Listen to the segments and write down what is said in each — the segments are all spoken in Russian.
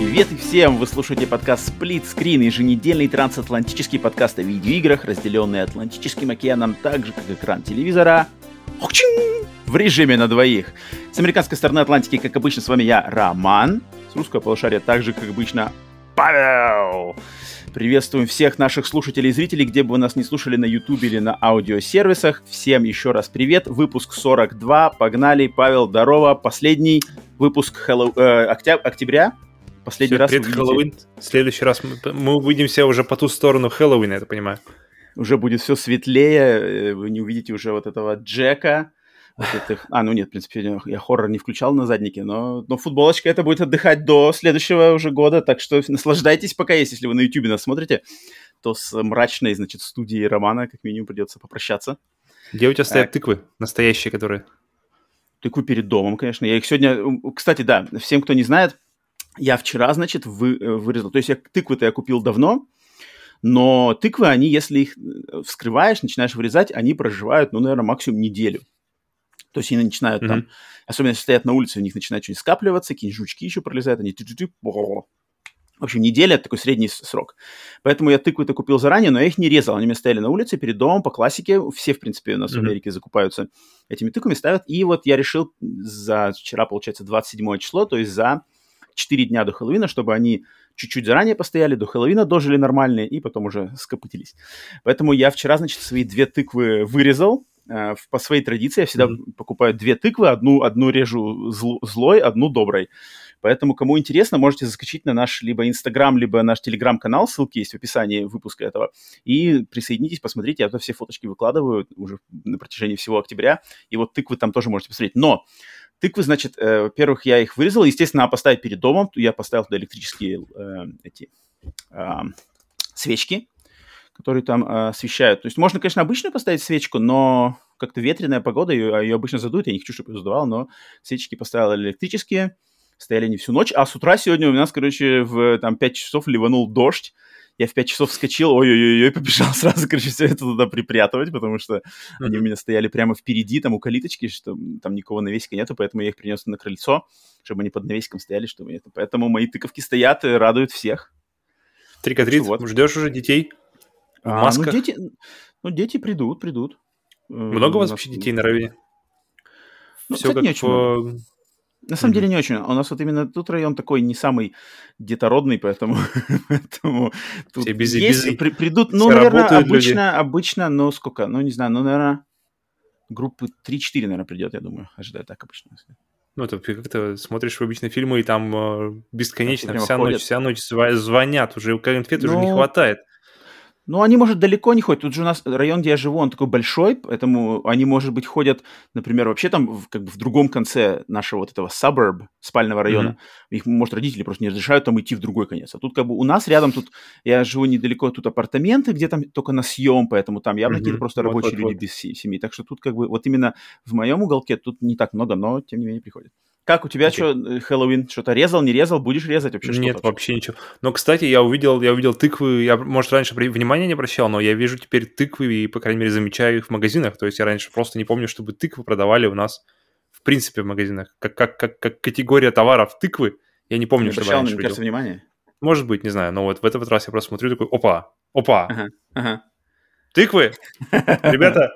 Привет всем! Вы слушаете подкаст Split Screen, еженедельный трансатлантический подкаст о видеоиграх, разделенный Атлантическим океаном, так же, как экран телевизора, в режиме на двоих. С американской стороны Атлантики, как обычно, с вами я, Роман. С русского полушария, так же, как обычно, Павел. Приветствуем всех наших слушателей и зрителей, где бы вы нас не слушали, на YouTube или на аудиосервисах. Всем еще раз привет. Выпуск 42. Погнали. Павел, здорово. Последний выпуск октября. Последний все, раз перед Хэллоуин. В следующий раз мы увидимся уже по ту сторону Хэллоуина, я так понимаю. Уже будет все светлее. Вы не увидите уже вот этого Джека. Вот этих... ну нет, в принципе, я хоррор не включал на заднике, но футболочка это будет отдыхать до следующего уже года, так что наслаждайтесь пока есть. Если вы на YouTube нас смотрите, то с мрачной, значит, студией Романа как минимум придется попрощаться. Где у тебя стоят тыквы настоящие, которые? Тыквы перед домом, конечно. Я их сегодня... Кстати, да, всем, кто не знает, я вчера, значит, вырезал. То есть тыквы-то я купил давно, но тыквы, они, если их вскрываешь, начинаешь вырезать, они проживают, наверное, максимум неделю. То есть они начинают там, особенно если стоят на улице, у них начинает что-нибудь скапливаться, какие-нибудь жучки еще пролезают, они в общем, неделя — это такой средний срок. Поэтому я тыквы-то купил заранее, но я их не резал. Они у меня стояли на улице перед домом по классике. Все, в принципе, у нас в Америке закупаются этими тыквами, ставят. И вот я решил вчера, получается, 27 число, то есть за 4 дня до Хэллоуина, чтобы они чуть-чуть заранее постояли, до Хэллоуина дожили нормальные и потом уже скопытились. Поэтому я вчера, значит, свои 2 тыквы вырезал. По своей традиции я всегда покупаю 2 тыквы, одну режу злой, одну доброй. Поэтому, кому интересно, можете заскочить на наш либо Инстаграм, либо наш Телеграм-канал, ссылки есть в описании выпуска этого, и присоединитесь, посмотрите, я туда все фоточки выкладываю уже на протяжении всего октября, и вот тыквы там тоже можете посмотреть. Но тыквы, значит, во-первых, я их вырезал, естественно, надо поставить перед домом, я поставил туда электрические свечки, которые там освещают. То есть можно, конечно, обычно поставить свечку, но как-то ветреная погода, ее обычно задует, я не хочу, чтобы ее задувало, но свечки поставил электрические, стояли они всю ночь, а с утра сегодня у нас, короче, в 5 часов ливанул дождь, я в 5 часов вскочил, ой-ой-ой, побежал сразу, короче, все это туда припрятывать, потому что они у меня стояли прямо впереди, там у калиточки, что там никого навесика нету, поэтому я их принес на крыльцо, чтобы они под навесиком стояли, чтобы это. Поэтому мои тыковки стоят и радуют всех. Трик-or-трит, вот. Ждешь уже детей в масках? Дети придут. Много у вас вообще детей на районе? Все как не очень много. На самом деле не очень. У нас вот именно тут район такой не самый детородный, поэтому тут все busy. Придут, наверное, обычно, но сколько? Не знаю, наверное, группы 3-4, наверное, придет, я думаю. Ожидаю так обычно. Ты как-то смотришь в обычные фильмы, и там бесконечно вся ночь звонят, уже конфет уже не хватает. Они, может, далеко не ходят. Тут же у нас район, где я живу, он такой большой, поэтому они, может быть, ходят, например, вообще там как бы в другом конце нашего вот этого suburb, спального района. Их, может, родители просто не разрешают там идти в другой конец. А тут как бы у нас рядом, тут я живу недалеко, тут апартаменты, где там только на съем, поэтому там явно какие-то просто рабочие люди без семьи. Так что тут как бы вот именно в моем уголке тут не так много, но тем не менее приходят. Как у тебя что, Хэллоуин? Что-то резал, не резал? Будешь резать вообще что-то? Нет, вообще ничего. Но, кстати, я увидел тыквы. Я, может, раньше внимания не обращал, но я вижу теперь тыквы и, по крайней мере, замечаю их в магазинах. То есть я раньше просто не помню, чтобы тыквы продавали у нас, в принципе, в магазинах. Как категория товаров тыквы. Я не помню, что раньше видел. Кажется, внимание? Может быть, не знаю. Но вот в этот раз я просто смотрю такой, опа. Ага. Тыквы! Ребята!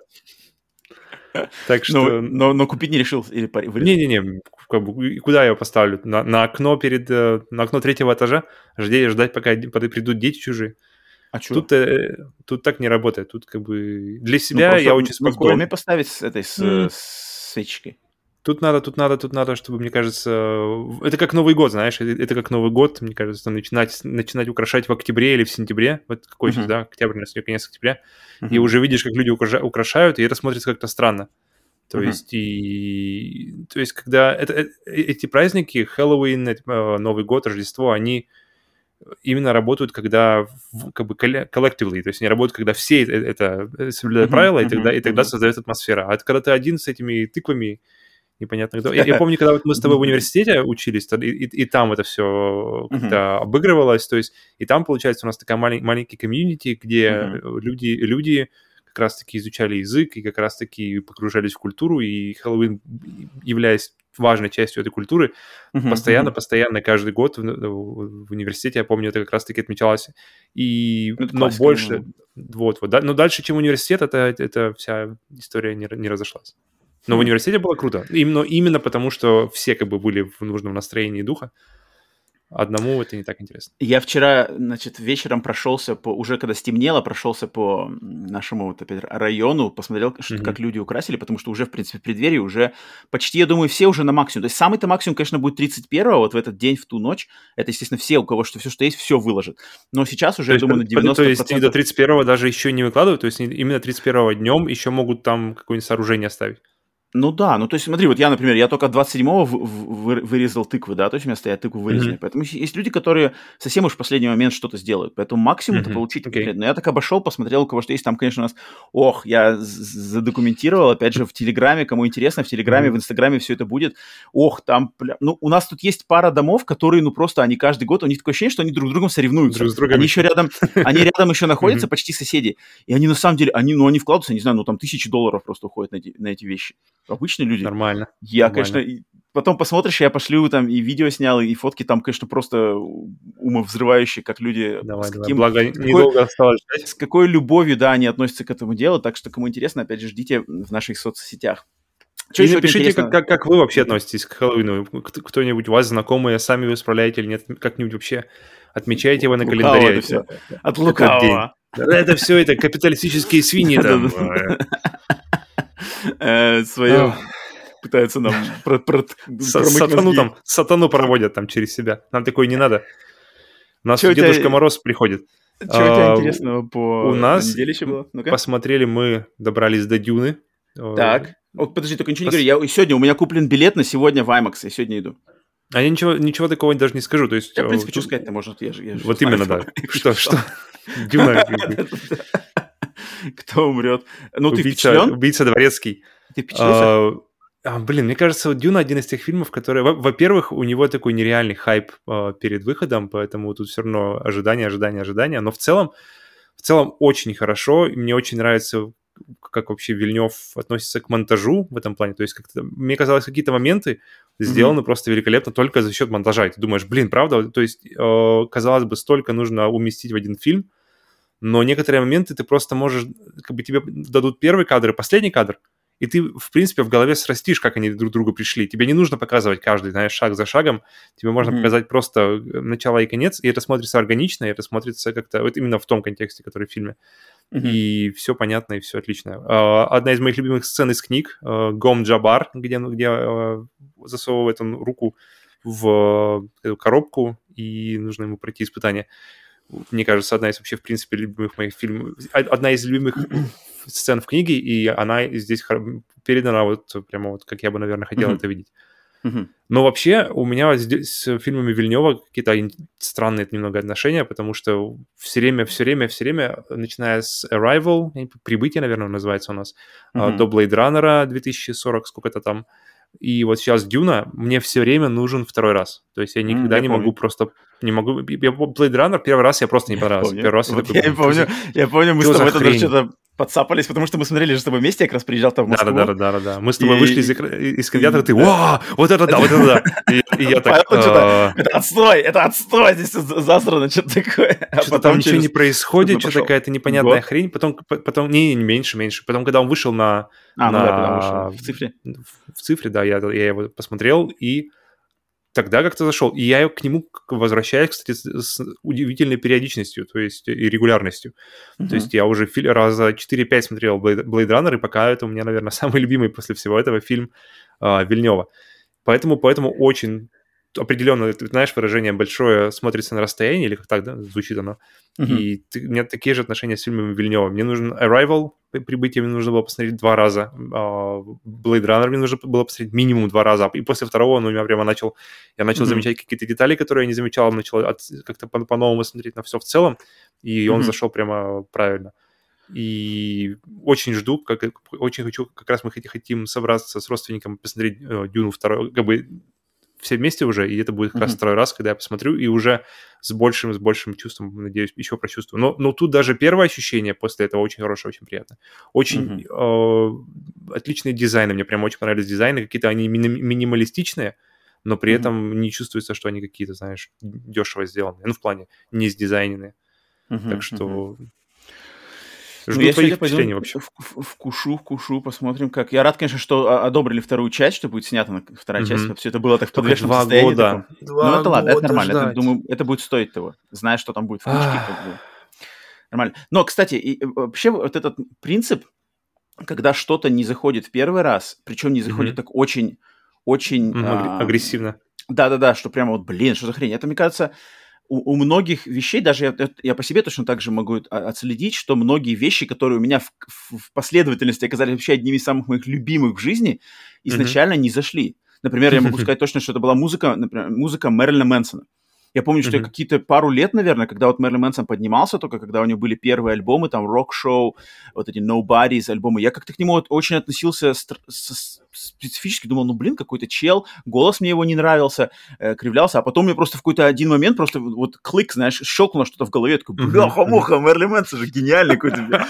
Так что... Но купить не решил или вырезать? Не-не-не, куда я его поставлю? На окно на окно 3-го этажа? Ждать, пока придут дети чужие? А что? Тут так не работает. Тут как бы для себя я очень спокойно... в доме поставить с этой свечкой? Тут надо, чтобы, мне кажется... Это как Новый год, знаешь? Это как Новый год, мне кажется, начинать украшать в октябре или в сентябре. Вот какой сейчас, да? Октябрь, на сегодня конец октября. И уже видишь, как люди украшают, и это смотрится как-то странно. То есть, когда эти праздники, Хэллоуин, Новый год, Рождество, они именно работают, когда как бы collectively, то есть они работают, когда все это соблюдают правила, и тогда создается атмосфера. А когда ты один с этими тыквами, непонятно кто. Я помню, когда вот мы с тобой в университете учились, и там это все как-то обыгрывалось, то есть и там, получается, у нас такая маленький комьюнити, где люди как раз-таки изучали язык и как раз-таки погружались в культуру, и Хэллоуин, являясь важной частью этой культуры. Мгм. Постоянно, каждый год в университете, я помню, это как раз-таки отмечалось. Ну, это Но классика, больше, наверное. да, но дальше, чем университет, эта вся история не разошлась. Но в Хм. университете было круто. Именно потому, что все как бы были в нужном настроении и духа. Одному это не так интересно. Я вчера, значит, вечером прошелся уже когда стемнело, прошелся по нашему вот опять району, посмотрел, Мгм. как люди украсили, потому что уже, в принципе, в преддверии уже почти, я думаю, все уже на максимум. То есть самый-то максимум, конечно, будет 31-го, вот в этот день, в ту ночь. Это, естественно, все, у кого все, что есть, все выложат. Но сейчас уже, То я есть, думаю, на то есть и до 90%. 31-го даже еще не выкладывают? То есть именно 31-го днем еще могут там какое-нибудь сооружение оставить? Ну да, ну то есть смотри, вот я, например, я только 27-го вырезал тыквы, да, то есть у меня стоят тыквы вырезанные. Мгм. Поэтому есть люди, которые совсем уж в последний момент что-то сделают. Поэтому максимум это Мгм. получить Окей. конкретно. Но я так обошел, посмотрел, у кого что есть. Там, конечно, у нас... Ох, я задокументировал, опять же, в Телеграме, кому интересно, в Телеграме, Мгм. в Инстаграме все это будет. Ох, там... Ну, у нас тут есть пара домов, которые, ну, просто они каждый год, у них такое ощущение, что они друг с другом соревнуются. Друг с другом Они еще еще. рядом, они рядом еще находятся, Мгм. почти соседи. И они на самом деле, они вкладываются, не знаю, ну там $1000 просто уходят на эти вещи. Обычные люди. Нормально, Я, конечно, нормально. потом посмотришь, я пошлю там и видео снял, и фотки там, конечно, просто умовзрывающие, как люди, Давай, давай. Благо, с какой, недолго осталось ждать. с какой любовью, да, они относятся к этому делу. Так что, кому интересно, опять же, ждите в наших соцсетях. Что И сегодня напишите, интересно? как вы вообще Мгм. относитесь к Хэллоуину. Кто-нибудь у вас знакомые, сами вы справляете или нет? Как-нибудь вообще отмечаете его на Лукаво это календаре все. От этот день? лукавого. Да, это все это капиталистические свиньи там. Свое Ах, пытаются нам промыть Сатану мозги. там, сатану проводят там через себя. Нам такое не надо. У нас Что тут у Дедушка тебя, Мороз приходит. что у тебя А, интересного У на нас неделе еще было? Ну-ка. посмотрели, мы добрались до Дюны. Так. Вот подожди, только ничего не говори. Пос- Сегодня у меня куплен билет на сегодня в IMAX, я сегодня иду. А я ничего такого даже не скажу. То есть Я, в принципе, что тут сказать-то можно, я же все вот знаю, именно, кто, да. кто Что? что. Дюна, как бы, Кто умрет. Ну, ты убийца, впечатлен? убийца дворецкий. Ты впечатлился? А, Блин, мне кажется, вот Дюна один из тех фильмов, которые... Во-первых, у него такой нереальный хайп перед выходом, поэтому тут все равно ожидания. Но в целом очень хорошо. И мне очень нравится, как вообще Вильнев относится к монтажу в этом плане. То есть как-то, мне казалось, какие-то моменты Мгм. сделаны просто великолепно только за счет монтажа. И ты думаешь, блин, правда? То есть, казалось бы, столько нужно уместить в один фильм, но некоторые моменты ты просто можешь, как бы тебе дадут первый кадр и последний кадр, и ты, в принципе, в голове срастишь, как они друг к другу пришли. Тебе не нужно показывать каждый, знаешь, шаг за шагом. Тебе можно Мгм. показать просто начало и конец, и это смотрится органично, и это смотрится как-то вот именно в том контексте, который в фильме. Мгм. И все понятно, и все отлично. Одна из моих любимых сцен из книг Гом Джабар, где засовывает он руку в эту коробку, и нужно ему пройти испытание. Мне кажется, одна из вообще, в принципе, любимых моих фильмов. Одна из любимых сцен в книге, и она здесь передана вот прямо вот, как я бы, наверное, хотел Мгм. это видеть. Мгм. Но вообще у меня здесь с фильмами Вильнева какие-то странные немного отношения, потому что все время, начиная с Arrival, «Прибытие», наверное, называется у нас, до Мгм. Blade Runner 2040, сколько-то там, и вот сейчас Дюна, мне все время нужен второй раз. То есть я никогда Я не могу помню. просто... Не могу... Blade Runner первый раз я просто не Я понравился. помню. Первый раз я Вот такой, я и блин, помню. Я помню, мы с что за тобой тогда хрень? что-то подцапались, потому что мы смотрели же с тобой вместе, я как раз приезжал-то в Москву. Да. Мы с тобой вышли И, из кинотеатра, и ты, да. вау, вот это да, вот это да. И я так, Павел что-то, это отстой, здесь засрано, что-то такое. А что-то там потом ничего не сколько происходит, что-то пошел? какая-то непонятная Год? хрень. Потом, не, меньше. Потом, когда он вышел Ну да, когда он вышел в цифре. в цифре, да, я его посмотрел, и тогда как-то зашел. И я к нему возвращаюсь, кстати, с удивительной периодичностью, то есть и регулярностью. То Мгм. есть я уже раза 4-5 смотрел Blade Runner, и пока это у меня, наверное, самый любимый после всего этого фильм Вильнева. Поэтому очень определенно, ты знаешь, выражение «большое смотрится на расстоянии», или как так, да, звучит оно. Мгм. И у меня такие же отношения с фильмами Вильнева. Мне нужен Arrival, «Прибытие» мне нужно было посмотреть 2 раза. Blade Runner мне нужно было посмотреть минимум 2 раза. И после второго он у меня прямо я начал Мгм. замечать какие-то детали, которые я не замечал, начал как-то по-новому смотреть на все в целом, и он Мгм. зашел прямо правильно. И очень жду, очень хочу, как раз мы хотим собраться с родственником, посмотреть Дюну второй, как бы все вместе уже, и это будет как раз второй раз, когда я посмотрю, и уже с большим чувством, надеюсь, еще прочувствую. Но тут даже первое ощущение после этого очень хорошее, очень приятно. Очень отличные дизайны, мне прям очень понравились дизайны, какие-то они минималистичные, но при этом не чувствуется, что они какие-то, знаешь, дешево сделаны. Ну, в плане не сдизайнены. Так что жду твоих впечатлений вообще. Вкушу, посмотрим, как. Я рад, конечно, что одобрили вторую часть, что будет снята вторая часть, чтобы все это было так в подвешенном состоянии. 2 года. Ну, это ладно, это нормально. Думаю, это будет стоить того. Зная, что там будет в книжке, как бы. Нормально. Но, кстати, вообще вот этот принцип, когда что-то не заходит в первый раз, причем не заходит так очень агрессивно. Да, что прямо вот, блин, что за хрень. Это, мне кажется, у многих вещей, даже я по себе точно так же могу отследить, что многие вещи, которые у меня в последовательности оказались вообще одними из самых моих любимых в жизни, изначально не зашли. Например, я могу сказать точно, что это была музыка Мэрилина Мэнсона. Я помню, что я какие-то пару лет, наверное, когда вот Мэрилин Мэнсон поднимался только, когда у него были первые альбомы, там, Rock Show, вот эти Nobody's альбомы, я как-то к нему вот очень относился специфически, думал, ну, блин, какой-то чел, голос мне его не нравился, кривлялся, а потом мне просто в какой-то один момент просто вот клик, знаешь, щелкнуло что-то в голове, я такой, бляха-муха, Мэрилин Мэнсон же гениальный какой-то.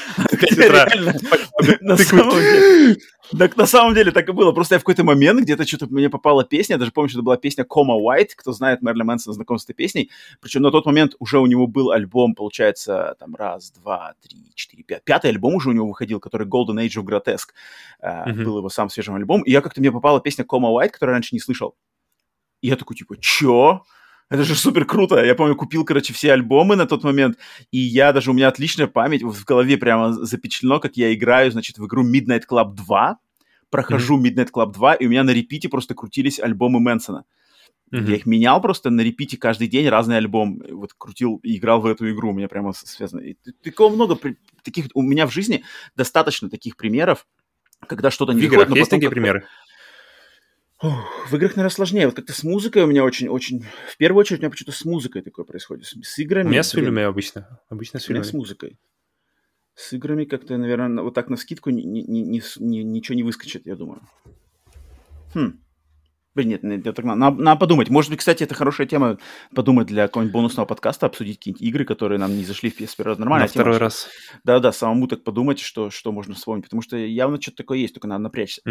Так на самом деле так и было. Просто я в какой-то момент где-то что-то мне попала песня, я даже помню, что это была песня Coma White, кто знает Мэрилина Мэнсона, знаком с этой песней. Причем на тот момент уже у него был альбом, получается, там раз, два, три, четыре, пять. Пятый альбом уже у него выходил, который Golden Age of Grotesque. Был его сам свежим альбом. И я как-то мне попала песня Coma White, которую я раньше не слышал. И я такой, типа, чё? Это же супер круто. Я помню, купил, короче, все альбомы на тот момент, и у меня отличная память, в голове прямо запечатлено, как я играю, значит, в игру Midnight Club 2, прохожу Midnight Club 2, и у меня на репите просто крутились альбомы Мэнсона. Я их менял просто на репите каждый день, разный альбом, вот крутил и играл в эту игру, у меня прямо связано. И такого много таких, у меня в жизни достаточно таких примеров, когда что-то не выходит. В играх есть такие примеры? В играх, наверное, сложнее. Вот как-то с музыкой у меня очень... В первую очередь у меня почему-то с музыкой такое происходит. С играми... У меня с фильмами обычно. Обычно с фильмами. У меня с музыкой. С играми как-то, наверное, вот так навскидку ничего не выскочит, я думаю. Блин, нет, надо подумать. Может быть, кстати, это хорошая тема подумать для какого-нибудь бонусного подкаста, обсудить какие-нибудь игры, которые нам не зашли в первый раз. Нормально. На второй раз. Да, самому так подумать, что можно вспомнить, потому что явно что-то такое есть, только надо напрячься.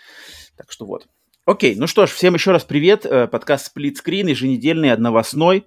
Так что вот. Окей, ну что ж, всем еще раз привет. Подкаст Split Screen, еженедельный, одновосной.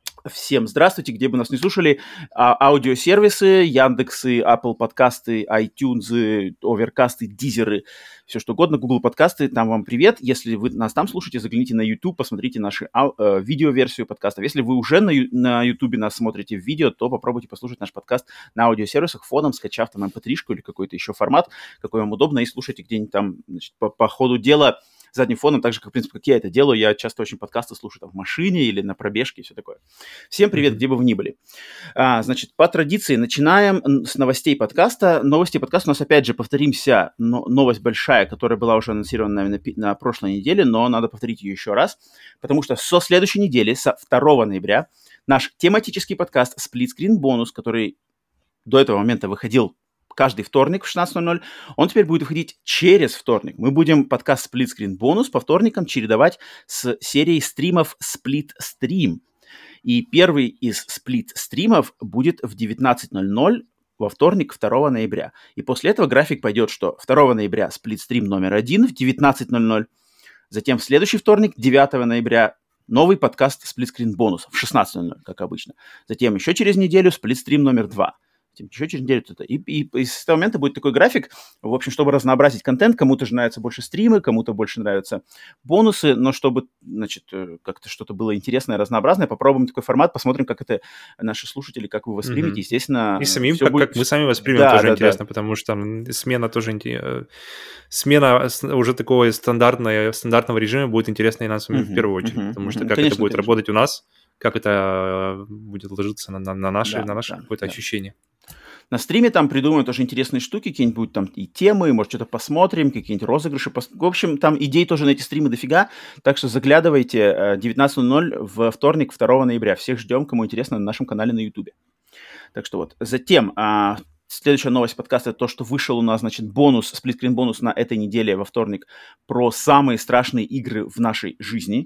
Всем здравствуйте, где бы нас не слушали. Аудиосервисы, Яндексы, Apple подкасты, iTunes, Overcast, Дизеры, все что угодно, Google подкасты, там вам привет. Если вы нас там слушаете, загляните на YouTube, посмотрите нашу видеоверсию подкастов. Если вы уже на YouTube нас смотрите в видео, то попробуйте послушать наш подкаст на аудиосервисах фоном, скачав там MP3-шку или какой-то еще формат, какой вам удобно, и слушайте где-нибудь там, значит, по ходу дела задним фоном, так же, как, в принципе, как я это делаю. Я часто очень подкасты слушаю там в машине или на пробежке и все такое. Всем привет, где бы вы ни были. Значит, по традиции начинаем с новостей подкаста. Новости подкаста у нас, опять же, повторимся, новость большая, которая была уже анонсирована, наверное, на прошлой неделе, но надо повторить ее еще раз, потому что со следующей недели, со 2 ноября, наш тематический подкаст Split Screen Bonus, который до этого момента выходил каждый вторник в 16:00, он теперь будет выходить через вторник. Мы будем подкаст Split Screen Bonus по вторникам чередовать с серией стримов Split Stream. И первый из Split стримов будет в 19:00 во вторник, 2 ноября. И после этого график пойдет, что 2 ноября Split Stream номер 1 в 19:00, затем в следующий вторник, 9 ноября, новый подкаст Split Screen Bonus в 16:00, как обычно. Затем еще через неделю Split Stream номер 2. Еще через неделю это. И с этого момента будет такой график, в общем, чтобы разнообразить контент. Кому-то же нравятся больше стримы, кому-то больше нравятся бонусы, но чтобы, значит, как-то что-то было интересное, разнообразное, попробуем такой формат, посмотрим, как это наши служители, как вы воспримете. Естественно, и самим, как мы сами воспримем, тоже интересно, потому что там смена тоже смена уже такого стандартного режима будет интересна и нам самим в первую очередь, потому что как это будет работать у нас, как это будет ложиться на наше какое-то ощущение. На стриме там придумают тоже интересные штуки, какие-нибудь будут там и темы, может, что-то посмотрим, какие-нибудь розыгрыши. В общем, там идей тоже на эти стримы дофига, так что заглядывайте 19:00 во вторник, 2 ноября. Всех ждем, кому интересно, на нашем канале на YouTube. Так что вот. Затем, следующая новость подкаста — это то, что вышел у нас, значит, бонус, сплитскрин бонус на этой неделе во вторник про самые страшные игры в нашей жизни.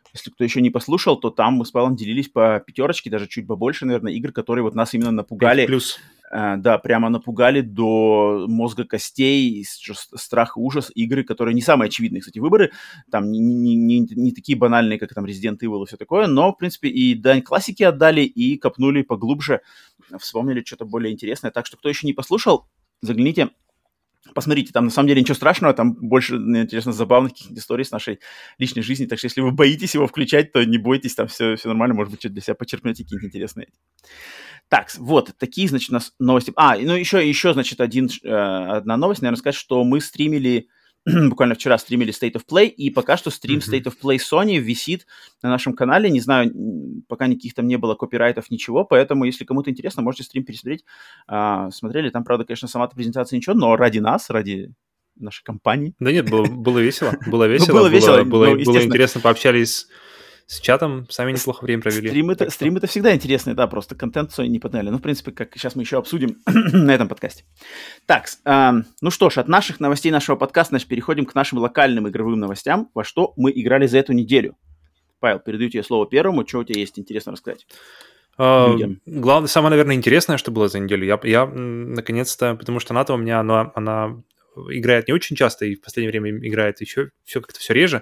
Если кто еще не послушал, то там мы с Павлом делились по 5, даже чуть побольше, наверное, игр, которые вот нас именно напугали. 5+. Да, прямо напугали до мозга костей, страх и ужас игры, которые не самые очевидные, кстати, выборы, там не такие банальные, как там Resident Evil и все такое, но, в принципе, и дань классики отдали, и копнули поглубже, вспомнили что-то более интересное. Так что, кто еще не послушал, загляните, посмотрите, там на самом деле ничего страшного, там больше, интересно, забавных каких-то историй с нашей личной жизни, так что если вы боитесь его включать, то не бойтесь, там все нормально, может быть, что-то для себя почерпнете какие-нибудь интересные. Так, вот, такие, значит, у нас новости. Ну еще, значит, одна новость, наверное, сказать, что мы стримили, буквально вчера стримили State of Play, и пока что стрим State of Play Sony висит на нашем канале, не знаю, пока никаких там не было копирайтов, ничего, поэтому, если кому-то интересно, можете стрим пересмотреть. Смотрели, там, правда, конечно, сама презентация ничего, но ради нас, ради нашей компании. Да нет, было весело, было весело, было весело, было интересно, пообщались с чатом, сами неплохо время провели. Стримы-то всегда интересные, да, просто контент Sony не подняли. Ну, в принципе, как сейчас мы еще обсудим на этом подкасте. Так, ну что ж, от наших новостей нашего подкаста, значит, переходим к нашим локальным игровым новостям, во что мы играли за эту неделю. Павел, передаю тебе слово первому, что у тебя есть интересно рассказать людям? Главное, самое, наверное, интересное, что было за неделю, я наконец-то, потому что она-то у меня, она играет не очень часто, и в последнее время играет еще все как-то все реже.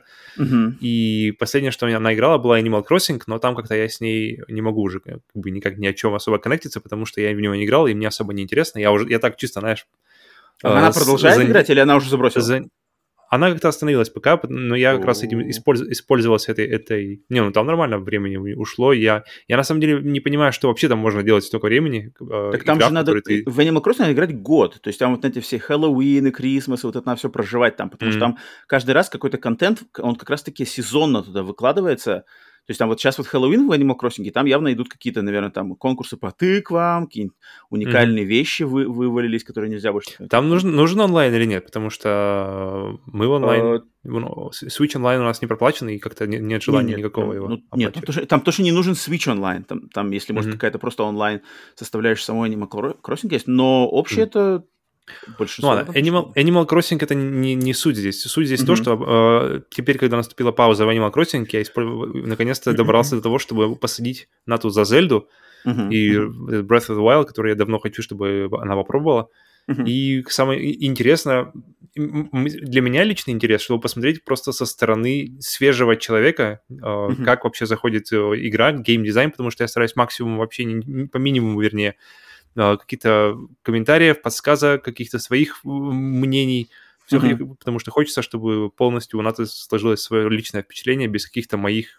И последнее, что она играла, была Animal Crossing, но там как-то я с ней не могу уже как бы никак ни о чем особо коннектиться, потому что я в него не играл, и мне особо не интересно. Я так чисто, знаешь... Она продолжает играть, или она уже забросила? Она как-то остановилась пока, но я как раз этим использовался этой... Не, ну там нормально времени ушло. Я на самом деле не понимаю, что вообще там можно делать столько времени. Так там же надо... В Animal Crossing надо играть год. То есть там вот эти все Хэллоуины, Крисмасы, вот это надо все проживать там. Потому что там каждый раз какой-то контент, он как раз-таки сезонно туда выкладывается. То есть там вот сейчас вот Хэллоуин в Animal Crossing, там явно идут какие-то, наверное, там конкурсы по тыквам, какие-нибудь уникальные вещи вывалились, которые нельзя больше... Там нужен онлайн или нет? Потому что мы в онлайн... Switch онлайн у нас не проплачен, и как-то нет желания никакого его оплачивать. Нет, там тоже не нужен Switch онлайн. Там если, может, какая-то просто онлайн составляющая самой Animal Crossing есть, но общее это... Ну ладно, Animal Crossing это не суть здесь. Суть здесь то, что теперь, когда наступила пауза в Animal Crossing, я наконец-то добрался до того, чтобы посадить Нату за Зельду и Breath of the Wild, который я давно хочу, чтобы она попробовала. И самое интересное, для меня личный интерес, чтобы посмотреть просто со стороны свежего человека, как вообще заходит игра, геймдизайн, потому что я стараюсь максимум вообще, по минимуму, вернее, какие-то комментариев, подсказок, каких-то своих мнений, все, потому что хочется, чтобы полностью у нас сложилось свое личное впечатление без каких-то моих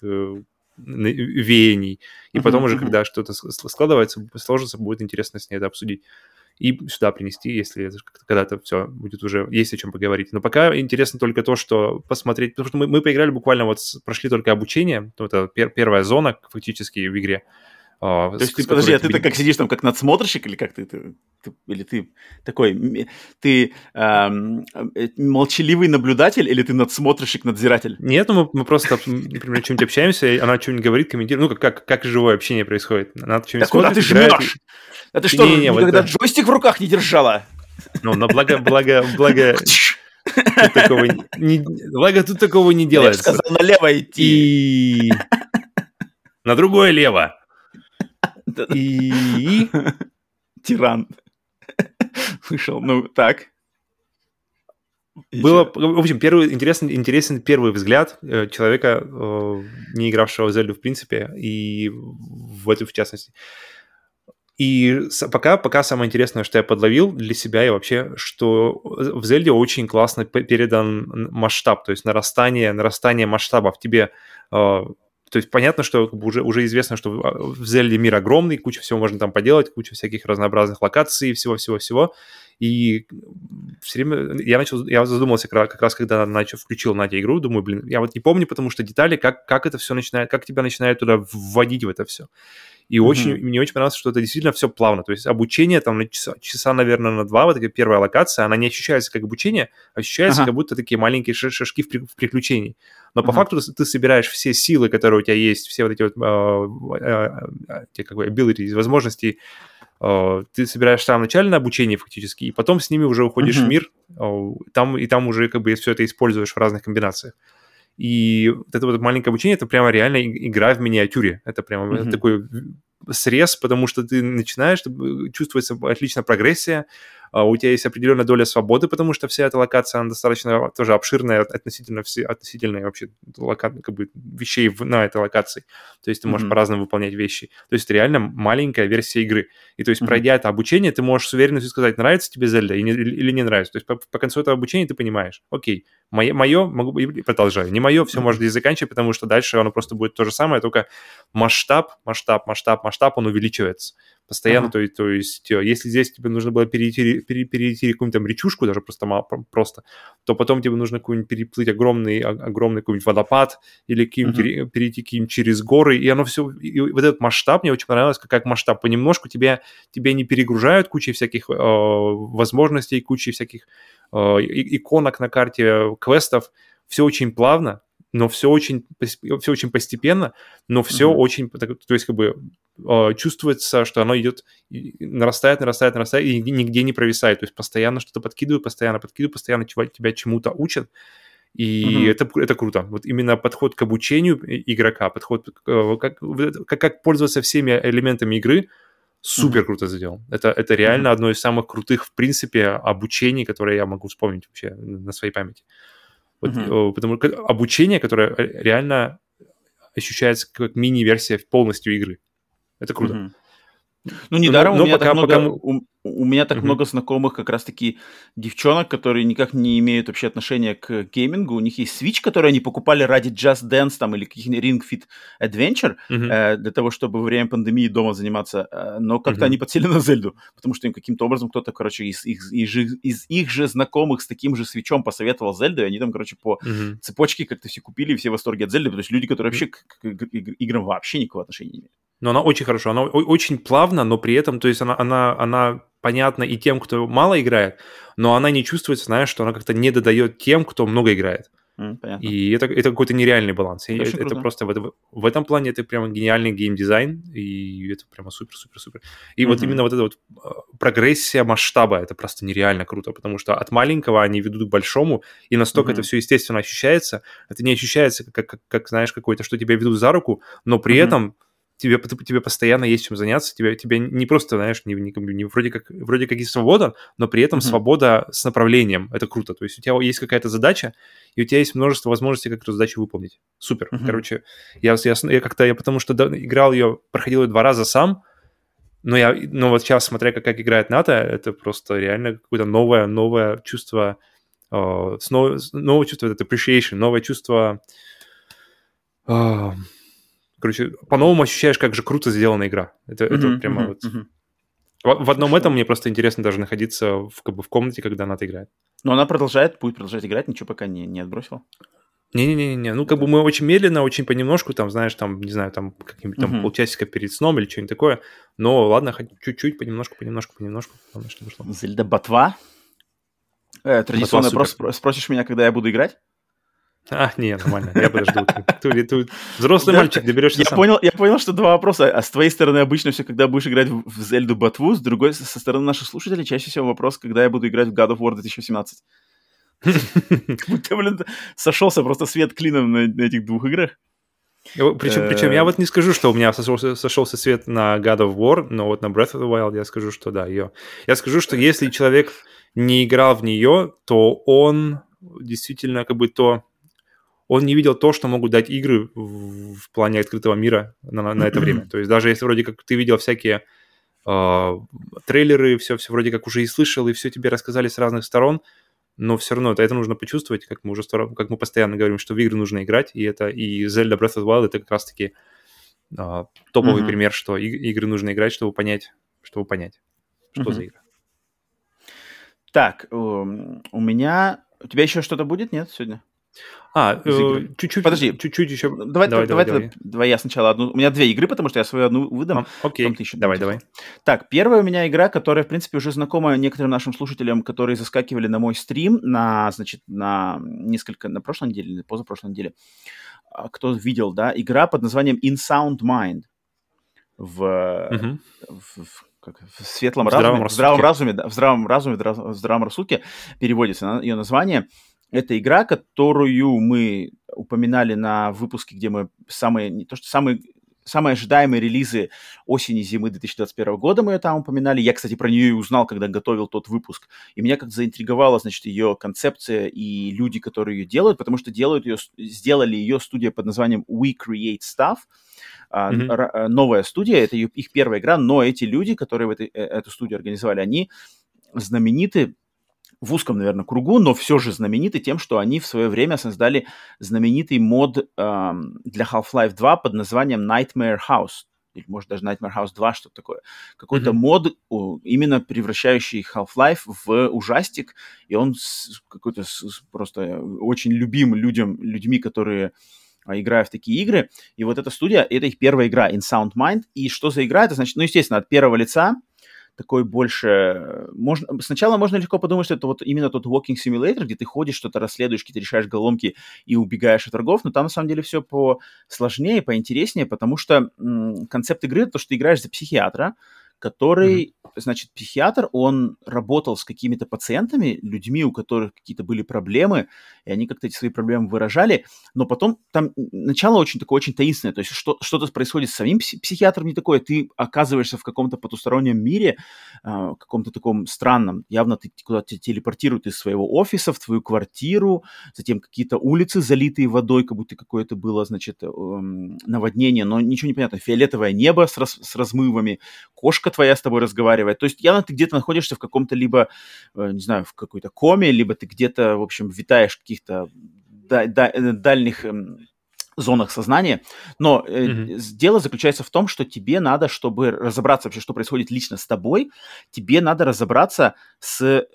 веяний. И потом уже, когда что-то сложится, будет интересно с ней это обсудить. И сюда принести, если когда-то все будет уже, есть о чем поговорить. Но пока интересно только то, что посмотреть, потому что мы поиграли буквально, вот прошли только обучение, это первая зона фактически в игре. То есть ты, подожди, а ты как сидишь там как надсмотрщик, или как или ты такой, ты молчаливый наблюдатель, или ты надсмотрщик-надзиратель? Нет, ну мы просто, например, что-нибудь общаемся, и она что-нибудь говорит, комментирует, ну как живое общение происходит. Она что-нибудь смотрит, ты жмешь! А ты что, никогда джойстик в руках не держала? Ну, но благо тут такого не делается. Я сказал налево идти. И на другое лево. И... Тиран. Вышел. Ну, так. Было, в общем, интересный первый взгляд человека, не игравшего в Зельду в принципе, и в эту в частности. И пока самое интересное, что я подловил для себя и вообще, что в Зельде очень классно передан масштаб, то есть нарастание масштабов тебе... То есть понятно, что уже известно, что в Зельде мир огромный, куча всего можно там поделать, куча всяких разнообразных локаций, всего-всего-всего. И все время я задумался как раз, когда включил Надя игру, думаю, блин, я вот не помню, потому что детали, как это все начинает, как тебя начинает туда вводить в это все. И мне очень понравилось, что это действительно все плавно. То есть обучение там на часа, наверное, на 2, вот такая первая локация, она не ощущается как обучение, а ощущается как будто такие маленькие шажки в приключении. Но по факту ты собираешь все силы, которые у тебя есть, все вот эти вот abilities, возможности, ты собираешь в самом начале на обучение фактически, и потом с ними уже уходишь в мир, там уже как бы все это используешь в разных комбинациях. И вот это вот маленькое обучение, это прямо реально игра в миниатюре. Это прямо такой срез, потому что ты начинаешь, чувствуется отличная прогрессия, у тебя есть определенная доля свободы, потому что вся эта локация, она достаточно тоже обширная относительно вообще как бы вещей на этой локации. То есть ты можешь по-разному выполнять вещи. То есть это реально маленькая версия игры. И то есть, пройдя это обучение, ты можешь с уверенностью сказать, нравится тебе Зельда или не нравится. То есть по концу этого обучения ты понимаешь, окей, мое, могу и продолжаю. Не мое, все можно здесь заканчивать, потому что дальше оно просто будет то же самое, только масштаб, он увеличивается постоянно. То есть если здесь тебе нужно было перейти какую-нибудь там речушку, даже просто, то потом тебе нужно переплыть огромный какой-нибудь водопад или перейти каким-нибудь через горы, и оно все, и вот этот масштаб, мне очень понравилось, как масштаб понемножку тебя не перегружают кучей всяких возможностей, кучей всяких иконок на карте, квестов, все очень плавно, но все очень постепенно, но все очень, то есть как бы чувствуется, что оно идет, нарастает, и нигде не провисает, то есть постоянно что-то подкидываю, постоянно тебя чему-то учат, и это круто. Вот именно подход к обучению игрока, подход как пользоваться всеми элементами игры, супер круто сделал. Это реально одно из самых крутых, в принципе, обучений, которые я могу вспомнить вообще на своей памяти. Вот, потому что обучение, которое реально ощущается как мини-версия полностью игры. Это круто. Ну, недаром у меня так много знакомых как раз-таки девчонок, которые никак не имеют вообще отношения к геймингу. У них есть Switch, который они покупали ради Just Dance там, или каких-нибудь Ring Fit Adventure, для того, чтобы во время пандемии дома заниматься. Но как-то они подсели на Зельду, потому что им каким-то образом кто-то, короче, из их же знакомых с таким же свитчом посоветовал Зельду, и они там, короче, по цепочке как-то все купили, и все в восторге от Зельды. То есть люди, которые вообще к играм вообще никакого отношения не имеют. Но она очень хорошо, она очень плавно, но при этом, то есть она понятна и тем, кто мало играет, но она не чувствуется, знаешь, что она как-то не додает тем, кто много играет. Понятно. И это какой-то нереальный баланс. Это просто в этом плане это прямо гениальный геймдизайн, и это прямо супер-супер-супер. И вот именно вот эта вот прогрессия масштаба, это просто нереально круто, потому что от маленького они ведут к большому, и настолько это все естественно ощущается. Это не ощущается как знаешь, какое-то, что тебя ведут за руку, но при этом тебе постоянно есть чем заняться, тебе не просто, знаешь, не вроде как и свобода, но при этом свобода с направлением. Это круто. То есть у тебя есть какая-то задача, и у тебя есть множество возможностей, как эту задачу выполнить. Супер. Короче, я потому что играл ее, проходил ее 2 раза сам, но вот сейчас, смотря как играет Ната, это просто реально какое-то новое чувство, новое чувство, это appreciation, новое чувство... Короче, по-новому ощущаешь, как же круто сделана игра. Это прямо вот... В одном этом мне просто интересно даже находиться в комнате, когда она играет. Но она будет продолжать играть, ничего пока не отбросила? Не-не-не, ну как бы мы очень медленно, очень понемножку, там, знаешь, там, не знаю, там, каким-нибудь там полчасика перед сном или что-нибудь такое, но ладно, хоть чуть-чуть, понемножку, главное, чтобы шло. Зельда Ботва? Традиционный вопрос, спросишь меня, когда я буду играть? Не, нормально, я подожду. Ты взрослый мальчик, доберешься сам. Я понял, что 2 вопроса. А с твоей стороны обычно все, когда будешь играть в Зельду Ботву, с другой, со стороны наших слушателей, чаще всего вопрос, когда я буду играть в God of War 2017. Как будто, блин, сошелся просто свет клином на этих 2 играх. Причем я вот не скажу, что у меня сошелся свет на God of War, но вот на Breath of the Wild я скажу, что да, ее. Я скажу, что если человек не играл в нее, то он действительно как бы он не видел то, что могут дать игры в плане открытого мира на это время. То есть даже если вроде как ты видел всякие трейлеры, все вроде как уже и слышал, и все тебе рассказали с разных сторон, но все равно это нужно почувствовать, как мы постоянно говорим, что в игры нужно играть, и Zelda Breath of the Wild это как раз-таки топовый пример, что игры нужно играть, чтобы понять, что за игра. Так, у тебя еще что-то будет, нет, сегодня? Чуть-чуть. Подожди. Чуть-чуть еще. Давай я сначала одну. У меня 2 игры, потому что я свою одну выдам. Окей, давай. Так, первая у меня игра, которая, в принципе, уже знакома некоторым нашим слушателям, которые заскакивали на мой стрим на прошлой неделе или позапрошлой неделе. Кто видел, да? Игра под названием In Sound Mind. В светлом разуме, в здравом разуме, в здравом рассудке переводится ее название. это игра, которую мы упоминали на выпуске, где мы самые ожидаемые релизы осени-зимы 2021 года мы ее там упоминали. Я, кстати, про нее и узнал, когда готовил тот выпуск. И меня как заинтриговала, значит, ее концепция и люди, которые ее делают, потому что сделали ее студия под названием We Create Stuff. Новая студия, это их первая игра, но эти люди, которые эту студию организовали, они знамениты в узком, наверное, кругу, но все же знамениты тем, что они в свое время создали знаменитый мод для Half-Life 2 под названием Nightmare House. Или, может, даже Nightmare House 2, что-то такое. Какой-то мод, именно превращающий Half-Life в ужастик, и он какой-то просто очень любим людьми, которые играют в такие игры. И вот эта студия, это их первая игра, In Sound Mind. И что за игра? Это значит, естественно, от первого лица, такой больше... Сначала можно легко подумать, что это вот именно тот walking simulator, где ты ходишь, что-то расследуешь, какие-то решаешь головоломки и убегаешь от врагов, но там на самом деле все посложнее, поинтереснее, потому что концепт игры — это то, что ты играешь за психиатра, который, значит, психиатр, он работал с какими-то пациентами, людьми, у которых какие-то были проблемы, и они как-то эти свои проблемы выражали, но потом там начало очень такое, очень таинственное, то есть что-то происходит с самим психиатром не такое, ты оказываешься в каком-то потустороннем мире, каком-то таком странном, явно ты куда-то телепортируют из своего офиса в твою квартиру, затем какие-то улицы, залитые водой, как будто какое-то было, значит, наводнение, но ничего не понятно, фиолетовое небо с размывами, кошка твоя с тобой разговаривает. То есть явно ты где-то находишься в каком-то либо, не знаю, в какой-то коме, либо ты где-то, в общем, витаешь в каких-то дальних зонах сознания. Но дело заключается в том, что тебе надо, чтобы разобраться вообще, что происходит лично с тобой, тебе надо разобраться с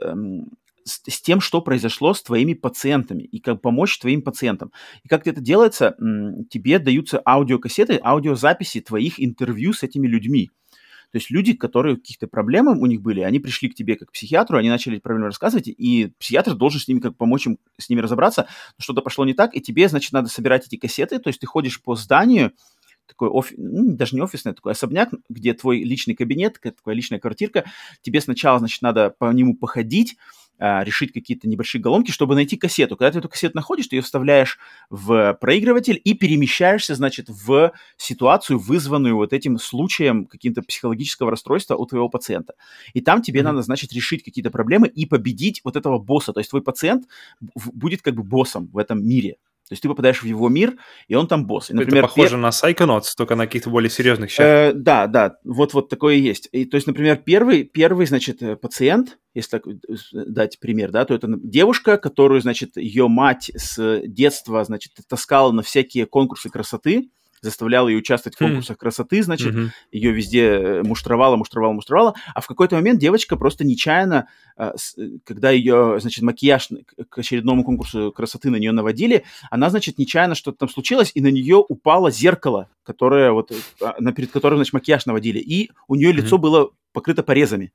тем, что произошло с твоими пациентами, и как помочь твоим пациентам. И как это делается, тебе даются аудиокассеты, аудиозаписи твоих интервью с этими людьми. То есть люди, которые каких-то проблемы у них были, они пришли к тебе как к психиатру, они начали эти проблемы рассказывать, и психиатр должен с ними как помочь им с ними разобраться, что-то пошло не так, и тебе, значит, надо собирать эти кассеты, то есть ты ходишь по зданию, такой даже не офисный, такой особняк, где твой личный кабинет, твоя личная квартирка, тебе сначала, значит, надо по нему походить, решить какие-то небольшие головоломки, чтобы найти кассету. Когда ты эту кассету находишь, ты ее вставляешь в проигрыватель и перемещаешься, значит, в ситуацию, вызванную вот этим случаем каким-то психологического расстройства у твоего пациента. И там тебе надо, значит, решить какие-то проблемы и победить вот этого босса. То есть твой пациент будет как бы боссом в этом мире. То есть ты попадаешь в его мир, и он там босс. И, например, это похоже на Psychonauts, только на каких-то более серьезных щах. Да, вот такое и есть. И, то есть, например, первый, значит, пациент, если так дать пример, да, то это девушка, которую, значит, ее мать с детства, значит, таскала на всякие конкурсы красоты, заставляла ее участвовать в конкурсах красоты, значит, ее везде муштровала, а в какой-то момент девочка просто нечаянно, когда ее, значит, макияж к очередному конкурсу красоты на нее наводили, она, значит, нечаянно что-то там случилось, и на нее упало зеркало, которое вот, перед которым, значит, макияж наводили, и у нее лицо было покрыто порезами.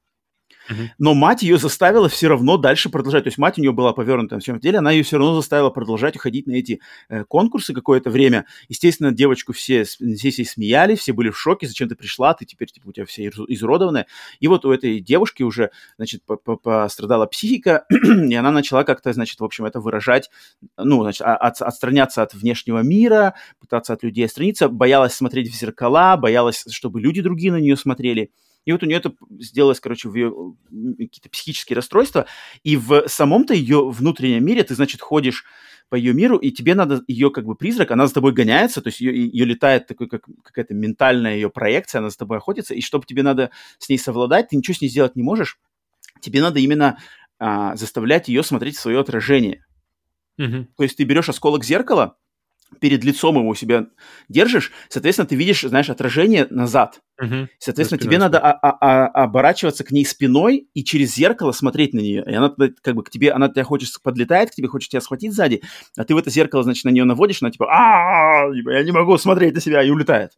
Но мать ее заставила все равно дальше продолжать. То есть мать у нее была повернута на всем деле, она ее все равно заставила продолжать уходить на эти конкурсы какое-то время. Естественно, девочку все смеялись, все были в шоке, зачем ты пришла, ты теперь типа, у тебя вся изуродованная. И вот у этой девушки уже, значит, пострадала психика, и она начала как-то, значит, в общем, это выражать, ну, значит, отстраняться от внешнего мира, пытаться от людей отстраниться, боялась смотреть в зеркала, боялась, чтобы люди другие на нее смотрели. И вот у нее это сделалось, короче, в ее какие-то психические расстройства. И в самом-то ее внутреннем мире ты, значит, ходишь по ее миру, и тебе надо ее как бы призрак, она за тобой гоняется, то есть ее летает такой, как какая-то ментальная ее проекция, она за тобой охотится, и чтобы тебе надо с ней совладать, ты ничего с ней сделать не можешь, тебе надо именно заставлять ее смотреть в свое отражение. То есть ты берешь осколок зеркала, перед лицом его у себя держишь, соответственно, ты видишь, знаешь, отражение назад. Соответственно, тебе надо оборачиваться к ней спиной и через зеркало смотреть на нее. И она как бы к тебе, она тебя хочет, подлетает к тебе, хочет тебя схватить сзади, а ты в это зеркало, значит, на нее наводишь, она типа, я не могу смотреть на себя, и улетает.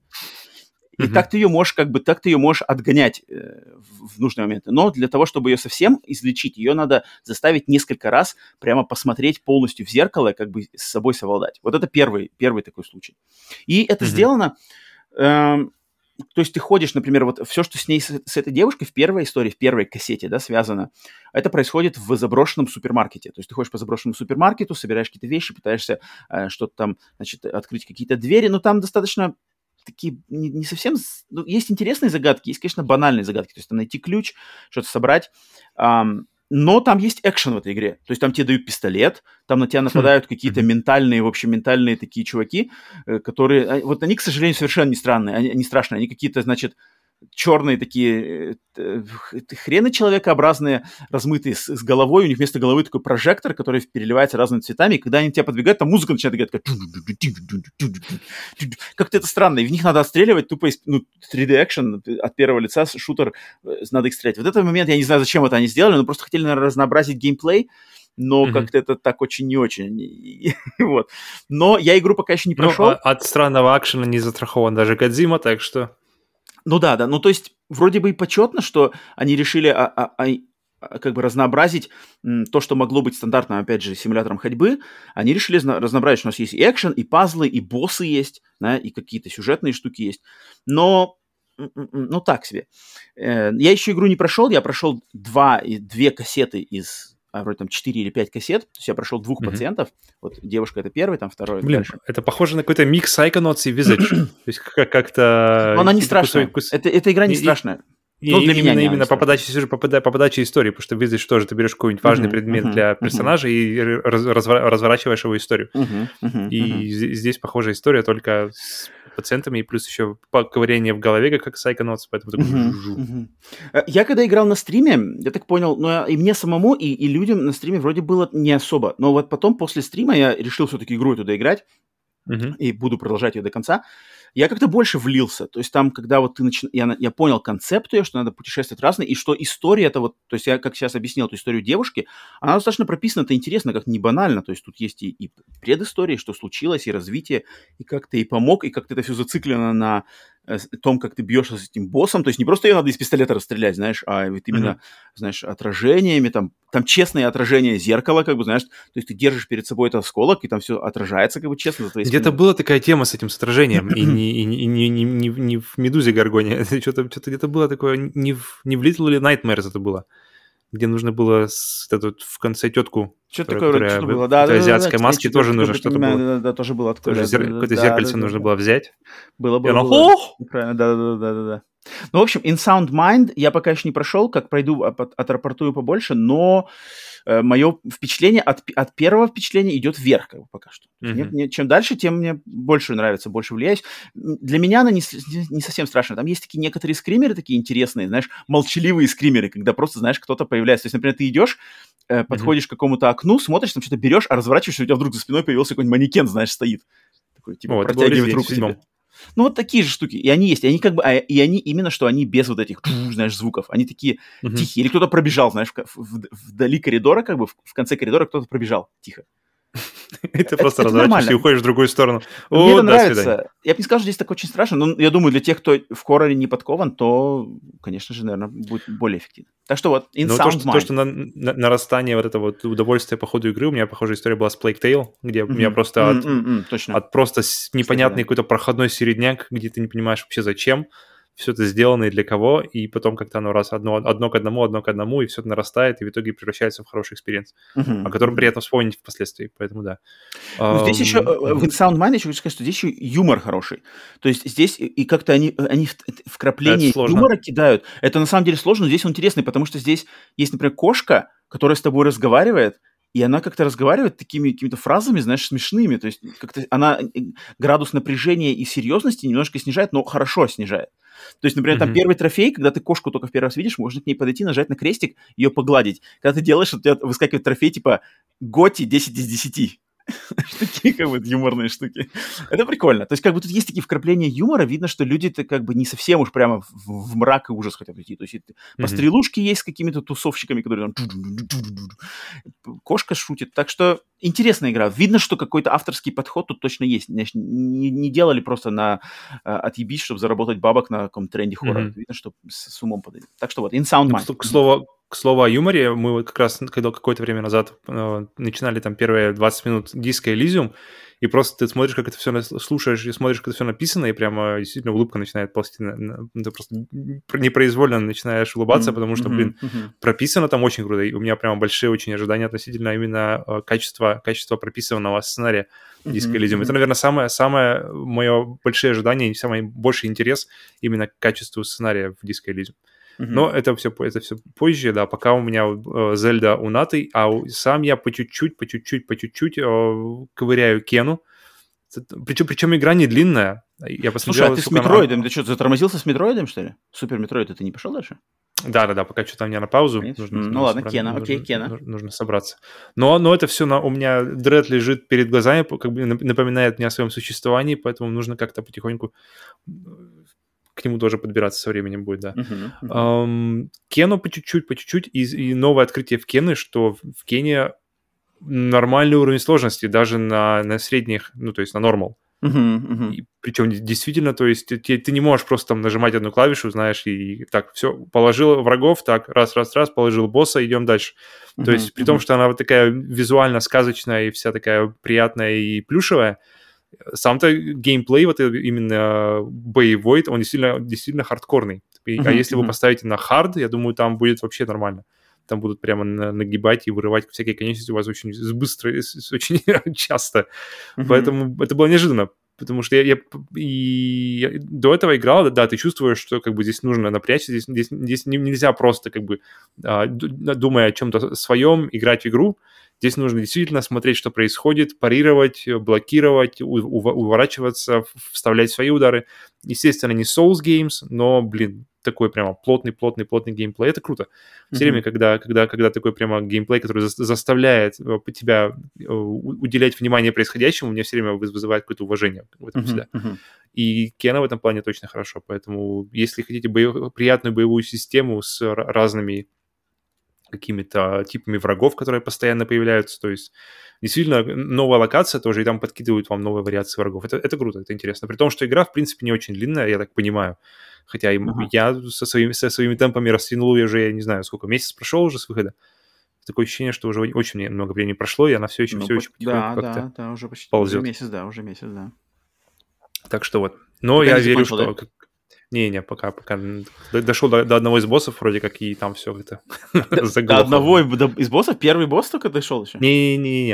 И так ты ее можешь отгонять в нужные моменты. Но для того, чтобы ее совсем излечить, ее надо заставить несколько раз прямо посмотреть полностью в зеркало, как бы с собой совладать. Вот это первый такой случай. И это сделано то есть ты ходишь, например, вот все, что с ней, с этой девушкой в первой истории, в первой кассете, да, связано, это происходит в заброшенном супермаркете. То есть ты ходишь по заброшенному супермаркету, собираешь какие-то вещи, пытаешься что-то там, значит, открыть какие-то двери, но там достаточно такие не совсем... Ну, есть интересные загадки, есть, конечно, банальные загадки. То есть там найти ключ, что-то собрать. Но там есть экшен в этой игре. То есть там тебе дают пистолет, там на тебя нападают какие-то ментальные, в общем, ментальные такие чуваки, которые... Вот они, к сожалению, совершенно не странные, не страшные. Они какие-то, значит, черные такие хрены человекообразные, размытые с головой. У них вместо головы такой прожектор, который переливается разными цветами. И когда они тебя подбегают, там музыка начинает играть. Как-то это странно. И в них надо отстреливать тупо 3D экшен от первого лица, шутер, надо их стрелять. Вот этот момент, я не знаю, зачем это они сделали, но просто хотели, наверное, разнообразить геймплей, но как-то это так очень не очень. Вот. Но я игру пока еще не прошел. От странного акшена не застрахован даже Кодзима, так что... Ну да, ну то есть вроде бы и почетно, что они решили как бы разнообразить то, что могло быть стандартным, опять же, симулятором ходьбы. Они решили разнообразить, что у нас есть и экшен, и пазлы, и боссы есть, да, и какие-то сюжетные штуки есть. Но, ну так себе. Я еще игру не прошел, я прошел две кассеты из... вроде там 4 или 5 кассет, то есть я прошел 2 пациентов, вот девушка это первый, там второй. Блин, дальше. Это похоже на какой-то микс Psychonauts и Visage, то есть как-то... Но она не страшная, эта игра не страшная. Ну, для меня именно по подаче истории, потому что Visage тоже ты берешь какой-нибудь важный предмет для персонажа и разворачиваешь его историю. И здесь похожая история, только с пациентами, и плюс еще ковырение в голове, как Psychonauts, поэтому... Я когда играл на стриме, я так понял, но и мне самому, и людям на стриме вроде было не особо, но вот потом после стрима я решил все-таки игру эту доиграть, и буду продолжать ее до конца. Я как-то больше влился. То есть там, когда вот я понял концепт ее, что надо путешествовать разные, и что история это вот... То есть я, как сейчас объяснил эту историю девушки, она достаточно прописана, это интересно, как не банально. То есть тут есть и предыстория, что случилось, и развитие, и как ты ей помог, и как-то это все зациклено на том, как ты бьешься с этим боссом. То есть не просто ее надо из пистолета расстрелять, знаешь, а вот именно, знаешь, отражениями, там честное отражение зеркала, как бы, знаешь, то есть ты держишь перед собой этот осколок, и там все отражается, как бы, честно за твоей спиной. Где-то была такая тема с этим, с отражением, и не в «Медузе Гаргоне», что-то где-то было такое, не в Little Nightmares это было, где нужно было в конце тетку, которая в азиатской маске, тоже нужно что-то было. Да, тоже было. Тоже какое-то зеркальце нужно было взять. Было. Да. Ну, в общем, In Sound Mind я пока еще не прошел, как пройду, отрапортую побольше, но мое впечатление от первого впечатления идет вверх, как бы, пока что. Чем дальше, тем мне больше нравится, больше влияюсь. Для меня она не совсем страшная. Там есть такие некоторые скримеры такие интересные, знаешь, молчаливые скримеры, когда просто, знаешь, кто-то появляется. То есть, например, ты идешь, подходишь к какому-то окну, смотришь, там что-то берешь, а разворачиваешься, у тебя вдруг за спиной появился какой-нибудь манекен, знаешь, стоит. Такой, типа, протягивает руку тебе. Ну, вот такие же штуки. И они есть. И они как бы... И они именно, что они без вот этих, знаешь, звуков. Они такие тихие. Или кто-то пробежал, знаешь, вдали коридора, как бы в конце коридора кто-то пробежал тихо. И ты просто разворачиваешься и уходишь в другую сторону. Мне это нравится. Я бы не сказал, что здесь так очень страшно, но я думаю, для тех, кто в хорроре не подкован, то, конечно же, наверное, будет более эффективно. Так что вот, In Sound Mind. То, что нарастание вот этого вот удовольствия по ходу игры, у меня похожая история была с Plague Tale, где у меня просто от просто непонятный какой-то проходной середняк, где ты не понимаешь вообще зачем, все это сделано и для кого, и потом как-то оно раз одно к одному, и все это нарастает, и в итоге превращается в хороший экспириенс, о котором приятно вспомнить впоследствии, поэтому да. Здесь еще, в Sound Mind, еще хочу сказать, что здесь еще юмор хороший. То есть здесь и как-то они вкрапления юмора кидают. Это на самом деле сложно, но здесь он интересный, потому что здесь есть, например, кошка, которая с тобой разговаривает, и она как-то разговаривает такими какими-то фразами, знаешь, смешными. То есть как-то она градус напряжения и серьезности немножко снижает, но хорошо снижает. То есть, например, там первый трофей, когда ты кошку только в первый раз видишь, можно к ней подойти, нажать на крестик, ее погладить. Когда ты делаешь, у тебя выскакивает трофей типа «Готи 10 из 10». Такие как бы юморные штуки. Это прикольно. То есть как бы тут есть такие вкрапления юмора, видно, что люди-то как бы не совсем уж прямо в мрак и ужас хотят уйти. То есть пострелушки есть с какими-то тусовщиками, которые там... Кошка шутит. Так что интересная игра. Видно, что какой-то авторский подход тут точно есть. Значит, не делали просто на отъебись, чтобы заработать бабок на каком-то тренде хоррора. Видно, что с умом подойдет. Так что вот, In Sound Mind. К слову о юморе, мы вот как раз когда какое-то время назад начинали там первые 20 минут диска Elysium, и просто ты смотришь, как это все слушаешь, и смотришь, как это все написано, и прямо действительно улыбка начинает ползти. Ты просто непроизвольно начинаешь улыбаться, потому что, прописано там очень круто, и у меня прямо большие очень ожидания относительно именно качества прописанного сценария Disco Elysium. Это, наверное, самое мое большое ожидание и самый больший интерес именно к качеству сценария в Disco Elysium. Но это все позже, да, пока у меня Зельда унатый, а сам я по чуть-чуть ковыряю Кену. Причем игра не длинная. Я посмотрел, слушай, а ты с Метроидом, ты что, затормозился с Метроидом, что ли? Супер Метроид, ты не пошел дальше? Да, пока что-то у меня на паузу. Ладно, Кена, окей, Кена. Нужно собраться. Но это все, у меня дред лежит перед глазами, как бы напоминает мне о своем существовании, поэтому нужно как-то потихоньку к нему тоже подбираться со временем будет, да. Кену по чуть-чуть, и новое открытие в Кене, что в Кене нормальный уровень сложности, даже на средних, то есть на нормал. Причем действительно, то есть ты не можешь просто там нажимать одну клавишу, знаешь, и так, все, положил врагов, так, раз, положил босса, идем дальше. То есть при том, что она вот такая визуально сказочная и вся такая приятная и плюшевая, сам-то геймплей, вот именно боевой, он действительно хардкорный. А если вы поставите на хард, я думаю, там будет вообще нормально. Там будут прямо нагибать и вырывать всякие конечности у вас очень быстро, очень часто. Поэтому это было неожиданно. Потому что я до этого играл, да, ты чувствуешь, что как бы здесь нужно напрячься, здесь нельзя просто как бы, думая о чем-то своем, играть в игру. Здесь нужно действительно смотреть, что происходит, парировать, блокировать, уворачиваться, вставлять свои удары. Естественно, не Souls Games, но, такой прямо плотный геймплей. Это круто. Все время, когда такой прямо геймплей, который заставляет тебя уделять внимание происходящему, мне все время вызывает какое-то уважение в этом всегда. И Кена в этом плане точно хорошо. Поэтому, если хотите приятную боевую систему с разными какими-то типами врагов, которые постоянно появляются, то есть действительно новая локация тоже, и там подкидывают вам новые вариации врагов. Это круто, это интересно. При том, что игра, в принципе, не очень длинная, я так понимаю. Хотя я со своими темпами растянул ее уже, я не знаю, сколько, месяц прошел уже с выхода. Такое ощущение, что уже очень много времени прошло, и она все еще потихоньку как-то да, уже почти ползет. Уже месяц, да. Так что вот. Но я верю, что... Не, пока дошел до одного из боссов, вроде как, и там все это заглохло. До одного из боссов? Первый босс только дошел еще? Не.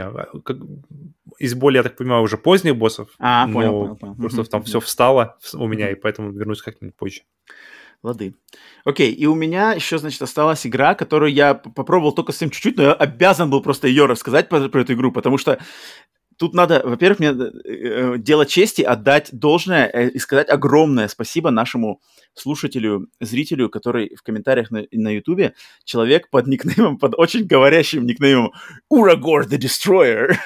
Из более, я так понимаю, уже поздних боссов. Понял. Просто там все встало у меня, и поэтому вернусь как-нибудь позже. Лады. Окей, и у меня еще, значит, осталась игра, которую я попробовал только совсем чуть-чуть, но я обязан был просто ее рассказать про эту игру, потому что тут надо, во-первых, мне дело чести отдать должное и сказать огромное спасибо нашему слушателю, зрителю, который в комментариях на Ютубе, человек под никнеймом, под очень говорящим никнеймом Урагор the Destroyer,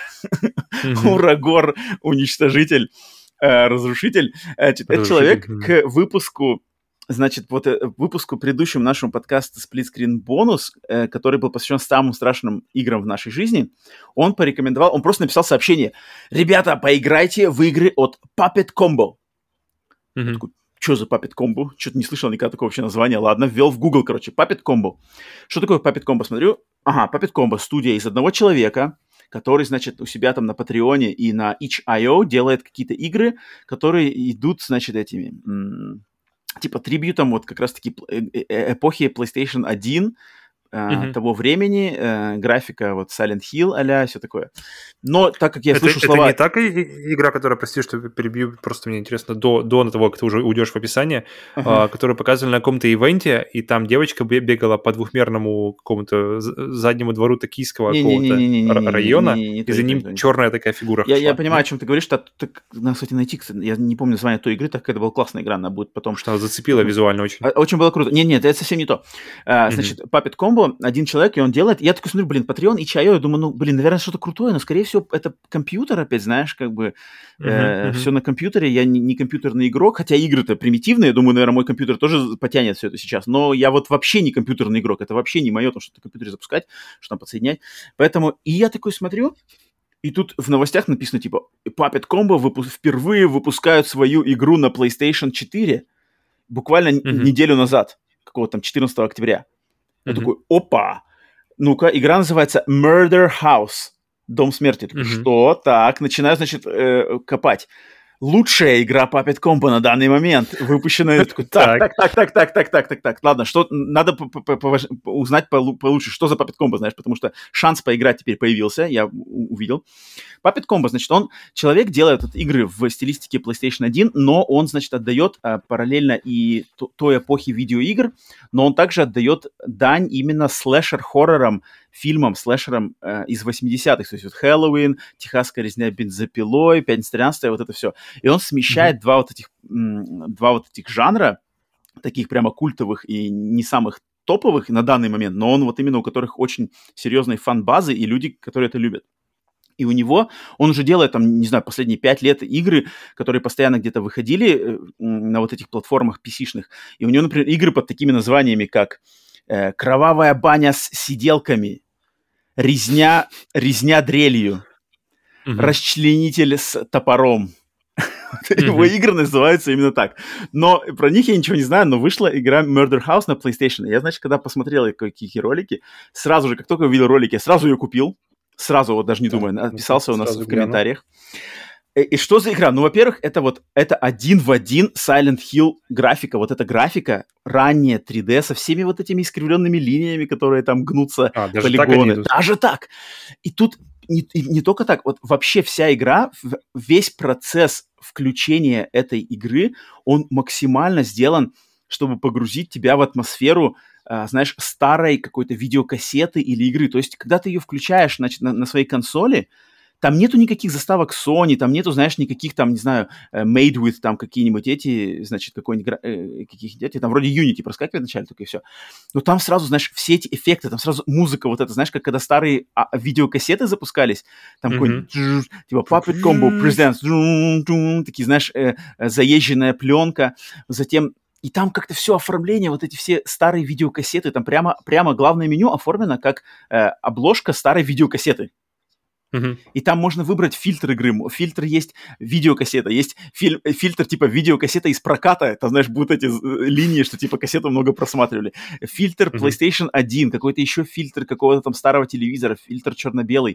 Урагор Уничтожитель, Разрушитель. Это человек к выпуску, значит, выпуску предыдущему нашему подкасту Split Screen Bonus, который был посвящен самым страшным играм в нашей жизни, он порекомендовал, он просто написал сообщение: «Ребята, поиграйте в игры от Puppet Combo». Такой, что за Puppet Combo? Что-то не слышал никогда такого вообще названия. Ладно, ввел в Google, Puppet Combo. Что такое Puppet Combo? Смотрю. Puppet Combo — студия из одного человека, который, значит, у себя там на Патреоне и на itch.io делает какие-то игры, которые идут, значит, этими... типа трибьютом вот как раз-таки эпохи PlayStation 1, того времени, графика вот Silent Hill а-ля, все такое. Но так как я слышу слова... Это не та игра, которая, прости, что перебью, просто мне интересно, до того, как ты уже уйдешь в описание, которую показывали на каком-то ивенте, и там девочка бегала по двухмерному какому-то заднему двору токийского какого-то района, и за ним черная такая фигура. Я понимаю, о чем ты говоришь, что надо, кстати, найти, я не помню название той игры, так как это была классная игра, она будет потом... Что она зацепила визуально очень. Очень было круто. Нет, это совсем не то. Значит, Puppet Combo, один человек, и он делает... Я такой смотрю, Patreon и itch.io, я думаю, наверное, что-то крутое, но, скорее всего, это компьютер опять, знаешь, как бы все на компьютере, я не компьютерный игрок, хотя игры-то примитивные, я думаю, наверное, мой компьютер тоже потянет все это сейчас, но я вот вообще не компьютерный игрок, это вообще не мое, то, что на компьютере запускать, что там подсоединять, поэтому, и я такой смотрю, и тут в новостях написано, типа, Puppet Combo впервые выпускают свою игру на PlayStation 4 буквально неделю назад, какого-то там 14 октября. Я такой, опа! Ну-ка, игра называется Murder House. Дом смерти. Такой, что? Так, начинаю, значит, копать. Лучшая игра Puppet Combo на данный момент, выпущенная. Так. Ладно, что надо узнать получше, что за Puppet Combo, знаешь, потому что шанс поиграть теперь появился, я увидел. Puppet Combo, значит, человек делает игры в стилистике PlayStation 1, но он, значит, отдает параллельно и той эпохи видеоигр, но он также отдает дань именно слэшер-хоррорам, фильмам, слэшерам из 80-х, то есть вот Хэллоуин, Техасская резня бензопилой, Пятница 13, вот это все. И он смещает два вот этих жанра, таких прямо культовых и не самых топовых на данный момент, но он вот именно у которых очень серьезные фан-базы и люди, которые это любят. И у него, он уже делает там, не знаю, последние 5 лет игры, которые постоянно где-то выходили на вот этих платформах PC-шных. И у него, например, игры под такими названиями, как «Кровавая баня с сиделками», «Резня дрелью», «Расчленитель с топором». Его игры называются именно так. Но про них я ничего не знаю, но вышла игра Murder House на PlayStation. Я, значит, когда посмотрел какие ролики, сразу же, как только увидел ролики, я сразу ее купил. Сразу, вот даже не думаю, отписался у нас в комментариях. И что за игра? Ну, во-первых, это один в один Silent Hill графика. Вот эта графика ранняя 3D со всеми вот этими искривленными линиями, которые там гнутся, полигоны. Даже так. И тут не только так. Вот вообще вся игра, весь процесс включения этой игры, он максимально сделан, чтобы погрузить тебя в атмосферу, знаешь, старой какой-то видеокассеты или игры. То есть, когда ты ее включаешь, значит, на своей консоли, там нету никаких заставок Sony, там нету, знаешь, никаких там, не знаю, made with там какие-нибудь эти, значит, каких-нибудь эти, там вроде Unity проскакивает вначале, только и все. Но там сразу, знаешь, все эти эффекты, там сразу музыка вот эта, знаешь, как когда старые видеокассеты запускались, там какой-нибудь, типа Puppet Combo Presents, такие, знаешь, заезженная пленка, затем... И там как-то все оформление, вот эти все старые видеокассеты, там прямо главное меню оформлено как обложка старой видеокассеты. И там можно выбрать фильтр игры. Фильтр есть видеокассета, есть фильтр типа видеокассета из проката. Это, знаешь, будут эти линии, что типа кассету много просматривали. Фильтр PlayStation 1, какой-то еще фильтр какого-то там старого телевизора, фильтр черно-белый.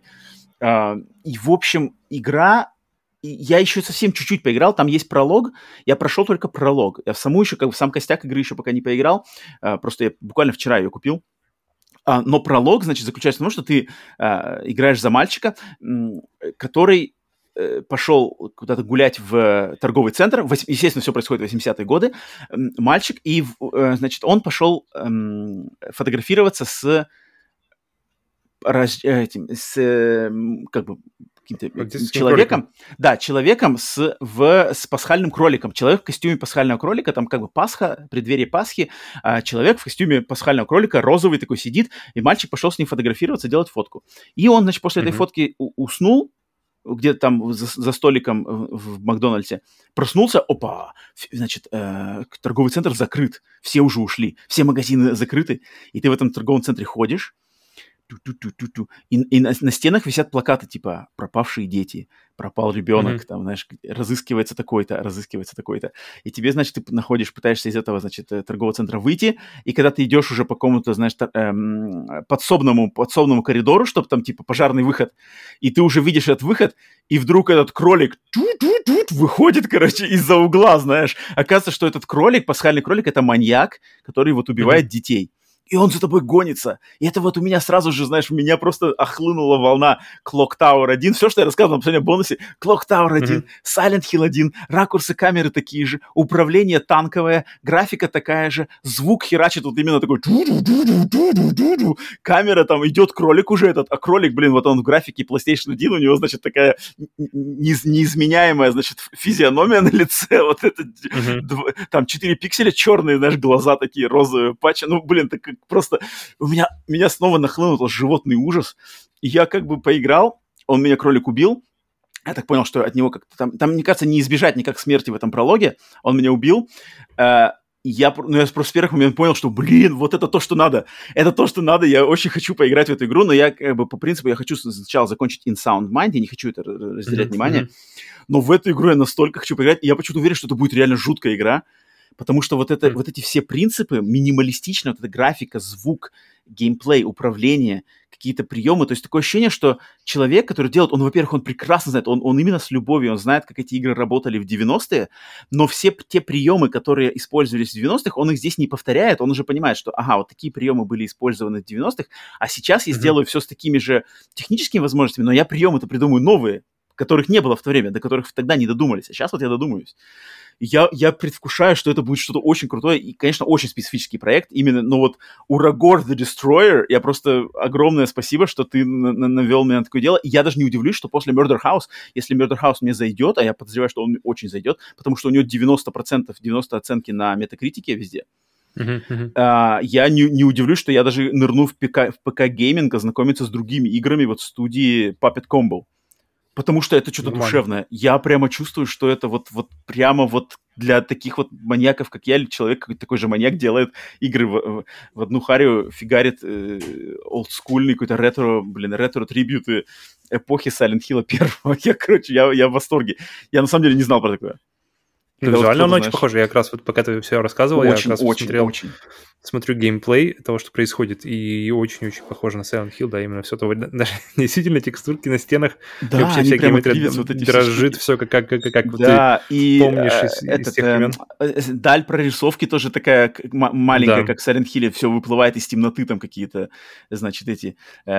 И, в общем, игра... Я еще совсем чуть-чуть поиграл, там есть пролог, я прошел только пролог. Я в сам костяк игры еще пока не поиграл, просто я буквально вчера ее купил. Но пролог, значит, заключается в том, что ты играешь за мальчика, который пошел куда-то гулять в торговый центр. Естественно, все происходит в 80-е годы. Мальчик, и, значит, он пошел фотографироваться с как бы каким-то человеком, да, человеком с пасхальным кроликом. Человек в костюме пасхального кролика, там как бы Пасха, преддверие Пасхи, а человек в костюме пасхального кролика, розовый такой сидит, и мальчик пошел с ним фотографироваться, делать фотку. И он, значит, после этой фотки уснул, где-то там за столиком в Макдональдсе, проснулся, опа, значит, торговый центр закрыт, все уже ушли, все магазины закрыты, и ты в этом торговом центре ходишь, и на стенах висят плакаты типа «Пропавшие дети», «Пропал ребенок», там, знаешь, разыскивается такой-то. И тебе, значит, ты пытаешься из этого, значит, торгового центра выйти, и когда ты идешь уже по какому-то, знаешь, подсобному коридору, чтобы там, типа, пожарный выход, и ты уже видишь этот выход, и вдруг этот кролик выходит, короче, из-за угла, знаешь. Оказывается, что этот кролик, пасхальный кролик, это маньяк, который вот убивает детей. И он за тобой гонится. И это вот у меня сразу же, знаешь, у меня просто охлынула волна Clock Tower 1. Все, что я рассказывал на последнем бонусе. Clock Tower 1, Silent Hill 1, ракурсы камеры такие же, управление танковое, графика такая же, звук херачит вот именно такой... Камера там, идет кролик уже этот, а кролик, блин, вот он в графике PlayStation 1, у него, значит, такая неизменяемая, значит, физиономия на лице, вот это, там 4 пикселя черные, знаешь, глаза такие розовые, патчи, ну, блин, так просто меня снова нахлынул животный ужас. И я как бы поиграл, он меня кролик убил. Я так понял, что от него как-то там, мне кажется, не избежать никак смерти в этом прологе. Он меня убил. Я просто с первых моментов понял, что, блин, вот это то, что надо. Это то, что надо. Я очень хочу поиграть в эту игру, но я как бы по принципу я хочу сначала закончить In Sound Mind. Я не хочу это разделять внимание. Но в эту игру я настолько хочу поиграть. И я почему-то уверен, что это будет реально жуткая игра. Потому что вот эти все принципы, минималистично, вот эта графика, звук, геймплей, управление, какие-то приемы. То есть такое ощущение, что человек, который делает, он, во-первых, он прекрасно знает, он именно с любовью, он знает, как эти игры работали в 90-е, но все те приемы, которые использовались в 90-х, он их здесь не повторяет, он уже понимает, что, ага, вот такие приемы были использованы в 90-х, а сейчас я сделаю все с такими же техническими возможностями, но я приемы-то придумаю новые, которых не было в то время, до которых тогда не додумались. А сейчас вот я додумаюсь. Я предвкушаю, что это будет что-то очень крутое и, конечно, очень специфический проект. Именно, но вот Урагор The Destroyer, я просто огромное спасибо, что ты навел меня на такое дело. И я даже не удивлюсь, что после Murder House, если Murder House мне зайдет, а я подозреваю, что он очень зайдет, потому что у него 90%, 90 оценки на метакритике везде, я не удивлюсь, что я даже нырну в ПК-гейминг, ознакомиться с другими играми вот студии Puppet Combo. Потому что это что-то душевное. Я прямо чувствую, что это вот прямо вот для таких вот маньяков, как я, или человек какой-то такой же маньяк делает игры в одну харю, фигарит олдскульный какой-то ретро-трибьюты эпохи Silent Hill 1. Я в восторге. Я на самом деле не знал про такое. Визуально он очень похож. Я как раз вот пока ты все рассказывал, я как раз смотрю геймплей того, что происходит, и очень-очень похоже на Silent Hill, да, именно все то, даже действительно текстурки на стенах, да, и вообще вся геометрия дрожит, все как да, ты помнишь из тех времен. Даль прорисовки тоже такая маленькая, да. Как в Silent Hill, все выплывает из темноты, там какие-то, значит, эти...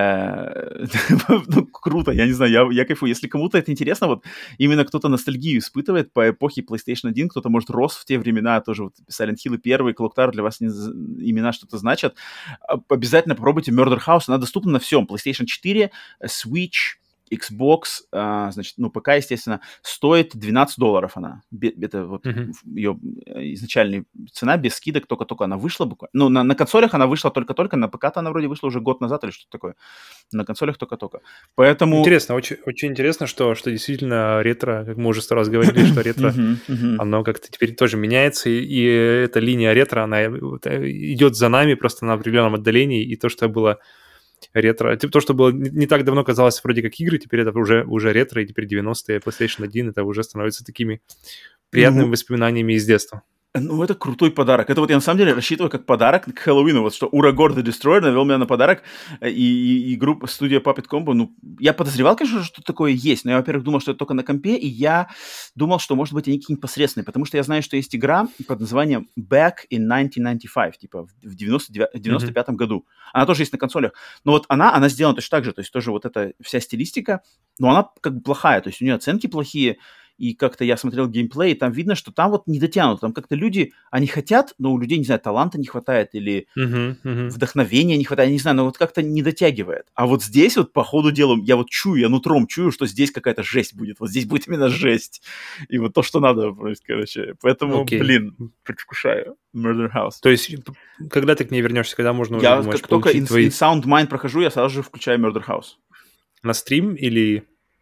ну, круто, я не знаю, я кайфую. Если кому-то это интересно, вот именно кто-то ностальгию испытывает по эпохе PlayStation 1, кто-то, может, рос в те времена, тоже вот Silent Hill 1, Clock Tower для вас имена что-то значат, обязательно попробуйте Murder House, она доступна на всем. PlayStation 4, Switch, Xbox, значит, ну, ПК, естественно, стоит $12 она. Это вот ее изначальная цена, без скидок, только-только она вышла буквально. Ну, на консолях она вышла только-только, на ПК-то она вроде вышла уже год назад или что-то такое. На консолях только-только. Поэтому... Интересно, очень интересно, что действительно ретро, как мы уже 100 раз говорили, что ретро, оно как-то теперь тоже меняется, и эта линия ретро, она идет за нами просто на определенном отдалении, и то, что было ретро, то, что было не так давно казалось вроде как игры, теперь это уже ретро, и теперь 90-е, PlayStation 1, это уже становится такими приятными воспоминаниями из детства. Ну, это крутой подарок. Это вот я на самом деле рассчитываю как подарок к Хэллоуину. Вот что Урагор The Destroyer навел меня на подарок. И группа студия Puppet Combo. Ну, я подозревал, конечно, что такое есть. Но я, во-первых, думал, что это только на компе. И я думал, что, может быть, они какие-нибудь посредственные. Потому что я знаю, что есть игра под названием Back in 1995. Типа в 95-м году. Она тоже есть на консолях. Но вот она сделана точно так же. То есть тоже вот эта вся стилистика. Но она как бы плохая. То есть у нее оценки плохие. И как-то я смотрел геймплей, и там видно, что там вот не дотянут. Там как-то люди, они хотят, но у людей, не знаю, таланта не хватает или вдохновения не хватает, я не знаю, но вот как-то не дотягивает. А вот здесь вот по ходу дела, я вот чую, я нутром чую, что здесь какая-то жесть будет. Вот здесь будет именно жесть. И вот то, что надо, короче. Поэтому, блин, предвкушаю. Murder House. То есть, когда ты к ней вернешься, когда можно уже, думаешь, как только in Sound Mind прохожу, я сразу же включаю Murder House. На стрим или...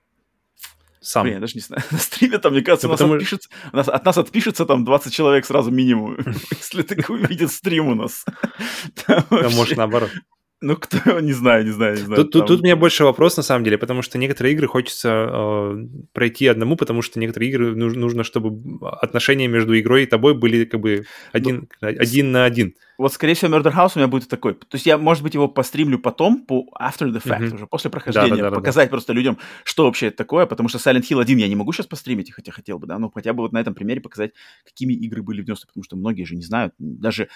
Сам. Блин, я даже не знаю. На стриме там, мне кажется, от нас отпишется там 20 человек сразу минимум, если такой увидит стрим у нас. Да, может, наоборот. Ну, кто, не знаю. Тут у меня больше вопрос, на самом деле, потому что некоторые игры хочется пройти одному, потому что некоторые игры нужно, чтобы отношения между игрой и тобой были как бы один на один. Вот, скорее всего, Murder House у меня будет такой. То есть я, может быть, его постримлю потом, по after the fact, уже после прохождения, показать просто людям, что вообще это такое, потому что Silent Hill 1 я не могу сейчас постримить, хотя хотел бы, да, но хотя бы вот на этом примере показать, какими игры были в 90-е, потому что многие же не знают, даже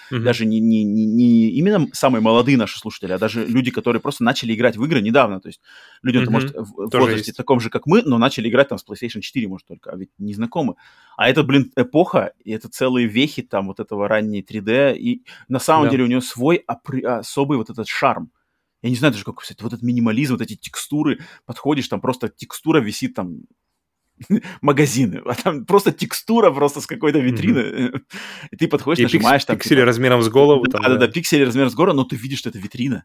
не именно самые молодые наши слушатели, а даже люди, которые просто начали играть в игры недавно, то есть люди, может, в возрасте таком же, как мы, но начали играть там с PlayStation 4, может, только, а ведь не знакомы. А это, блин, эпоха, и это целые вехи там вот этого ранней 3D, и на самом деле у него свой особый вот этот шарм. Я не знаю даже, как, кстати, вот этот минимализм, вот эти текстуры, подходишь, там просто текстура висит там, магазины, а там просто текстура просто с какой-то витрины. И ты подходишь, нажимаешь там... Пиксели размером с голову. Да, пиксели размером с голову, но ты видишь, что это витрина.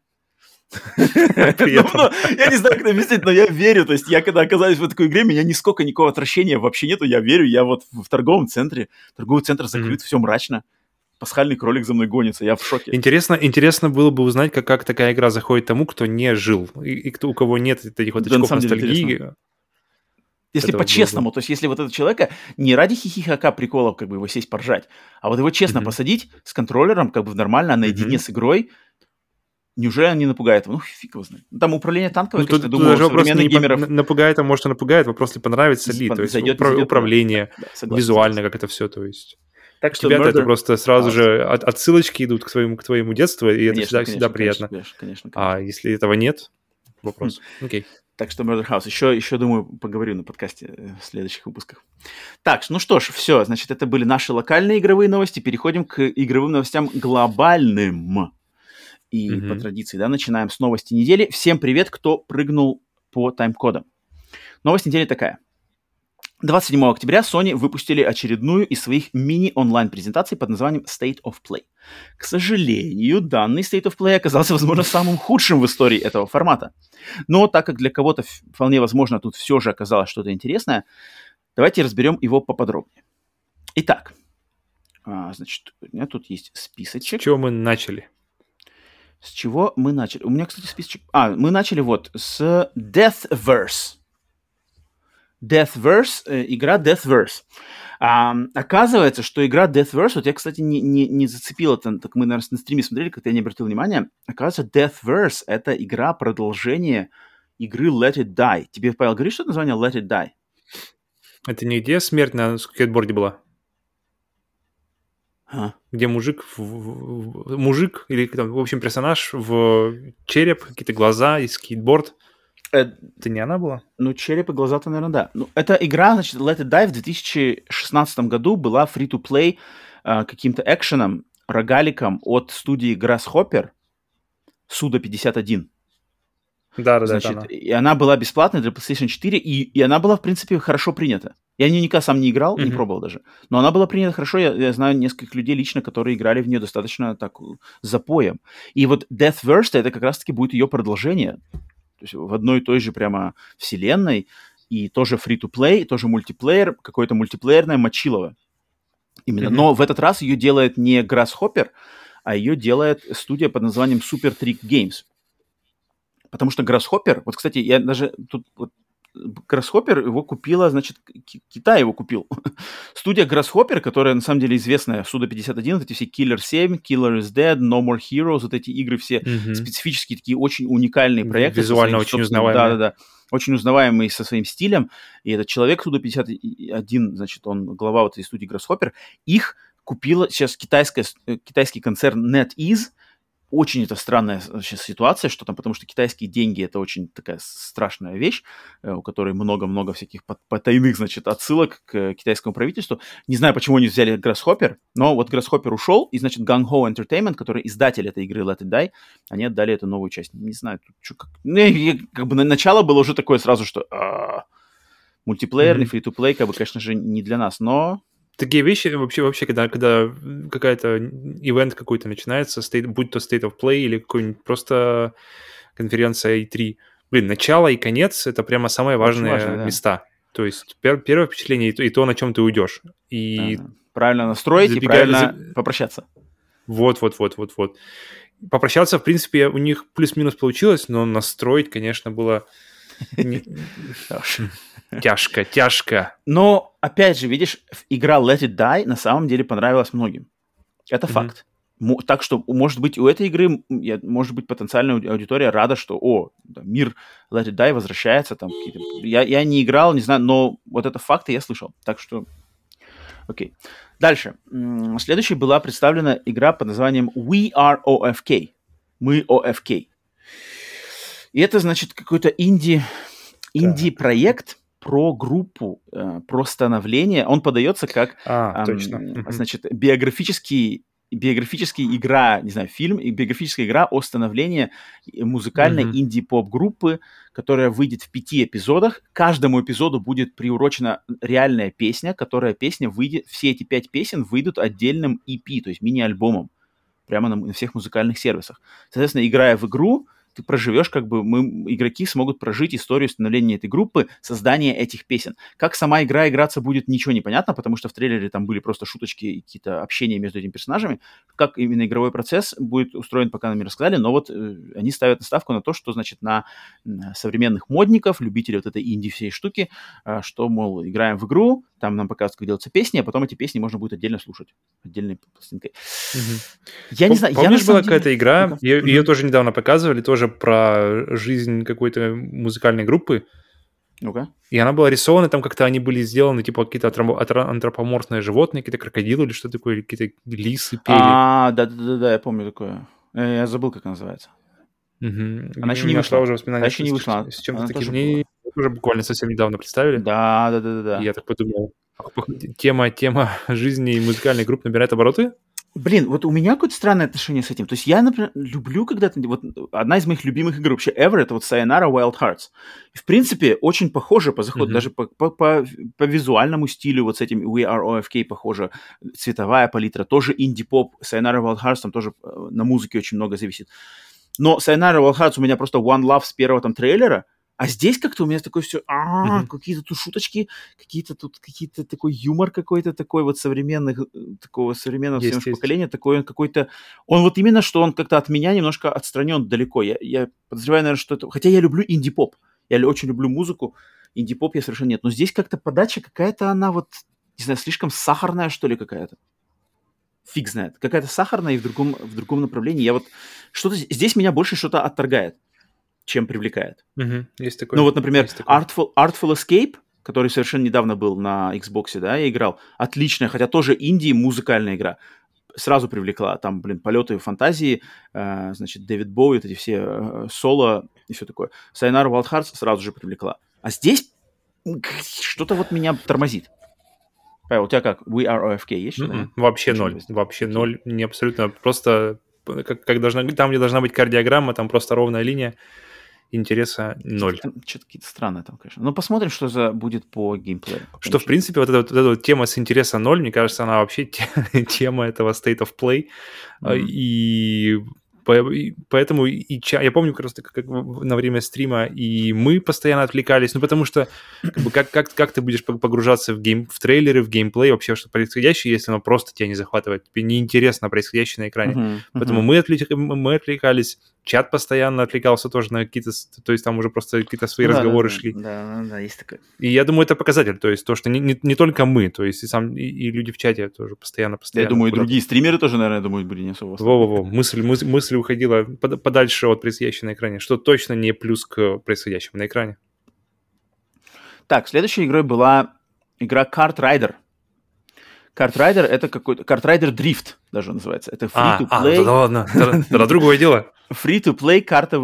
Я не знаю, как это объяснить, но я верю. То есть я, когда оказаюсь в такой игре, у меня никакого отвращения вообще нету. Я верю, я вот в торговом центре. Торговый центр закрыт, все мрачно. Пасхальный кролик за мной гонится, я в шоке. Интересно было бы узнать, как такая игра заходит тому, кто не жил, и у кого нет этих вот очков ностальгии. Если по-честному, то есть если вот этого человека не ради хихихака приколов как бы его сесть поржать, а вот его честно посадить с контроллером как бы нормально, наедине с игрой, Неужели он не напугает его? Ну, фиг его знает. Там управление танковое, Ну, конечно, тут думаю, даже вопрос современных не геймеров напугает, а может и напугает, вопрос ли понравится ли. То есть зайдет, не зайдет. управление, Да, согласен, визуально, согласен. как это все. То есть Так у что тебя-то это Murder просто сразу House. же отсылочки идут к твоему детству, и это Конечно, всегда приятно. Конечно. А если этого нет, вопрос. Окей. Так что Murder House. Еще, думаю, поговорю на подкасте в следующих выпусках. Так, ну что ж, все. Значит, это были наши локальные игровые новости. Переходим к игровым новостям глобальным. И по традиции, да, начинаем с новости недели. Всем привет, кто прыгнул по тайм-кодам. Новость недели такая. 27 октября Sony выпустили очередную из своих мини-онлайн-презентаций под названием State of Play. К сожалению, данный State of Play оказался, возможно, самым худшим в истории этого формата. Но так как для кого-то вполне возможно тут все же оказалось что-то интересное, давайте разберем его поподробнее. Итак, значит, у меня тут есть списочек. С чего мы начали? С чего мы начали? У меня, кстати, списочек... мы начали вот с Deathverse. Игра Deathverse. Оказывается, что игра Deathverse, вот я, кстати, не зацепил это, так мы, наверное, на стриме смотрели, как-то я не обратил внимания. Оказывается, Deathverse — это игра продолжение игры Let It Die. Тебе, Павел, говоришь, что это название Let It Die? Это не где смерть на скейтборде была? Где мужик или там, в общем, персонаж в череп, какие-то глаза и скейтборд. Это не она была? Ну, череп и глаза-то, наверное, да. Ну, эта игра, значит, Let It Die в 2016 году была free-to-play каким-то экшеном, рогаликом от студии Grasshopper, Suda51. Да, значит, это она. И она была бесплатной для PlayStation 4, и она была, в принципе, хорошо принята. Я в нее никогда сам не играл, не пробовал даже. Но она была принята хорошо. Я знаю нескольких людей лично, которые играли в нее достаточно так запоем. И вот Deathverse — это как раз-таки будет ее продолжение. То есть в одной и той же прямо вселенной. И тоже free-to-play, тоже мультиплеер, какое-то мультиплеерное мочилово. Именно. Но в этот раз ее делает не Grasshopper, а ее делает студия под названием Super Trick Games. Потому что Grasshopper, вот, кстати, я даже тут... Вот, Grasshopper его купила, значит, Китай его купил. Студия Grasshopper, которая на самом деле известная, Suda51, вот эти все Killer 7, Killer is Dead, No More Heroes, вот эти игры все специфические, такие очень уникальные проекты. Визуально очень узнаваемые. Да. Очень узнаваемые со своим стилем. И этот человек Suda51, значит, он глава вот этой студии Grasshopper, их купила сейчас китайский концерн NetEase. Очень это странная сейчас ситуация, что там, потому что китайские деньги — это очень такая страшная вещь, у которой много-много всяких потайных, значит, отсылок к китайскому правительству. Не знаю, почему они взяли Grasshopper, но вот Grasshopper ушел, и, значит, Gung Ho Entertainment, который издатель этой игры Let It Die, они отдали эту новую часть. Не знаю, тут что, как бы начало было уже такое сразу, что мультиплеерный, фри-то-плей, как бы, конечно же, не для нас, но... Такие вещи вообще, когда какая-то ивент какой-то начинается, будь то State of Play или какой-нибудь просто конференция E3, начало и конец — это прямо самые важные места. То есть первое впечатление и то, на чем ты уйдешь. И правильно настроить и правильно попрощаться. Вот. Попрощаться, в принципе, у них плюс-минус получилось, но настроить, конечно, было... Тяжко. Но, опять же, видишь, игра Let It Die на самом деле понравилась многим. Это факт. Так что, может быть, у этой игры, может быть, потенциальная аудитория рада, что, мир Let It Die возвращается. Там какие-то... Я не играл, не знаю, но вот это факты я слышал. Так что, окей. Дальше. Следующей была представлена игра под названием We Are OFK. Мы OFK. И это, значит, какой-то инди-проект про группу, про становление. Он подается как, значит, биографическая игра, не знаю, фильм, биографическая игра о становлении музыкальной инди-поп-группы, которая выйдет в 5 эпизодах. Каждому эпизоду будет приурочена реальная песня, выйдет, все эти 5 песен выйдут отдельным EP, то есть мини-альбомом, прямо на всех музыкальных сервисах. Соответственно, играя в игру, ты проживешь, как бы игроки смогут прожить историю становления этой группы, создания этих песен. Как сама игра играться будет, ничего не понятно, потому что в трейлере там были просто шуточки и какие-то общения между этими персонажами. Как именно игровой процесс будет устроен, пока нам не рассказали, но вот они ставят ставку на то, что, значит, на современных модников, любителей вот этой инди всей штуки, что, мол, играем в игру, там нам показывают, как делаются песни, а потом эти песни можно будет отдельно слушать, отдельной пластинкой. Я не знаю. Помнишь, была какая-то игра, ее тоже недавно показывали, тоже про жизнь какой-то музыкальной группы. Ну-ка. И она была рисована, там как-то они были сделаны, типа какие-то антропоморфные животные, какие-то крокодилы или что такое, или какие-то лисы пели. Да, я помню такое. Я забыл, как она называется. Она еще не вышла. Уже воспоминания. Она еще не вышла. С чем-то таким. Мне уже буквально совсем недавно представили. Да. И я так подумал, тема жизни и музыкальной группы набирает обороты? Блин, вот у меня какое-то странное отношение с этим. То есть я, например, люблю когда-то... Вот одна из моих любимых игр вообще ever — это вот Sayonara Wild Hearts. И, в принципе, очень похоже по заходу, даже по визуальному стилю, вот с этим We Are OFK похоже. Цветовая палитра, тоже инди-поп. Sayonara Wild Hearts там тоже на музыке очень много зависит. Но Sayonara Wild Hearts у меня просто One Love с первого там трейлера, а здесь как-то у меня такое все, какие-то тут шуточки, какие-то такой юмор какой-то такой вот такого современного поколения, такой он какой-то, он вот именно, что он как-то от меня немножко отстранен далеко. Я подозреваю, наверное, что это, хотя я люблю инди-поп, я очень люблю музыку, инди-поп я совершенно нет, но здесь как-то подача какая-то она вот, не знаю, слишком сахарная, что ли, какая-то. Фиг знает. Какая-то сахарная и в другом направлении. Я вот что-то здесь меня больше что-то отторгает, чем привлекает. Есть такое. Ну вот, например, Artful Escape, который совершенно недавно был на Xbox, да, я играл. Отличная, хотя тоже инди, музыкальная игра. Сразу привлекла. Там, полеты фантазии, значит, Дэвид Боуи, вот эти все соло и все такое. Sayonara Wild Hearts сразу же привлекла. А здесь что-то вот меня тормозит. Павел, у тебя как? We Are OFK есть что-то? Вообще ноль. Вообще ноль. Не абсолютно. Просто как должна, там, где должна быть кардиограмма, там просто ровная линия. Интереса ноль. Что-то какие-то странные там, конечно. Но посмотрим, что будет по геймплею. Что, в принципе, вот эта тема с интереса ноль, мне кажется, она вообще тема этого State of Play. И поэтому я помню просто как на время стрима и мы постоянно отвлекались, ну потому что как ты будешь погружаться в трейлеры, в геймплей, вообще что происходящее, если оно просто тебя не захватывает, тебе неинтересно происходящее на экране. Поэтому мы отвлекались, чат постоянно отвлекался тоже на какие-то, то есть там уже просто какие-то свои разговоры шли. Да, есть такое. И я думаю, это показатель, то есть то, что не только мы, то есть и люди в чате тоже постоянно. Я думаю, и другие стримеры тоже, наверное, думают, были не особо. Во-во-во, мысль уходила подальше от происходящего на экране, что точно не плюс к происходящему на экране. Так, следующей игрой была игра Kart Rider. Kart Rider — это какой-то... Kart Rider Drift даже называется. Это free-to-play... Да ладно, это другое дело. Free-to-play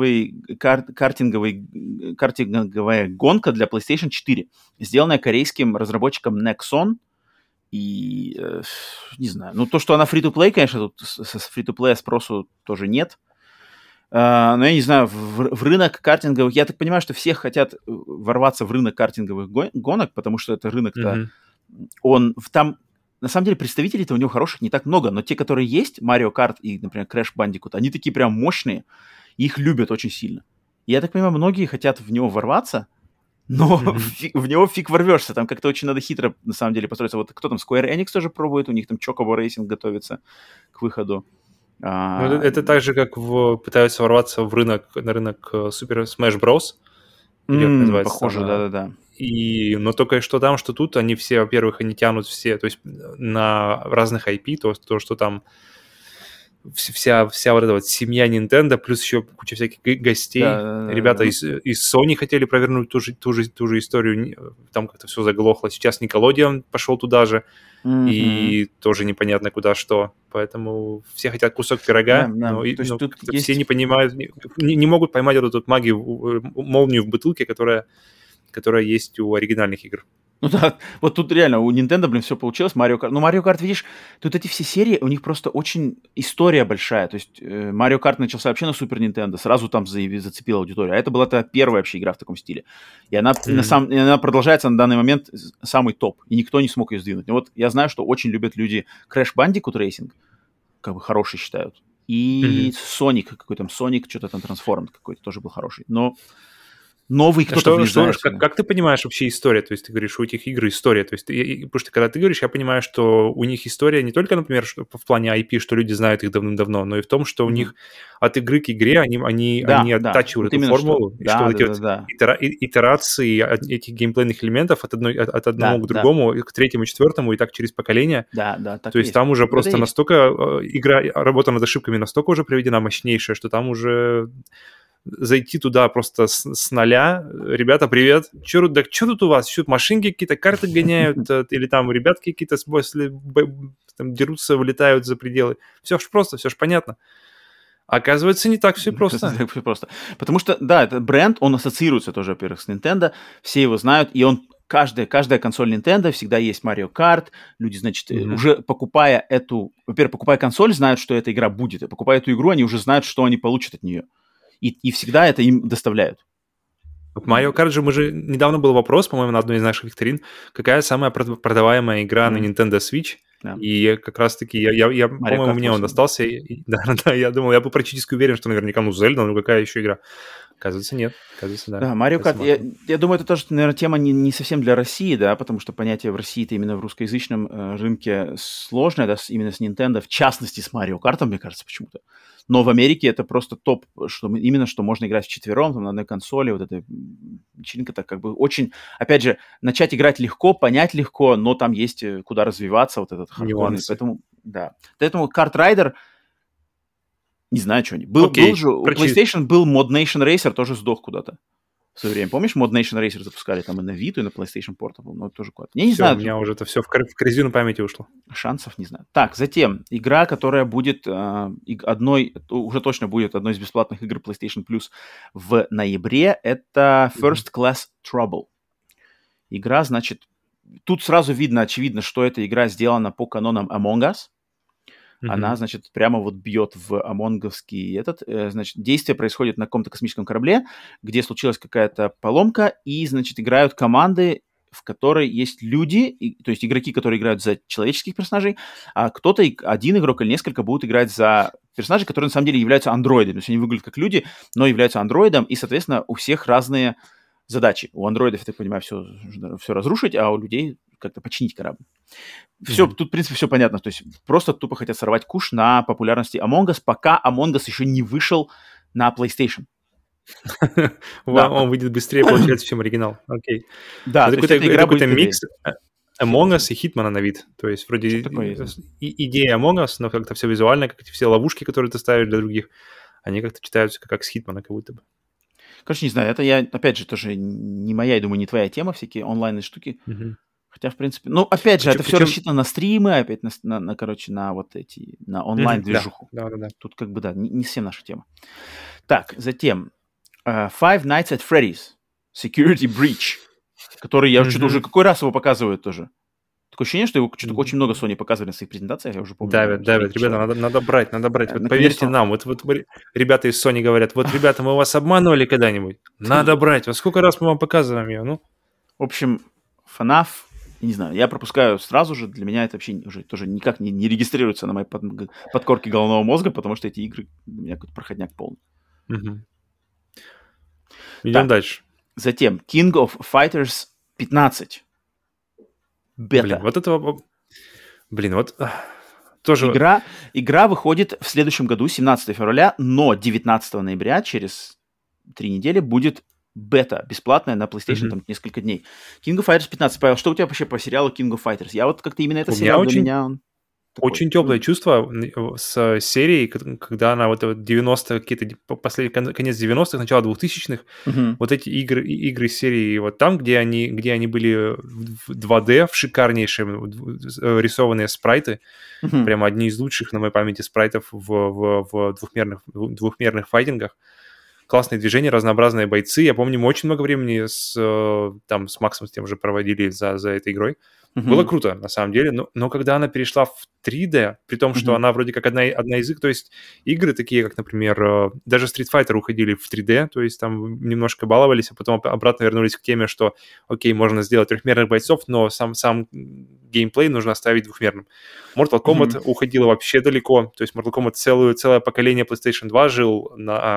картинговая гонка для PlayStation 4, сделанная корейским разработчиком Nexon. И, не знаю, ну то, что она free-to-play, конечно, тут с free-to-play спросу тоже нет. Но я не знаю, в рынок картинговых... Я так понимаю, что все хотят ворваться в рынок картинговых гонок, потому что это рынок-то... Он там... На самом деле, представителей-то у него хороших не так много, но те, которые есть, Mario Kart и, например, Crash Bandicoot, они такие прям мощные, и их любят очень сильно. И я так понимаю, многие хотят в него ворваться, но в него фиг ворвешься, там как-то очень надо хитро, на самом деле, построиться. Вот кто там, Square Enix тоже пробует, у них там Chocobo Racing готовится к выходу. Это так же, как пытаются ворваться на рынок Super Smash Bros. Или как называется? Похоже, да. Но только что там, что тут, они все, во-первых, они тянут все, то есть на разных IP, то что там вся вот эта вот семья Nintendo, плюс еще куча всяких гостей. Ребята из Sony хотели провернуть ту же историю, там как-то все заглохло. Сейчас Nickelodeon пошел туда же, и тоже непонятно куда что. Поэтому все хотят кусок пирога, но все не понимают, не могут поймать эту магию, молнию в бутылке, которая есть у оригинальных игр. Ну да, вот тут реально у Nintendo, все получилось. Mario Kart. Ну, Mario Kart, видишь, тут эти все серии, у них просто очень история большая. То есть Mario Kart начался вообще на Super Nintendo, сразу там зацепила аудиторию. А это была первая вообще игра в таком стиле. И она, она продолжается на данный момент самый топ. И никто не смог ее сдвинуть. И вот я знаю, что очень любят люди Crash Bandicoot Racing, как бы хороший считают. и Sonic, какой там Sonic, что-то там Transformed какой-то тоже был хороший. Но новый кто-то влезает. Как ты понимаешь вообще история? То есть ты говоришь, у этих игр история. То есть потому что когда ты говоришь, я понимаю, что у них история не только, например, что в плане IP, что люди знают их давным-давно, но и в том, что у них от игры к игре они оттачивают эту формулу, и что вот эти итерации этих геймплейных элементов от одного к другому, к третьему, четвертому, и так через поколение. Так то есть там уже просто настолько игра, работа над ошибками настолько уже проведена мощнейшая, что там уже... зайти туда просто с нуля. Ребята, привет. Что тут у вас? Что, машинки какие-то, карты гоняют? Или там ребятки какие-то там дерутся, вылетают за пределы? Все ж просто, все ж понятно. Оказывается, не так все просто. Потому что, да, этот бренд, он ассоциируется тоже, во-первых, с Nintendo. Все его знают, и он... Каждая консоль Nintendo, всегда есть Mario Kart. Люди, значит, уже покупая во-первых, покупая консоль, знают, что эта игра будет. И покупая эту игру, они уже знают, что они получат от нее. И всегда это им доставляют. В Mario Kart же недавно был вопрос, по-моему, на одной из наших викторин, какая самая продаваемая игра на Nintendo Switch. Да. И как раз-таки, по-моему, мне он достался. Да, я думал, я был практически уверен, что наверняка, Zelda, ну какая еще игра? Оказывается, нет. Оказывается, да. Да, Mario Kart, я думаю, это тоже, наверное, тема не совсем для России, да, потому что понятие в России-то именно в русскоязычном рынке сложное, да, именно с Nintendo, в частности, с Mario Kart, мне кажется, почему-то. Но в Америке это просто топ, что можно играть вчетвером, там, на одной консоли, вот эта вечеринка-то как бы очень... Опять же, начать играть легко, понять легко, но там есть куда развиваться, вот этот хардкорный. Поэтому Kart Rider... Не знаю, что они. Был же, у PlayStation был Mod Nation Racer, тоже сдох куда-то в свое время. Помнишь, Mod Nation Racer запускали там и на Vita, и на PlayStation Portable, но тоже куда-то. Я не знаю. У меня уже это все в корзину памяти ушло. Шансов не знаю. Так, затем, игра, которая будет уже точно будет одной из бесплатных игр PlayStation Plus в ноябре, это First Class Trouble. Игра, значит, тут сразу очевидно, что эта игра сделана по канонам Among Us. Она, значит, прямо вот бьет в амонговский значит, действие происходит на каком-то космическом корабле, где случилась какая-то поломка, и, значит, играют команды, в которой есть люди, то есть игроки, которые играют за человеческих персонажей, а кто-то, один игрок или несколько будут играть за персонажей, которые на самом деле являются андроидами. То есть они выглядят как люди, но являются андроидом, и, соответственно, у всех разные задачи. У андроидов, я так понимаю, все разрушить, а у людей как-то починить корабль. Все, тут, в принципе, все понятно. То есть просто тупо хотят сорвать куш на популярности Among Us, пока Among Us еще не вышел на PlayStation. Он выйдет быстрее, получается, чем оригинал. Окей. Да, это какой-то микс Among Us и Hitman на вид. То есть вроде идея Among Us, но как-то все визуально, как эти все ловушки, которые ты ставишь для других, они как-то читаются как с Hitman, как будто бы. Короче, не знаю, это я, опять же, тоже не моя, я думаю, не твоя тема, всякие онлайнные штуки. Хотя, в принципе, опять же, это все рассчитано на стримы, опять на вот эти, на онлайн-движуху. Да. Тут как бы, не совсем наша тема. Так, затем Five Nights at Freddy's Security Breach, который я что-то уже какой раз его показывают тоже. Такое ощущение, что его что-то очень много Sony показывали на своих презентациях, я уже помню. Давят. Ребята, надо брать. Вот поверьте нам, вот ребята из Sony говорят, вот, ребята, мы вас обманывали когда-нибудь? Надо брать. Вот сколько раз мы вам показываем ее, В общем, FNAF, не знаю, я пропускаю сразу же, для меня это вообще уже тоже никак не регистрируется на моей подкорке головного мозга, потому что эти игры у меня какой-то проходняк полный. Идем дальше. Затем King of Fighters 15. Бета. Тоже... Игра выходит в следующем году, 17 февраля, но 19 ноября, через 3 недели, будет бета бесплатная на PlayStation, там несколько дней. King of Fighters 15. Павел, что у тебя вообще по сериалу King of Fighters? Я вот как-то именно это сериал для меня... Очень теплое чувство с серией, когда она вот 90-х, конец 90-х, начало 2000-х, вот эти игры серии, вот там, где они были в 2D, в шикарнейшем рисованные спрайты, прямо одни из лучших на моей памяти спрайтов в двухмерных файтингах. Классные движения, разнообразные бойцы. Я помню, мы очень много времени с Максом с тем же проводили за этой игрой. Было круто, на самом деле, но когда она перешла в 3D, при том, что она вроде как одна из игр, то есть игры такие, как, например, даже Street Fighter уходили в 3D, то есть там немножко баловались, а потом обратно вернулись к теме, что, окей, можно сделать трехмерных бойцов, но сам геймплей нужно оставить двухмерным. Mortal Kombat уходила вообще далеко. То есть Mortal Kombat целое поколение PlayStation 2 жил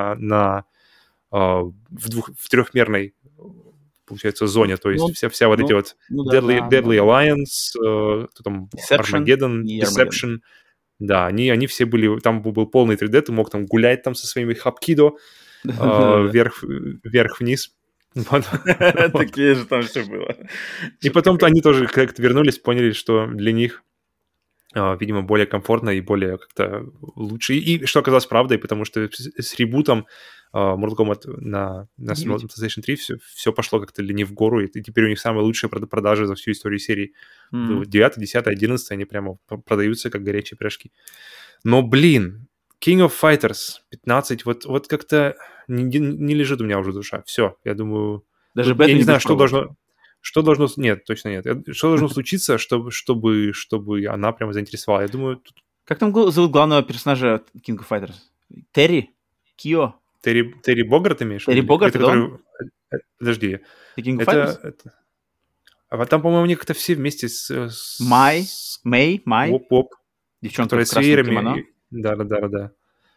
в трехмерной, получается, зоне. То есть вся вот эти вот Deadly Alliance, там Armageddon, Deception. Да, они все были... Там был полный 3D, ты мог там гулять там со своими хапкидо вверх-вниз. Такие же там все было. И потом-то они тоже как-то вернулись, поняли, что для них, видимо, более комфортно и более как-то лучше. И что оказалось правдой, потому что с ребутом Mortal Kombat на PlayStation 3 все пошло как-то не в гору, и теперь у них самые лучшие продажи за всю историю серии. 9, 10, 11 они прямо продаются как горячие пирожки. Но, блин, King of Fighters 15, вот как-то не лежит у меня уже душа. Все, я думаю... Даже я не знаю, что должно... Нет, точно нет. Что должно случиться, чтобы она прямо заинтересовала? Я думаю... Как там зовут главного персонажа King of Fighters? Терри? Кио? Терри Богарт имеешь? Терри Богарт, Подожди. King of Fighters? А там, по-моему, они как-то все вместе с... Май? Оп. Девчонка в красном кимоно? Да.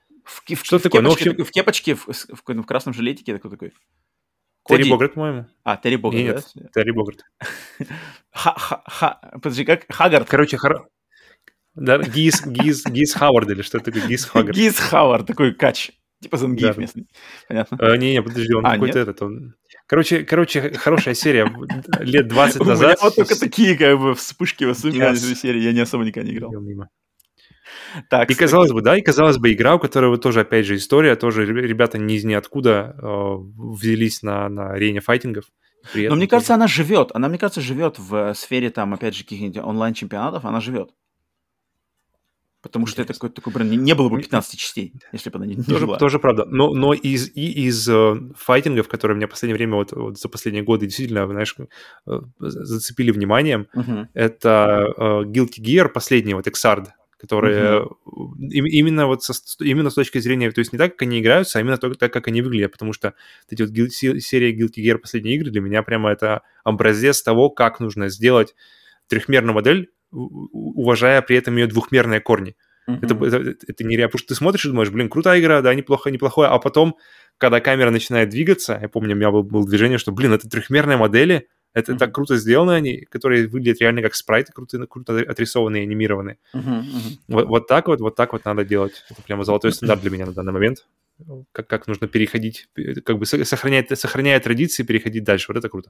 В кепочке, в красном жилетике такой. Терри Богарт, по-моему. Терри Богарт, нет, да? Терри Богарт. Подожди, как? Хагард. Короче, да, Гиз Хауард или что такое? Гиз Хауард. Гиз Хауард, такой кач. Типа Зангиев местный. Понятно? Не, подожди, он какой-то этот. Короче, хорошая серия. Лет 20 назад. У меня вот только такие как бы вспышки воспоминаний из серии. Я не особо никогда не играл. Так, и казалось бы, игра, у которой вот тоже, опять же, история, тоже ребята не из ниоткуда взялись на арене файтингов. Но мне кажется, она живет. Она, мне кажется, живет в сфере, там, опять же, каких-нибудь онлайн-чемпионатов, она живет. Потому что это такой бренд. Не было бы 15 частей, если бы она не жила. Тоже правда. Но из файтингов, которые меня в последнее время, вот за последние годы действительно, знаешь, зацепили вниманием, это Guilty Gear, последний, вот Xrd, которые именно с точки зрения, то есть не так, как они играются, а именно так, как они выглядят, потому что эти вот серия Guilty Gear последние игры для меня прямо это образец того, как нужно сделать трехмерную модель, уважая при этом ее двухмерные корни. Это нереально, потому что ты смотришь и думаешь, блин, крутая игра, да, неплохое, а потом, когда камера начинает двигаться, я помню, у меня было движение, что, блин, это трехмерные модели, это так круто сделаны они, которые выглядят реально как спрайты, круто отрисованные, анимированные. Вот так вот надо делать. Это прямо золотой стандарт для меня на данный момент. Как нужно переходить, как бы сохраняя традиции, переходить дальше. Вот это круто.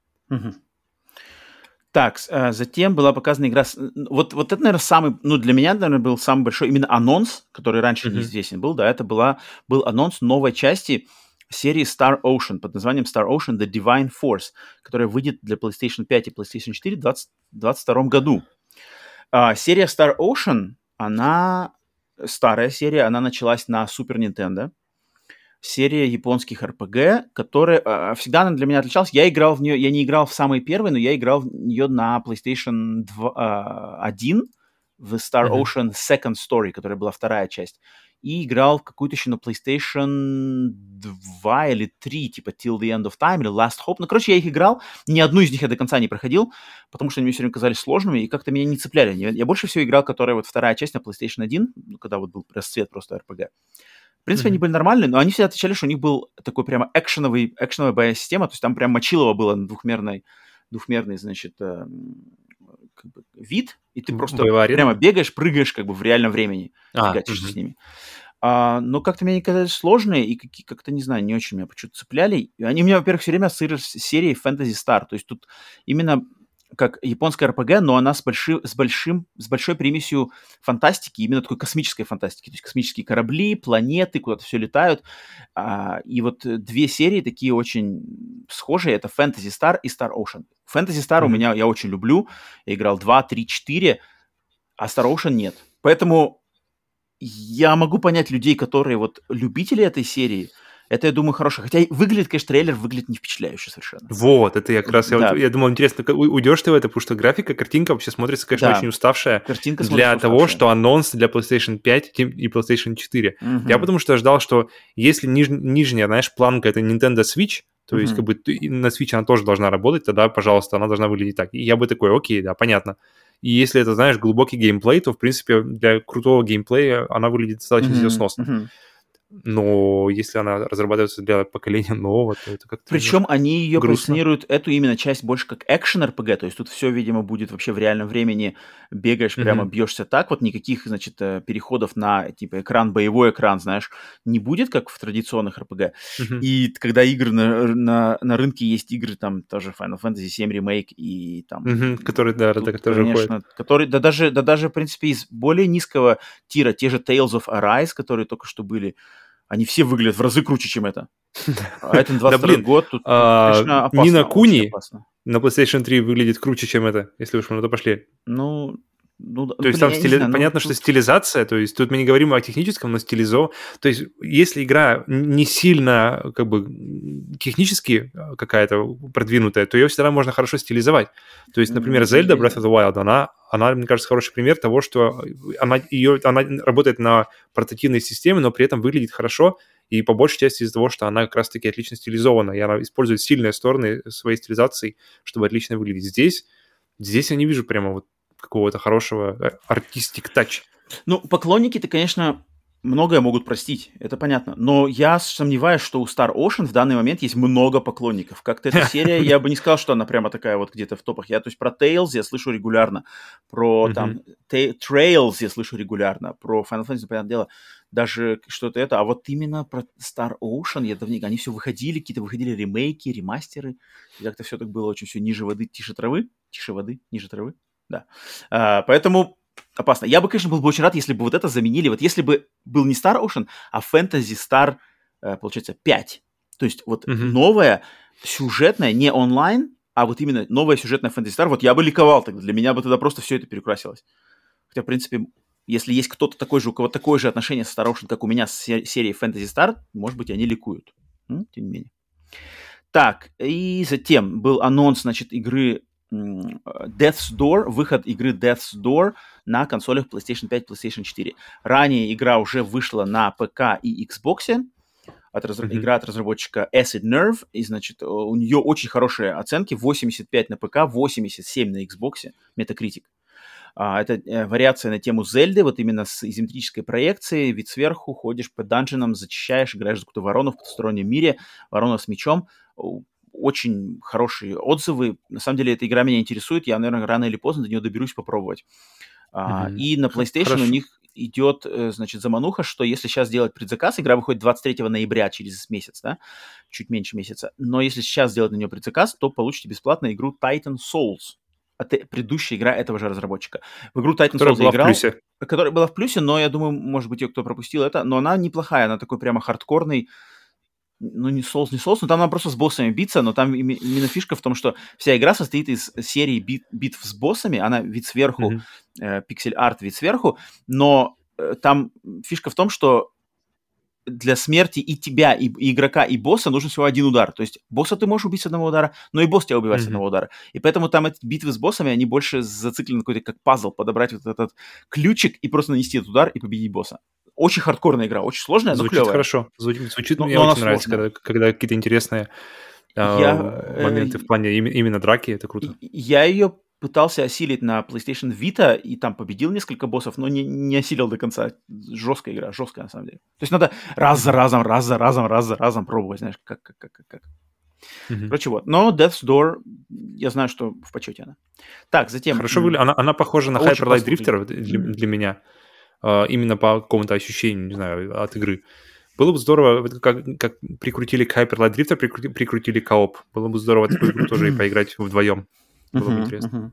Так, затем была показана игра... Вот это, наверное, самый... Ну, для меня, наверное, был самый большой именно анонс, который раньше неизвестен был, да, это был анонс новой части серии Star Ocean под названием Star Ocean The Divine Force, которая выйдет для PlayStation 5 и PlayStation 4 в 2022 году. Серия Star Ocean, она старая серия, она началась на Super Nintendo. Серия японских RPG, которая всегда она для меня отличалась. Я играл в нее, я не играл в самые первые, но я играл в нее на PlayStation 1 в Star Ocean Second Story, которая была вторая часть. И играл в какую-то еще на PlayStation 2 или 3, типа Till the End of Time или Last Hope. Ну, короче, я их играл. Ни одну из них я до конца не проходил, потому что они мне все время казались сложными и как-то меня не цепляли. Я больше всего играл, которая вот вторая часть на PlayStation 1, когда вот был расцвет просто RPG. В принципе, они были нормальные, но они всегда отличали, что у них был такой прямо экшеновая боевая система, то есть там прям мочилово было на двухмерный, значит, как бы вид, и ты просто прямо бегаешь, прыгаешь как бы в реальном времени, фигачишься с ними. Но как-то мне они казались сложные и как-то, не знаю, не очень меня почему-то цепляли. Они у меня, во-первых, все время ассоциировались с серией Fantasy Star, то есть тут именно как японская RPG, но она с большой примесью фантастики, именно такой космической фантастики. То есть космические корабли, планеты, куда-то все летают. И вот две серии такие очень схожие. Это Fantasy Star и Star Ocean. Fantasy Star у меня, я очень люблю. Я играл 2, 3, 4, а Star Ocean нет. Поэтому я могу понять людей, которые вот любители этой серии. Это, я думаю, хорошо. Хотя выглядит, конечно, трейлер выглядит не впечатляюще совершенно. Вот, это я как раз... Да. Я думал, интересно, уйдешь ты в это, потому что графика, картинка вообще смотрится, конечно, очень уставшая. Картинка для того, что анонс для PlayStation 5 и PlayStation 4. Я потому что ждал, что если нижняя, знаешь, планка — это Nintendo Switch, то есть как бы на Switch она тоже должна работать, тогда, пожалуйста, она должна выглядеть так. И я бы такой, окей, да, понятно. И если это, знаешь, глубокий геймплей, то, в принципе, для крутого геймплея она выглядит достаточно сносно. Но если она разрабатывается для поколения нового, то это как-то Причем они ее грустно. позиционируют, эту именно часть, больше как экшен-РПГ, то есть тут все, видимо, будет вообще в реальном времени, бегаешь, прямо бьешься так, вот никаких, значит, переходов на, типа, экран, боевой экран, знаешь, не будет, как в традиционных РПГ. И когда игры на рынке есть игры, там, тоже Final Fantasy VII Remake и там... Которые, да, тут, которые конечно, выходят. которые, даже, в принципе, из более низкого тира, те же Tales of Arise, которые только что были, они все выглядят в разы круче, чем это. А это 22 год, тут, конечно, опасно, Ни на очень Куни опасно. на PlayStation 3 выглядит круче, чем это, если уж мы на то пошли. Ну, То есть там понятно, что стилизация, то есть тут мы не говорим о техническом, но то есть если игра не сильно как бы технически какая-то продвинутая, то ее всегда можно хорошо стилизовать. То есть, например, Zelda Breath of the Wild, она, мне кажется, хороший пример того, что она работает на портативной системе, но при этом выглядит хорошо, и по большей части из-за того, что она как раз-таки отлично стилизована, и она использует сильные стороны своей стилизации, чтобы отлично выглядеть. Здесь я не вижу прямо вот какого-то хорошего артистик тач. Ну, поклонники-то, конечно, многое могут простить, это понятно. Но я сомневаюсь, что у Star Ocean в данный момент есть много поклонников. Как-то эта серия, я бы не сказал, что она прямо такая вот где-то в топах. То есть про Tales я слышу регулярно, про там Trails я слышу регулярно, про Final Fantasy, понятное дело, даже что-то это. А вот именно про Star Ocean я давненько, они все выходили, какие-то выходили ремейки, ремастеры. И как-то все так было очень все ниже воды, тише травы. Тише воды, ниже травы. Да. Поэтому опасно. Я бы, конечно, был бы очень рад, если бы вот это заменили. Вот если бы был не Star Ocean, а Fantasy Star, получается, 5. То есть вот новая сюжетная, не онлайн, а вот именно новая сюжетная Fantasy Star, вот я бы ликовал тогда. Для меня бы тогда просто все это перекрасилось. Хотя, в принципе, если есть кто-то такой же, у кого такое же отношение с Star Ocean, как у меня с серией Fantasy Star, может быть, они ликуют. Тем не менее. Так, и затем был анонс, значит, игры Death's Door, выход игры Death's Door на консолях PlayStation 5, PlayStation 4. Ранее игра уже вышла на ПК и Xbox. Игра от разработчика Acid Nerve. И, значит, у нее очень хорошие оценки. 85 на ПК, 87 на Xbox. Metacritic. Это вариация на тему Зельды, вот именно с изометрической проекцией. Вид сверху, ходишь по данжинам, зачищаешь, играешь за какую-то ворону в потустороннем мире. Ворона с мечом. Очень хорошие отзывы. На самом деле, эта игра меня интересует. Я, наверное, рано или поздно до нее доберусь попробовать. И на PlayStation у них идет, значит, замануха, что если сейчас делать предзаказ, игра выходит 23 ноября, через месяц, да, чуть меньше месяца. Но если сейчас сделать на нее предзаказ, то получите бесплатно игру Titan Souls. Это предыдущая игра этого же разработчика. В игру Titan Souls я играл. Которая была в плюсе, но я думаю, может быть, кто пропустил это. Но она неплохая, она такой прямо хардкорный. Ну, не Souls, но там надо просто с боссами биться, но там именно фишка в том, что вся игра состоит из серии битв с боссами, она вид сверху, пиксель-арт вид сверху, но там фишка в том, что для смерти и тебя, и игрока, и босса нужен всего один удар. То есть босса ты можешь убить с одного удара, но и босс тебя убивает с одного удара. И поэтому там эти битвы с боссами, они больше зациклены какой-то как пазл, подобрать вот этот ключик и просто нанести этот удар и победить босса. Очень хардкорная игра, очень сложная, но клевая. Хорошо. Звучит мне очень нравится, когда какие-то интересные моменты в плане именно драки, это круто. Я ее пытался осилить на PlayStation Vita, и там победил несколько боссов, но не осилил до конца. Жесткая игра, жесткая на самом деле. То есть надо раз за разом пробовать, знаешь, как. Короче, вот. Но Death's Door, я знаю, что в почете она. Так, затем... Хорошо выглядит. Она похожа на Hyper Light Drifter для меня. Именно по какому-то ощущению, не знаю, от игры. Было бы здорово, как прикрутили к Hyper Light Drifter, прикрутили кооп. Было бы здорово такую игру тоже и поиграть вдвоем. Было бы интересно.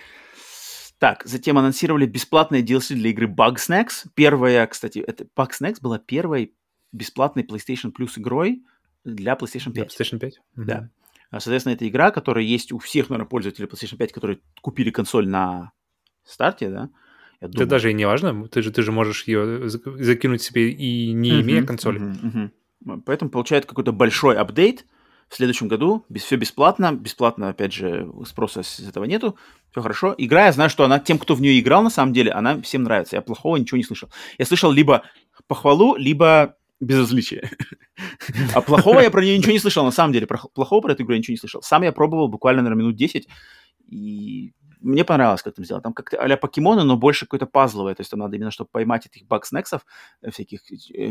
Так, затем анонсировали бесплатные DLC для игры Bugsnax. Первая, кстати, это Bugsnax была первой бесплатной PlayStation Plus игрой для PlayStation 5. PlayStation 5? Да. Соответственно, это игра, которая есть у всех, наверное, пользователей PlayStation 5, которые купили консоль на старте, да? Это даже и не важно. Ты же можешь ее закинуть себе и не имея консоли. Поэтому получает какой-то большой апдейт в следующем году. Все бесплатно. Бесплатно, опять же, спроса с этого нету. Все хорошо. Игра, я знаю, что она тем, кто в нее играл, на самом деле, она всем нравится. Я плохого ничего не слышал. Я слышал либо похвалу, либо безразличие. А плохого я про нее ничего не слышал. На самом деле, плохого про эту игру я ничего не слышал. Сам я пробовал буквально, наверное, минут 10. И мне понравилось, как там сделано. Там как-то а-ля покемоны, но больше какое-то пазловое. То есть там надо именно, чтобы поймать этих багснексов, всяких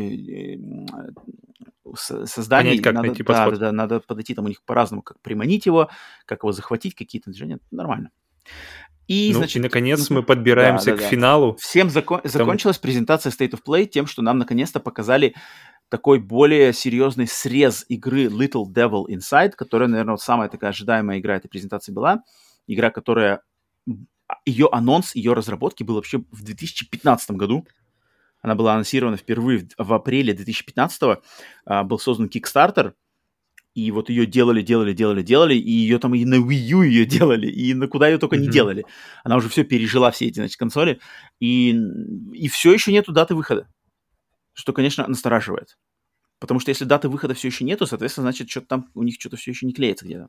созданий. Понять, как Надо, найти подход. да, надо подойти там у них по-разному, как приманить его, как его захватить, какие-то движения. Нормально. И, Ну, и значит, наконец мы подбираемся к финалу. Всем закончилась презентация State of Play тем, что нам наконец-то показали такой более серьезный срез игры Little Devil Inside, которая, наверное, вот самая такая ожидаемая игра этой презентации была. Игра, которая... Ее анонс, ее разработки был вообще в 2015 году. Она была анонсирована впервые в апреле 2015-го. Был создан Kickstarter. И вот ее делали, и ее там и на Wii U ее делали, и на куда ее только не делали. Она уже все пережила, все эти, значит, консоли, и все еще нету даты выхода, что, конечно, настораживает. Потому что если даты выхода все еще нету, соответственно, значит, что-то там у них что-то все еще не клеится где-то.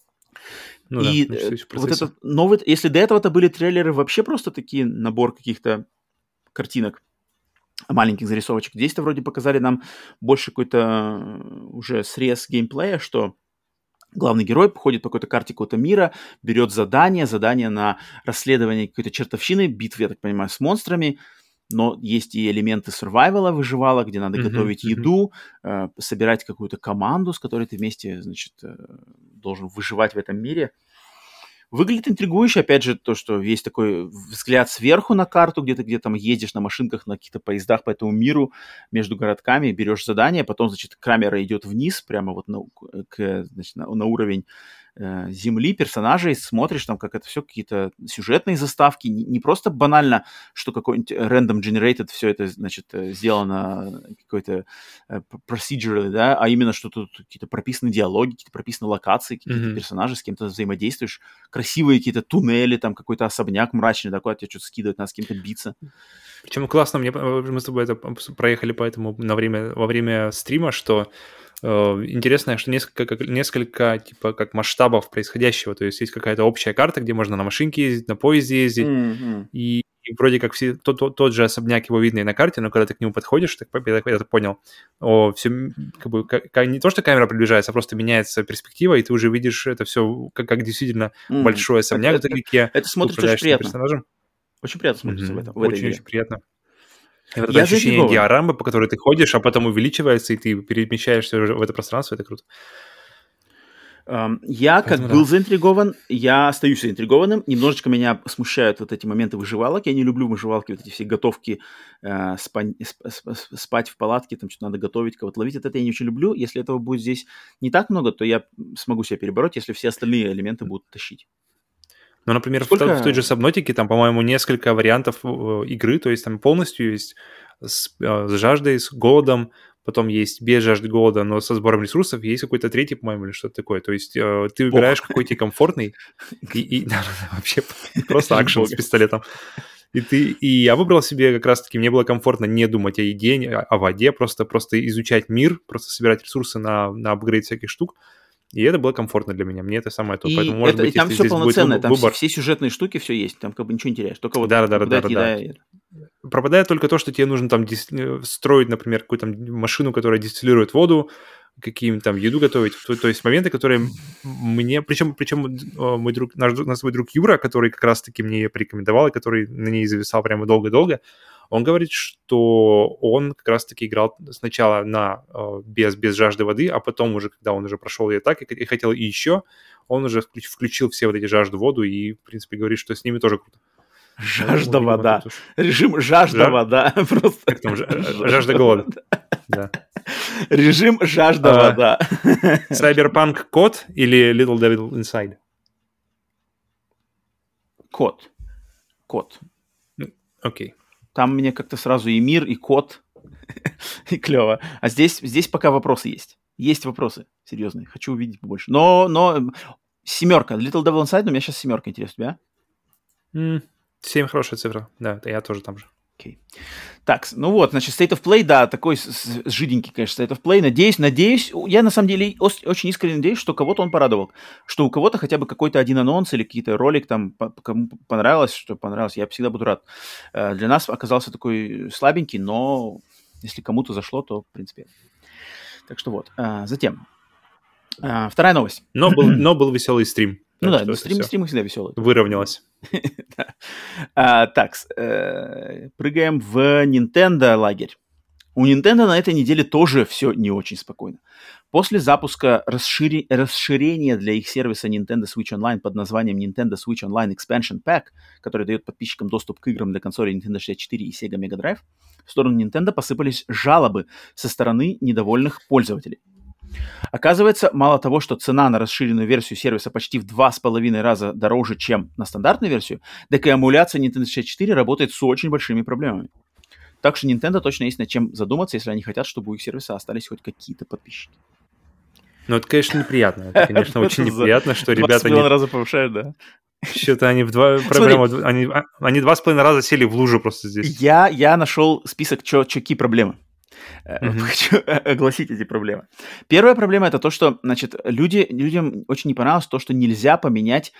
Ну и да, вот этот новый... Если до этого-то были трейлеры вообще просто такие, набор каких-то картинок, маленьких зарисовочек. Здесь-то вроде показали нам больше какой-то уже срез геймплея, что главный герой ходит по какой-то карте какого-то мира, берет задание на расследование какой-то чертовщины, битвы, я так понимаю, с монстрами, но есть и элементы survival, выживала, где надо готовить еду, собирать какую-то команду, с которой ты вместе, значит, должен выживать в этом мире. Выглядит интригующе, опять же, то, что есть такой взгляд сверху на карту, где ты там едешь на машинках, на каких-то поездах по этому миру, между городками, берешь задание, потом, значит, камера идет вниз, прямо вот на уровень земли, персонажей, смотришь там, как это все, какие-то сюжетные заставки, не просто банально, что какой-нибудь random generated все это, значит, сделано какой-то procedurally, да, а именно, что тут какие-то прописаны диалоги, какие-то прописаны локации, какие-то персонажи, с кем-то взаимодействуешь, красивые какие-то туннели, там какой-то особняк мрачный такой, тебе что-то скидывать, надо с кем-то биться. Причем классно, мы с тобой это проехали поэтому во время стрима, что интересно, что несколько типа как масштабов происходящего, то есть какая-то общая карта, где можно на машинке ездить, на поезде ездить, и вроде как тот же особняк его видно и на карте, но когда ты к нему подходишь, я так понял, все как бы не то, что камера приближается, а просто меняется перспектива, и ты уже видишь это все как действительно большой особняк вдалеке. Это смотрится очень приятно. Очень приятно смотрится в этой игре. Очень приятно. И вот это ощущение диорамы, по которой ты ходишь, а потом увеличивается, и ты перемещаешься уже в это пространство, это круто. Я как был заинтригован, я остаюсь заинтригованным. Немножечко меня смущают вот эти моменты выживалок. Я не люблю выживалки, вот эти все готовки, спать в палатке, там что-то надо готовить, кого-то ловить. Это я не очень люблю. Если этого будет здесь не так много, то я смогу себя перебороть, если все остальные элементы будут тащить. Ну, например, в той же Subnautica там, по-моему, несколько вариантов игры, то есть там полностью есть с жаждой, с голодом, потом есть без жажды голода, но со сбором ресурсов, есть какой-то третий, по-моему, или что-то такое. То есть ты выбираешь, какой тебе комфортный, и вообще просто акшен с пистолетом. И я выбрал себе как раз-таки, мне было комфортно не думать о еде, о воде, просто изучать мир, просто собирать ресурсы на апгрейд всяких штук. И это было комфортно для меня. Мне это самое то. Поэтому, может быть, и там все полноценное, там выбор... все сюжетные штуки, все есть. Там как бы ничего не теряешь. Только вот да. Пропадает только то, что тебе нужно там строить, например, какую-то машину, которая дистиллирует воду, какие-то там еду готовить. То есть моменты, которые мне... Причем наш друг Юра, который как раз-таки мне ее порекомендовал, и который на ней зависал прямо долго-долго, он говорит, что он как раз-таки играл сначала без жажды воды, а потом уже, когда он уже прошел ее так и хотел и еще, он уже включил все вот эти жажду воду и, в принципе, говорит, что с ними тоже круто. Жажда вода. Режим жажда вода. Просто. Как там? Жажда голода. Да. Режим жажда вода. Cyberpunk код или Little Devil Inside? Код. Окей. Там мне как-то сразу и мир, и код, и клево. А здесь пока вопросы есть. Есть вопросы серьезные. Хочу увидеть побольше. Но 7. Little Devil Inside, у меня сейчас 7, интересно, тебя? 7 хорошая цифра. Да, я тоже там же. Окей. Так, ну вот, значит, State of Play, да, такой жиденький, конечно, State of Play. Надеюсь, я на самом деле очень искренне надеюсь, что кого-то он порадовал. Что у кого-то хотя бы какой-то один анонс или какие-то ролик там, кому понравилось, что понравилось, я всегда буду рад. Для нас оказался такой слабенький, но если кому-то зашло, то, в принципе. Так что вот. Затем. Вторая новость. Но был веселый стрим. Ну Так да, что это все стримы всегда веселые. выровнялось. Так, прыгаем в Nintendo лагерь. У Nintendo на этой неделе тоже все не очень спокойно. После запуска расширения для их сервиса Nintendo Switch Online под названием Nintendo Switch Online Expansion Pack, который дает подписчикам доступ к играм для консолей Nintendo 64 и Sega Mega Drive, в сторону Nintendo посыпались жалобы со стороны недовольных пользователей. Оказывается, мало того, что цена на расширенную версию сервиса почти в 2,5 раза дороже, чем на стандартную версию, так и эмуляция Nintendo 64 работает с очень большими проблемами. Так что Nintendo точно есть над чем задуматься, если они хотят, чтобы у их сервиса остались хоть какие-то подписчики. Ну, это, конечно, неприятно. Это, конечно, очень неприятно, что ребята... 2,5 раза повышают, да. Что-то они в два... Они 2,5 раза сели в лужу просто здесь. Я нашел список, какие проблемы. Хочу огласить эти проблемы. Первая проблема — это то, что, значит, людям очень не понравилось то, что нельзя поменять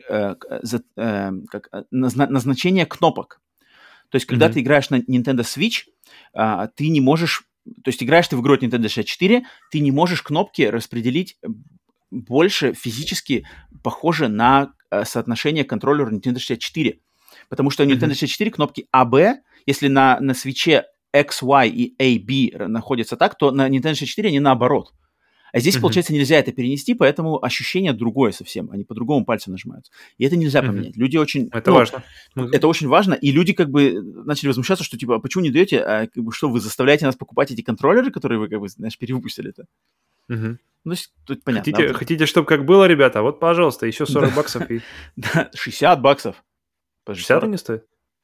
назначение кнопок. То есть, когда ты играешь на Nintendo Switch, ты не можешь... То есть, играешь ты в игру от Nintendo 64, ты не можешь кнопки распределить больше физически похоже на соотношение контроллера Nintendo 64. Потому что у Nintendo 64 кнопки AB, если на Switch'е X, Y и A, B находятся так, то на Nintendo 64 они наоборот. А здесь, получается, нельзя это перенести, поэтому ощущение другое совсем. Они по-другому пальцем нажимаются. И это нельзя поменять. Люди очень... Это важно. Это очень важно. И люди как бы начали возмущаться, что типа, почему не даете, как бы, что вы заставляете нас покупать эти контроллеры, которые вы, как бы, знаешь, перевыпустили это. Ну, то есть, тут понятно. Хотите, чтобы как было, ребята? Вот, пожалуйста, еще $40 и... Да, $60. 60 они стоят?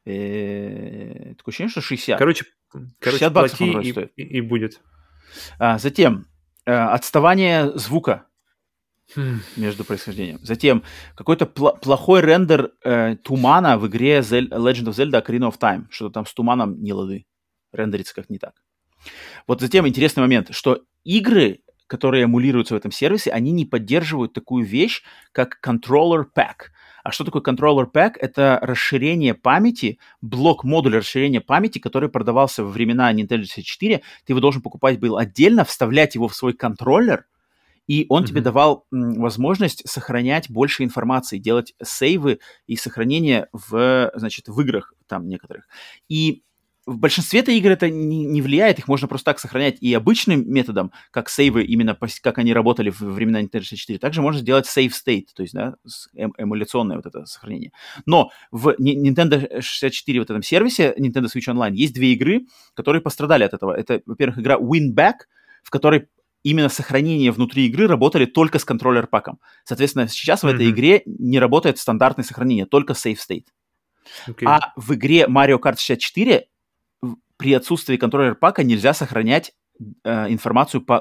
Такое ощущение, что 60. Короче, $60 плати и будет. Затем отставание звука между происхождением. Затем какой-то плохой рендер тумана в игре Legend of Zelda Ocarina of Time. Что-то там с туманом не лады. Рендерится как не так. Вот затем интересный момент, что игры, которые эмулируются в этом сервисе, они не поддерживают такую вещь, как Controller Pack. А что такое Controller Pack? Это расширение памяти, блок-модуль расширения памяти, который продавался во времена Nintendo 64. Ты его должен покупать был отдельно, вставлять его в свой контроллер, и он тебе давал возможность сохранять больше информации, делать сейвы и сохранения в играх там некоторых. И в большинстве игр это не влияет, их можно просто так сохранять и обычным методом, как сейвы, именно как они работали в времена Nintendo 64. Также можно сделать save state, то есть, да, эмуляционное вот это сохранение. Но в Nintendo 64 вот этом сервисе, Nintendo Switch Online, есть две игры, которые пострадали от этого. Это, во-первых, игра Win Back, в которой именно сохранения внутри игры работали только с контроллер-паком. Соответственно, сейчас в этой игре не работает стандартное сохранение, только save state. А в игре Mario Kart 64 при отсутствии контроллер-пака нельзя сохранять информацию по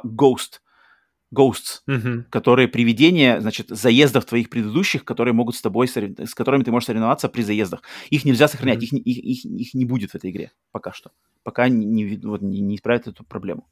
Ghosts, которые привидения, значит, заездов твоих предыдущих, которые могут с которыми ты можешь соревноваться при заездах. Их нельзя сохранять, их не будет в этой игре пока что. Пока не исправят эту проблему.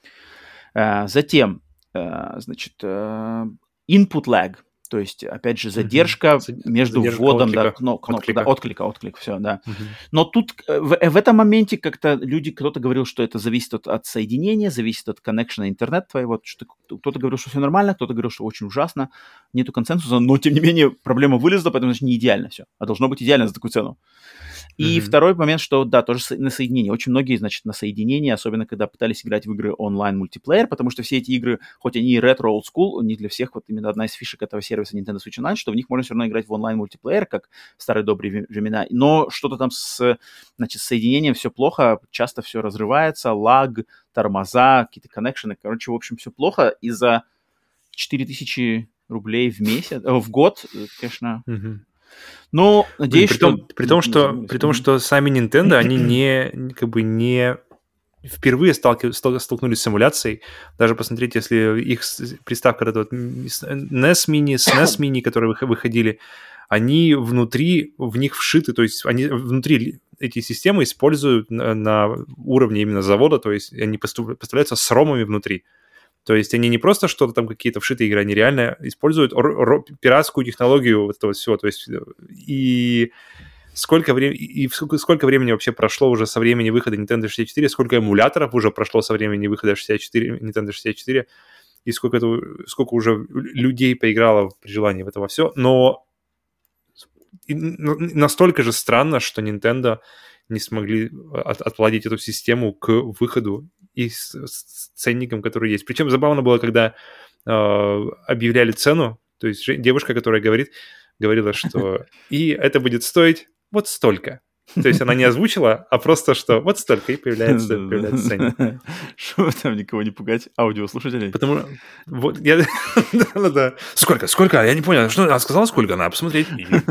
Затем, значит, input lag. То есть, опять же, задержка между вводом отклика, все, да. Но тут в этом моменте как-то кто-то говорил, что это зависит от соединения, зависит от коннекшена интернет твоего. Кто-то говорил, что все нормально, кто-то говорил, что очень ужасно, нету консенсуса, но, тем не менее, проблема вылезла, поэтому, значит, не идеально все. А должно быть идеально за такую цену. И второй момент, что, да, тоже на соединение. Очень многие, значит, на соединение, особенно когда пытались играть в игры онлайн-мультиплеер, потому что все эти игры, хоть они и ретро-олдскул, у них для всех вот именно одна из фишек этого сервиса Nintendo Switch Online, что в них можно все равно играть в онлайн-мультиплеер, как в старые добрые времена, но что-то там с соединением все плохо, часто все разрывается, лаг, тормоза, какие-то коннекшены, короче, в общем, все плохо, и за 4000 рублей в год, конечно... Но надеюсь, при том, что сами Nintendo, они не впервые столкнулись с эмуляцией. Даже посмотрите, если их приставка NES Mini, SNES Mini, которые выходили, они внутри, в них вшиты, то есть они внутри эти системы используют на уровне именно завода, то есть они поставляются с ромами внутри. То есть они не просто что-то там, какие-то вшитые игры, они реально используют пиратскую технологию вот этого всего. То есть и сколько времени вообще прошло уже со времени выхода Nintendo 64, сколько эмуляторов уже прошло со времени выхода Nintendo 64. и сколько уже людей поиграло при желании в это во все, но настолько же странно, что Nintendo не смогли отладить эту систему к выходу и с ценником, который есть. Причем забавно было, когда объявляли цену, то есть девушка, которая говорила, что и это будет стоить вот столько. То есть она не озвучила, а просто что вот столько, и появляется ценник. Чтобы там никого не пугать, аудиослушателей. Потому вот я... Да. Сколько? Я не понял. Что она сказала, сколько? Надо посмотреть.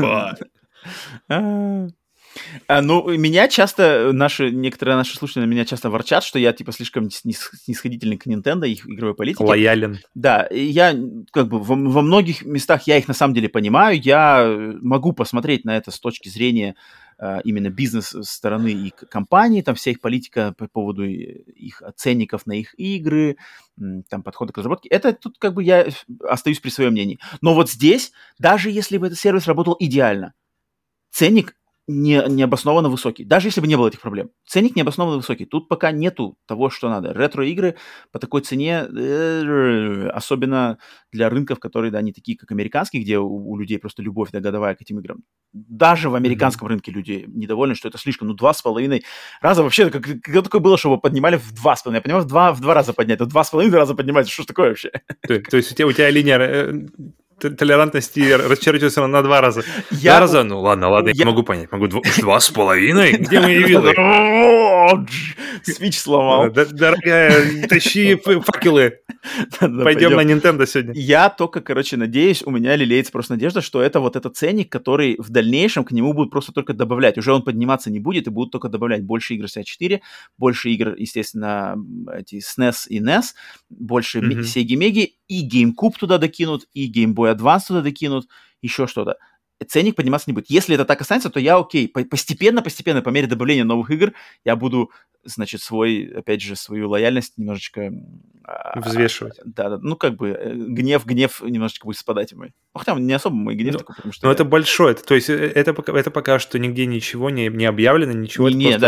Ну, меня часто, некоторые наши слушатели на меня часто ворчат, что я, типа, слишком снисходительный к Nintendo, их игровой политике. Лоялен. Да, и я, как бы, во многих местах я их на самом деле понимаю, я могу посмотреть на это с точки зрения именно бизнес-стороны и компании, там вся их политика по поводу их ценников на их игры, там подхода к разработке. Это тут, как бы, я остаюсь при своем мнении. Но вот здесь, даже если бы этот сервис работал идеально, ценник необоснованно высокий. Даже если бы не было этих проблем. Ценник необоснованно высокий. Тут пока нету того, что надо. Ретро-игры по такой цене, особенно для рынков, которые, да, не такие, как американские, где у людей просто любовь годовая к этим играм. Даже в американском рынке люди недовольны, что это слишком. 2,5 раза вообще, как такое было, чтобы поднимали в 2,5. Я понимаю, в два раза поднять. В 2,5 раза поднимать. Что ж такое вообще? То есть у тебя линия толерантности расчерчивается на 2 раза. 2 раза? Ну ладно, я могу понять. Могу 2,5? Где мои вилы? Свич сломал. Дорогая, тащи факелы. Пойдем на Nintendo сегодня. Я только, надеюсь, у меня лелеется просто надежда, что это вот этот ценник, который в дальнейшем к нему будут просто только добавлять. Уже он подниматься не будет, и будут только добавлять больше игр SEA4, больше игр, естественно, эти SNES и NES, больше Sega Mega, и GameCube туда докинут, и Game Boy Advance туда докинут, еще что-то. Ценник подниматься не будет. Если это так останется, то я окей. Постепенно, по мере добавления новых игр, я буду, значит, свою лояльность немножечко... взвешивать. Да, ну, как бы, гнев немножечко будет спадать мой. Хотя не особо мой гнев такой, потому что... Но это большой, то есть это пока что нигде ничего не объявлено, ничего.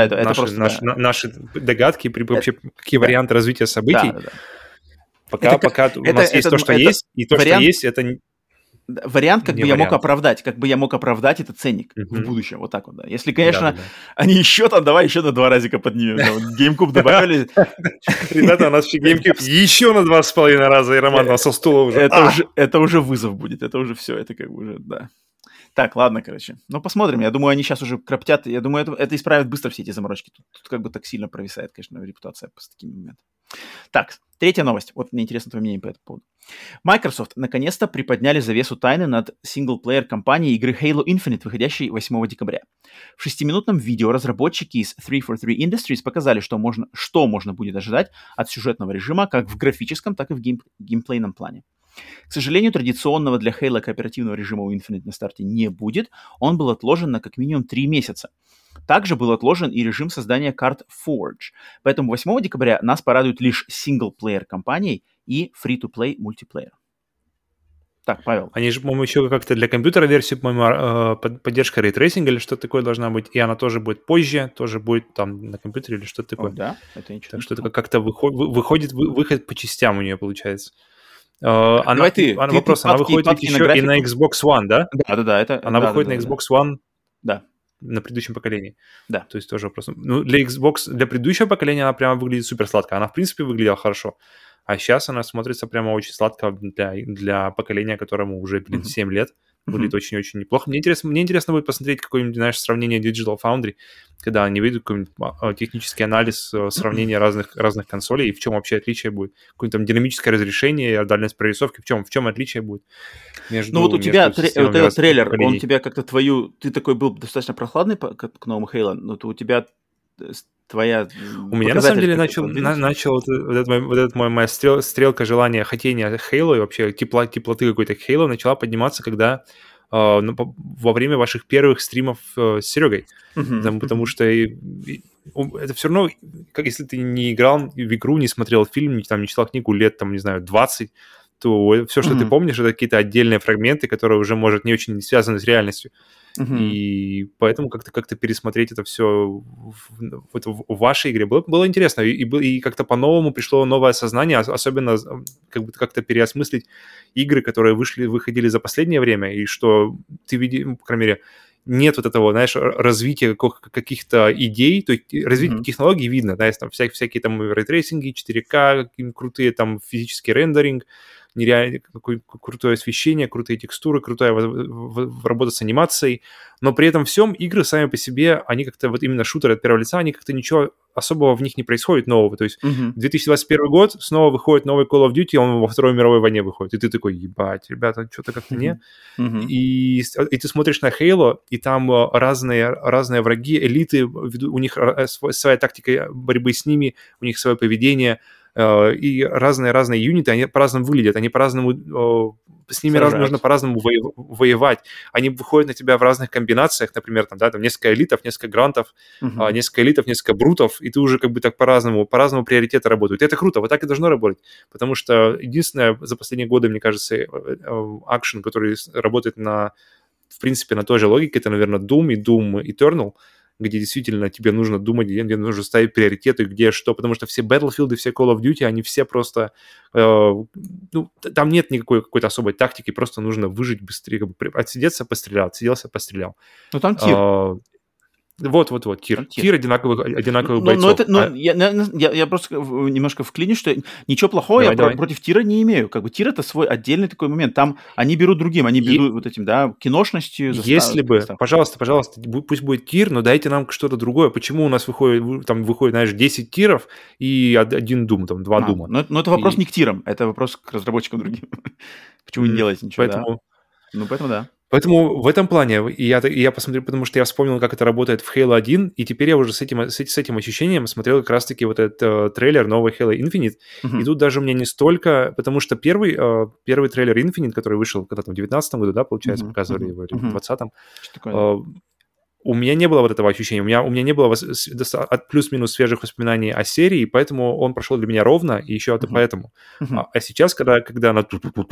Наши догадки, вообще какие варианты развития событий. Пока у нас есть то, что есть, и то, что есть, это... Вариант, как бы я мог оправдать этот ценник в будущем, вот так вот, да. Если, конечно, они еще давай еще на 2 разика поднимем. GameCube добавили. Ребята, у нас еще GameCube еще на 2,5 раза, и Роман нас со стула уже. Это уже вызов будет, это уже все, это как бы уже, да. Так, ладно, Ну, посмотрим. Я думаю, они сейчас уже кроптят. Я думаю, это исправят быстро все эти заморочки. Тут как бы так сильно провисает, конечно, репутация с такими моментами. Так, третья новость. Вот мне интересно твое мнение по этому поводу. Microsoft наконец-то приподняли завесу тайны над синглплеер-кампанией игры Halo Infinite, выходящей 8 декабря. В 6-минутном видео разработчики из 343 Industries показали, что можно будет ожидать от сюжетного режима как в графическом, так и в геймплейном плане. К сожалению, традиционного для Halo кооперативного режима у Infinite на старте не будет. Он был отложен на как минимум 3 месяца. Также был отложен и режим создания карт Forge. Поэтому 8 декабря нас порадует лишь синглплеер-кампанией и free-to-play мультиплеер. Так, Павел. Они же, по-моему, еще как-то для компьютера версию, по-моему, поддержка рейтрейсинга или что-то такое должна быть, и она тоже будет позже, тоже будет там на компьютере или что-то такое. Да, это ничего. Так что это как-то выход по частям у нее получается. Вопрос, она выходит еще и на Xbox One, да? Да. Она выходит на Xbox One? Да. На предыдущем поколении. Да. То есть тоже вопрос. Ну, для предыдущего поколения она прямо выглядит супер сладко. Она, в принципе, выглядела хорошо. А сейчас она смотрится прямо очень сладко для поколения, которому уже, 7 лет. Выглядит очень-очень неплохо. Мне интересно будет посмотреть какое-нибудь, знаешь, сравнение Digital Foundry, когда они выйдут какой-нибудь технический анализ, сравнение разных консолей, и в чем вообще отличие будет. Какое-то там динамическое разрешение, дальность прорисовки, в чем отличие будет между... Ну вот у тебя этот трейлер, он тебя как-то ты такой был достаточно прохладный к новому Halo, но у тебя... твоя... У меня, на самом деле, начал моя стрелка желания, хотения Halo и вообще теплоты какой-то Halo начала подниматься, когда во время ваших первых стримов с Серегой. Потому что это все равно, как если ты не играл в игру, не смотрел фильм, не читал книгу лет, 20, то все, что ты помнишь, это какие-то отдельные фрагменты, которые уже, может, не очень связаны с реальностью. И поэтому как-то пересмотреть это все в вашей игре было интересно. И как-то по-новому пришло новое осознание, особенно как-то переосмыслить игры, которые выходили за последнее время, и что ты видишь, по крайней мере, нет вот этого, знаешь, развития каких-то идей, то есть развитие технологий видно, да, есть там всякие там рейтрейсинги, 4К, крутые там физический рендеринг, нереально какое крутое освещение, крутые текстуры, крутая работа с анимацией, но при этом всем игры сами по себе, они как-то, вот именно шутеры от первого лица, они как-то ничего особого в них не происходит нового. То есть 2021 год, снова выходит новый Call of Duty, он во Второй мировой войне выходит, и ты такой, ебать, ребята, что-то как-то не. И ты смотришь на Halo, и там разные враги, элиты, у них своя тактика борьбы с ними, у них свое поведение, и разные юниты, они по-разному выглядят, они по-разному, с ними нужно по-разному воевать. Они выходят на тебя в разных комбинациях, например, там несколько элитов, несколько грантов, несколько элитов, несколько брутов, и ты уже как бы так по-разному приоритеты работают. И это круто, вот так и должно работать, потому что единственное за последние годы, мне кажется, акшен, который работает в принципе, на той же логике, это, наверное, Doom и Doom Eternal, где действительно тебе нужно думать, где нужно ставить приоритеты, где что, потому что все Battlefield, все Call of Duty, они все просто... там нет никакой какой-то особой тактики, просто нужно выжить быстрее, как бы отсидеться, пострелял, отсиделся, пострелял. Ну, там тир. Вот, тир одинаковых бойцов. Я просто немножко вклинюсь, что ничего плохого я против тира не имею. Как бы тир — это свой отдельный такой момент. Там они берут другим, они берут вот этим, да, киношностью. Если бы, пожалуйста, пусть будет тир, но дайте нам что-то другое. Почему у нас выходит, знаешь, 10 тиров и один Doom, там, 2 Дума? Но это вопрос не к тирам, это вопрос к разработчикам другим. Почему не делаете ничего, да? Поэтому да. Поэтому в этом плане я посмотрел, потому что я вспомнил, как это работает в Halo 1, и теперь я уже с этим ощущением смотрел как раз-таки вот этот трейлер новой Halo Infinite, и тут даже мне не столько, потому что первый трейлер Infinite, который вышел когда-то в 2019 году, да, получается, показывали его, или в 2020, у меня не было вот этого ощущения, у меня не было плюс-минус свежих воспоминаний о серии, и поэтому он прошел для меня ровно, и еще это поэтому. А сейчас, когда она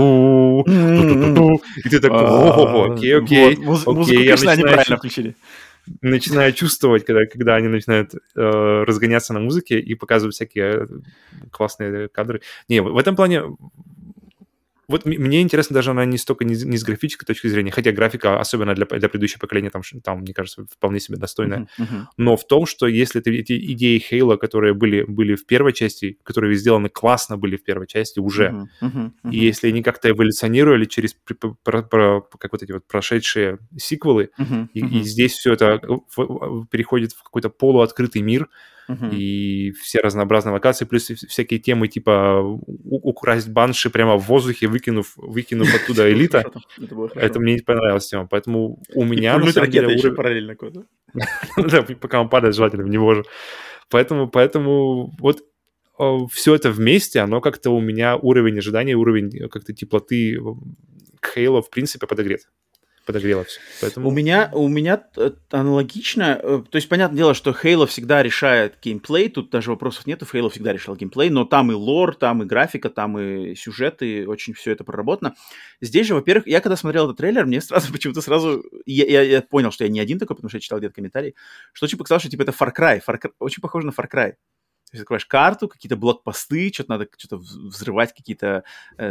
и ты такой, окей, я неправильно включили. Начинаю чувствовать, когда они начинают разгоняться на музыке и показывают всякие классные кадры. Не, в этом плане... Вот мне интересно даже она не столько не с графической точки зрения, хотя графика, особенно для предыдущего поколения, там, мне кажется, вполне себе достойная. Но в том, что если эти идеи Halo, которые были в первой части, которые сделаны классно были в первой части уже, и если они как-то эволюционировали через как вот эти вот прошедшие сиквелы, и здесь все это переходит в какой-то полуоткрытый мир, и все разнообразные локации, плюс всякие темы типа украсть банши прямо в воздухе, выкинув оттуда элита. Это мне не понравилась тема, поэтому у меня на самом деле еще параллельно куда. Да, пока он падает, желательно в него же. Поэтому вот все это вместе, оно как-то у меня уровень ожидания, уровень как-то теплоты к Halo в принципе подогрело все. Поэтому... У меня аналогично. То есть, понятное дело, что Halo всегда решает геймплей. Тут даже вопросов нету. Halo всегда решал геймплей. Но там и лор, там и графика, там и сюжеты. Очень все это проработано. Здесь же, во-первых, я когда смотрел этот трейлер, мне почему-то сразу... Я понял, что я не один такой, потому что я читал где-то комментарии, что очень показалось, что типа это Far Cry. Очень похоже на Far Cry. То есть открываешь карту, какие-то блокпосты, что-то надо взрывать, какие-то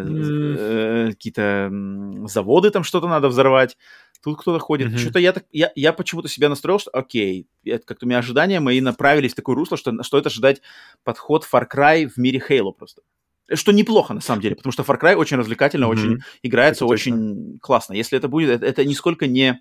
заводы, там что-то надо взорвать. Тут кто-то ходит. Что-то я почему-то себя настроил, что окей, как-то у меня ожидания мои направились в такое русло, что это ждать подход Far Cry в мире Halo просто. Что неплохо, на самом деле, потому что Far Cry очень развлекательно, очень играется, это очень точно. Классно. Если это будет, это нисколько не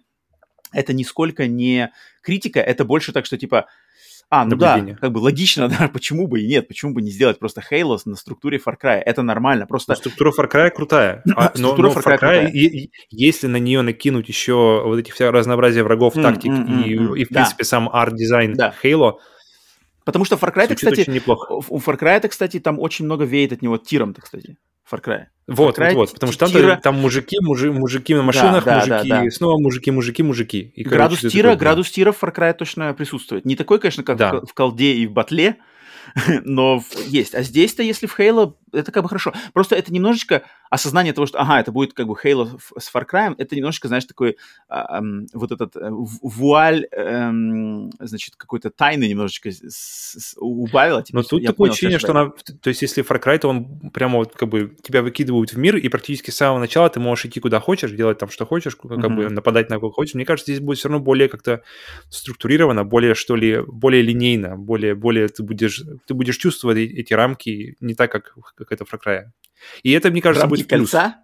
критика, это больше так, что типа... да, как бы логично, да, почему бы и нет, почему бы не сделать просто Halo на структуре Far Cry, это нормально, просто... Структура Far Cry крутая, но Far Cry, если на нее накинуть еще вот эти все разнообразие врагов, тактик и в принципе, сам арт-дизайн Halo... Потому что Far Cry, кстати, у Far Cry, кстати, там очень много веет от него тиром-то, кстати. Far Cry. Вот, потому что там мужики на машинах, мужики, снова мужики. И, градус тира в Far Cry точно присутствует. Не такой, конечно, как в колде и в батле, но есть. А здесь-то, если в Halo это как бы хорошо. Просто это немножечко осознание того, что, это будет как бы Halo с Far Cry, это немножечко, знаешь, такой вот этот вуаль, значит, какой-то тайны немножечко убавила. Но тут такое ощущение, что она... То есть если Far Cry, то он прямо вот как бы тебя выкидывают в мир, и практически с самого начала ты можешь идти куда хочешь, делать там, что хочешь, как бы нападать на кого хочешь. Мне кажется, здесь будет все равно более как-то структурировано, более, что ли, более линейно, более ты будешь чувствовать эти рамки не так, как это Far Cry. И это, мне кажется, рамки будет в плюс. Кольца?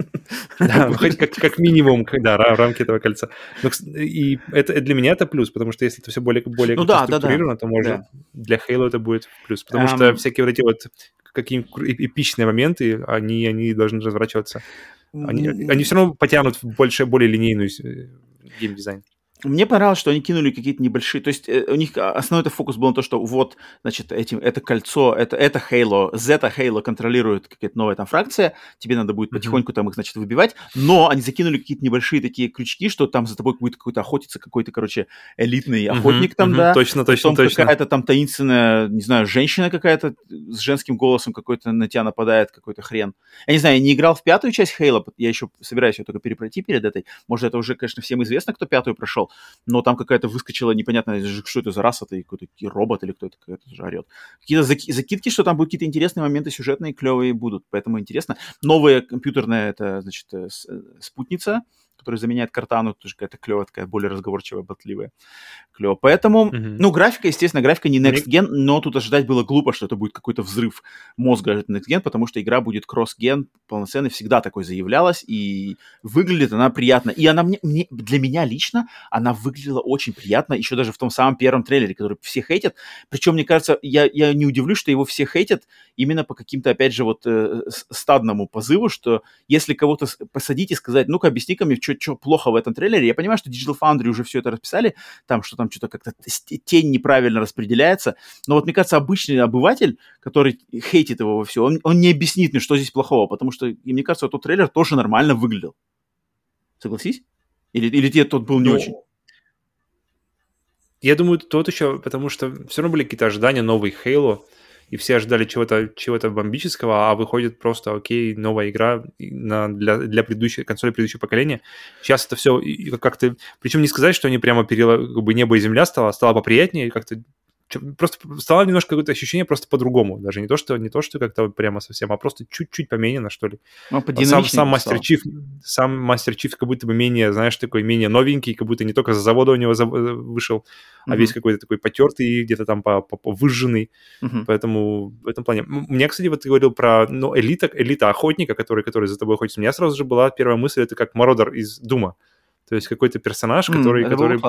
Да, хоть как минимум, да, рамки этого кольца. И это для меня это плюс, потому что если это все более структурировано, то, может, для Halo это будет плюс. Потому что всякие вот эти вот какие-нибудь эпичные моменты, они должны разворачиваться. Они все равно потянут в более линейную геймдизайн. Мне понравилось, что они кинули какие-то небольшие... То есть у них основной фокус был на то, что вот, значит, это кольцо, это Halo, Zeta Halo контролирует какая-то новая там фракция, тебе надо будет потихоньку там их, значит, выбивать, но они закинули какие-то небольшие такие крючки, что там за тобой будет какой-то охотиться, какой-то, короче, элитный охотник там, да. Точно. Какая-то там таинственная, не знаю, женщина какая-то с женским голосом какой-то на тебя нападает, какой-то хрен. Я не знаю, я не играл в 5-ю часть Halo, я еще собираюсь ее только перепройти перед этой. Может, это уже, конечно, всем известно, кто 5-ю прошел, но там какая-то выскочила непонятно, что это за раса-то, какой-то робот или кто это какой-то же орет. Какие-то закидки, что там будут какие-то интересные моменты сюжетные, клевые будут, поэтому интересно. Новая компьютерная, это, значит, спутница, которая заменяет Картану, тоже какая-то клевая, такая более разговорчивая, болтливая. Клево. Поэтому, графика, естественно, графика не Next Gen, но тут ожидать было глупо, что это будет какой-то взрыв мозга Next Gen, потому что игра будет кросс-ген полноценной, всегда такой заявлялась, и выглядит она приятно. И она для меня лично, она выглядела очень приятно, еще даже в том самом первом трейлере, который все хейтят. Причем, мне кажется, я не удивлюсь, что его все хейтят именно по каким-то, опять же, вот стадному позыву, что если кого-то посадить и сказать, ну-ка, объясни-ка мне, что плохо в этом трейлере. Я понимаю, что Digital Foundry уже все это расписали, там что-то как-то тень неправильно распределяется, но вот мне кажется, обычный обыватель, который хейтит его во все, он не объяснит мне, что здесь плохого, потому что, и мне кажется, тот трейлер тоже нормально выглядел. Согласись? Или тебе тот был не очень? Я думаю, тот еще, потому что все равно были какие-то ожидания, новый Halo, и все ожидали чего-то бомбического, а выходит просто, окей, новая игра для консоли предыдущего поколения. Сейчас это все как-то... Причем не сказать, что они прямо как бы небо и земля стало поприятнее, как-то просто стало немножко какое-то ощущение просто по-другому. Даже не то, что как-то прямо совсем, а просто чуть-чуть поменяно, что ли. Сам Мастер Чиф как будто бы менее, знаешь, такой менее новенький, как будто не только за завода у него вышел, а весь какой-то такой потертый, где-то там выжженный. Поэтому в этом плане... Мне, кстати, вот ты говорил про элита охотника, который за тобой охотится. У меня сразу же была первая мысль, это как Мародер из Дума. То есть какой-то персонаж, который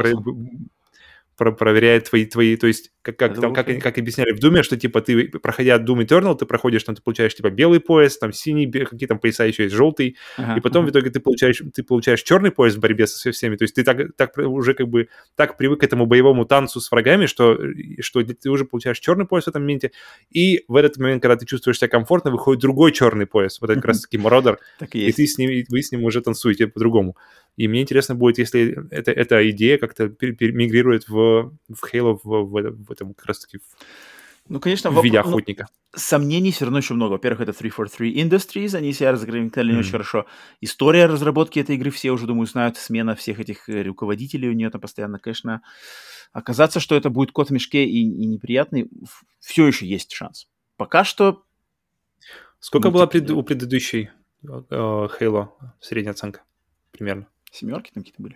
проверяет твои, то есть как объясняли в Думе, что типа ты, проходя Doom Eternal, ты проходишь, там ты получаешь типа белый пояс, там синий, какие там пояса еще есть, желтый, и потом в итоге ты получаешь черный пояс в борьбе со всеми, то есть ты так уже как бы так привык к этому боевому танцу с врагами, что ты уже получаешь черный пояс в этом моменте, и в этот момент, когда ты чувствуешь себя комфортно, выходит другой черный пояс, вот это как раз-таки Мародер, и вы с ним уже танцуете по-другому. И мне интересно будет, если эта идея как-то мигрирует в Halo в этом как раз-таки конечно, в виде охотника. Сомнений все равно еще много. Во-первых, это 343 Industries, они себя разыграли не очень хорошо. История разработки этой игры все уже, думаю, знают. Смена всех этих руководителей у нее там постоянно, конечно. Оказаться, что это будет кот в мешке и неприятный, все еще есть шанс. Пока что... Сколько была у предыдущей Halo средняя оценка примерно? 7 там какие-то были.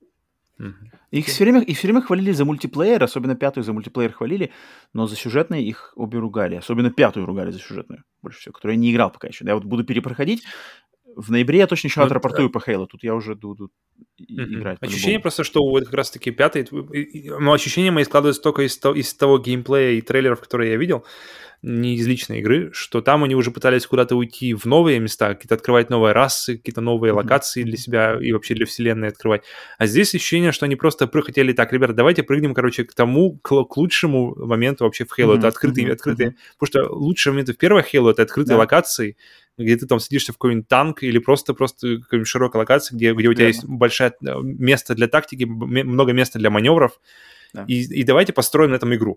Их все время хвалили за мультиплеер, особенно 5-ю за мультиплеер хвалили, но за сюжетные их обе ругали. Особенно 5-ю ругали за сюжетную, больше всего, которую я не играл пока еще. Я вот буду перепроходить. В ноябре я точно еще отрапортую по Halo. Тут я уже буду играть. Ощущение просто, что вот как раз-таки 5-й... Но ощущения мои складываются только из того геймплея и трейлеров, которые я видел, не из личной игры, что там они уже пытались куда-то уйти в новые места, какие-то открывать новые расы, какие-то новые локации для себя и вообще для вселенной открывать. А здесь ощущение, что они просто хотели так, ребята, давайте прыгнем, короче, к лучшему моменту вообще в Halo. Это открытые. Потому что лучшие моменты в первой Halo — это открытые локации, где ты там садишься в какой-нибудь танк или просто какой-нибудь широкой локации, где у тебя есть большое место для тактики, много места для маневров. И давайте построим на этом игру.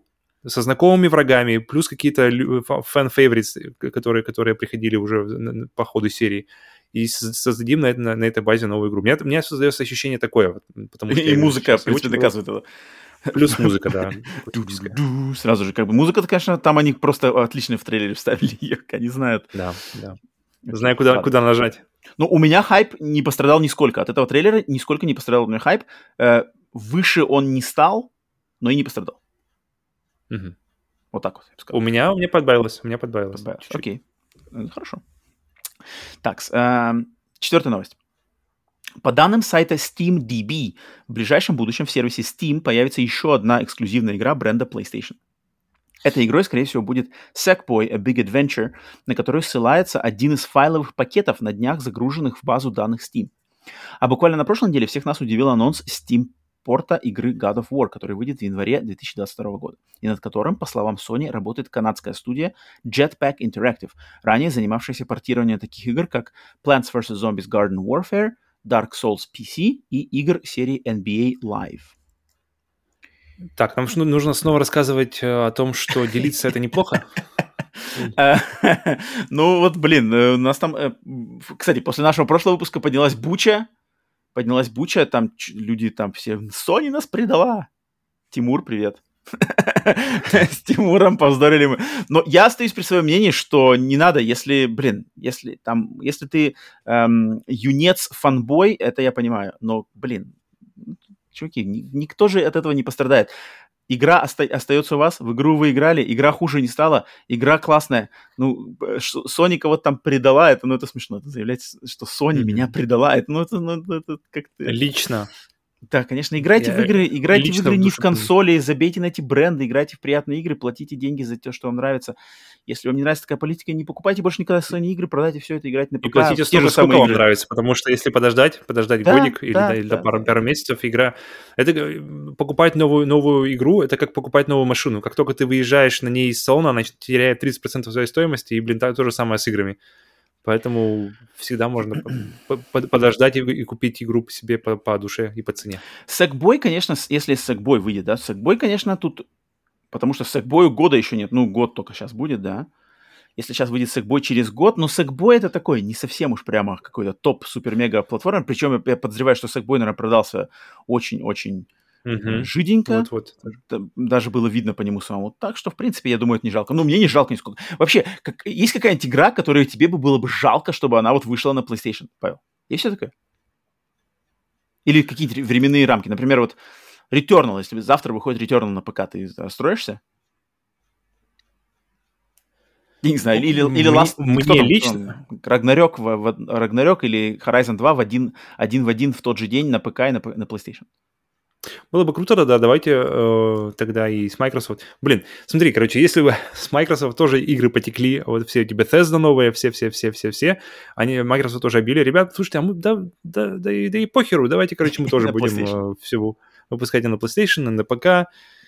со знакомыми врагами, плюс какие-то фэн-фейворитс, которые приходили уже по ходу серии. И создадим на этой базе новую игру. У меня создается ощущение такое, потому что И я музыка, в сейчас принципе, очень доказывает это. Плюс музыка, да, классическая. Сразу же, как бы, музыка-то, конечно, там они просто отлично в трейлере вставили ее, они знают. Да. Окей, Знаю, ладно. куда нажать. Ну, у меня хайп не пострадал нисколько. От этого трейлера нисколько не пострадал у меня хайп. Выше он не стал, но и не пострадал. Мгм. Вот так вот, я бы сказал. У меня подбавилось. Чуть-чуть. Чуть-чуть. Окей. Хорошо. Так, 4-я новость. По данным сайта SteamDB, в ближайшем будущем в сервисе Steam появится еще одна эксклюзивная игра бренда PlayStation. Этой игрой, скорее всего, будет Sackboy: A Big Adventure, на которую ссылается один из файловых пакетов на днях, загруженных в базу данных Steam. А буквально на прошлой неделе всех нас удивил анонс Steam-порта игры God of War, который выйдет в январе 2022 года, и над которым, по словам Sony, работает канадская студия Jetpack Interactive, ранее занимавшаяся портированием таких игр, как Plants vs. Zombies Garden Warfare, Dark Souls PC и игр серии NBA Live. Так, нам нужно снова рассказывать о том, что делиться это неплохо. Ну вот, блин, у нас там... Кстати, после нашего прошлого выпуска поднялась буча, там люди там все... Sony нас предала. Тимур, привет. С Тимуром повздорили мы. Но я остаюсь при своем мнении, что не надо, если ты юнец-фанбой, это я понимаю, но, блин, чуваки, никто же от этого не пострадает. Игра остается у вас, в игру вы играли, игра хуже не стала, игра классная. Ну, Sony кого-то там предала, это смешно. Это заявлять, что Sony меня предала, это как-то... Лично. Да, конечно, играйте в игры не в консоли, забейте на эти бренды, играйте в приятные игры, платите деньги за то, что вам нравится. Если вам не нравится такая политика, не покупайте больше никогда Sony игры, продайте все это, играйте на ПК. И платите столько, сколько вам нравится, потому что если подождать годик или пару месяцев, игра... Это покупать новую игру, это как покупать новую машину. Как только ты выезжаешь на ней из салона, она теряет 30% своей стоимости, и, блин, то же самое с играми. Поэтому всегда можно подождать и купить игру себе по душе и по цене. Sackboy, конечно, если Sackboy выйдет, да, Sackboy, конечно, тут... Потому что Sackboy года еще нет, год только сейчас будет, да. Если сейчас выйдет Sackboy через год, но Sackboy это такой не совсем уж прямо какой-то топ-супер-мега-платформер. Причем я подозреваю, что Sackboy, наверное, продался очень-очень жиденько. Вот. Даже было видно по нему самому. Так что, в принципе, я думаю, это не жалко. Мне не жалко нисколько. Вообще, есть какая-нибудь игра, которую тебе было бы жалко, чтобы она вот вышла на PlayStation, Павел? Есть все такое? Или какие-то временные рамки? Например, вот Returnal, если завтра выходит Returnal на ПК, ты расстроишься? Я не знаю, или Last... Мне лично? Ragnarok или Horizon 2 один в один в тот же день на ПК и на PlayStation. Было бы круто, да, давайте тогда и с Microsoft. Блин, смотри, короче, если бы с Microsoft тоже игры потекли, вот все эти Bethesda новые, все, они, Microsoft тоже объявили, ребят, слушайте, да и похеру, давайте, короче, мы тоже будем всего выпускать на PlayStation, на ПК,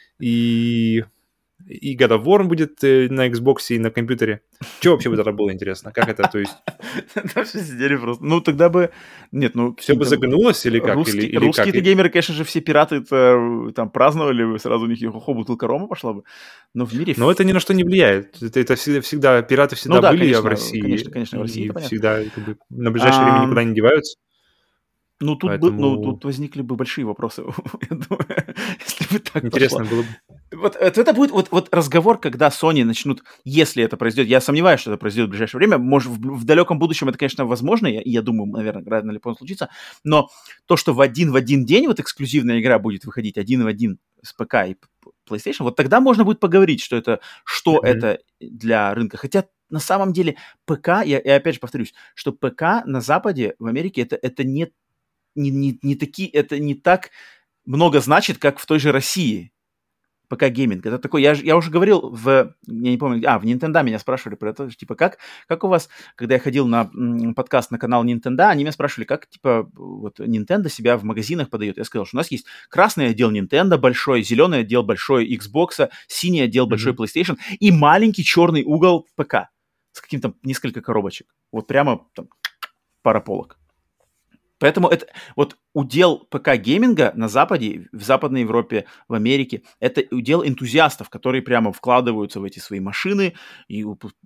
и God of War будет на Xbox и на компьютере. Что вообще бы тогда было интересно? Как это, то есть... Там все сидели просто. Ну, тогда бы... Нет, Все бы загнулось или как? Русские-то геймеры, конечно же, все пираты там праздновали бы, сразу у них бутылка рома пошла бы. Но в мире... Но это ни на что не влияет. Это всегда... Пираты всегда были в России. Конечно, в России, это всегда на ближайшее время никуда не деваются. Ну, тут возникли бы большие вопросы, я думаю, если бы так интересно пошло. было бы. Вот это будет вот разговор, когда Sony начнут, если это произойдет, я сомневаюсь, что это произойдет в ближайшее время, может, в далеком будущем это, конечно, возможно, и я думаю, наверное, рано или поздно случится, но то, что в один день вот эксклюзивная игра будет выходить один в один с ПК и PlayStation, вот тогда можно будет поговорить, что это для рынка. Хотя на самом деле ПК, я опять же повторюсь, что ПК на Западе, в Америке, это не так много значит, как в той же России. ПК-гейминг. Это такой, я уже говорил я не помню, в Nintendo меня спрашивали про это, типа, как у вас, когда я ходил на подкаст на канал Nintendo, они меня спрашивали, как, типа, вот Nintendo себя в магазинах подает. Я сказал, что у нас есть красный отдел Nintendo большой, зеленый отдел большой Xbox, синий отдел большой PlayStation и маленький черный угол ПК с каким-то несколько коробочек. Вот прямо там пара полок. Поэтому это, вот удел ПК-гейминга на Западе, в Западной Европе, в Америке, это удел энтузиастов, которые прямо вкладываются в эти свои машины и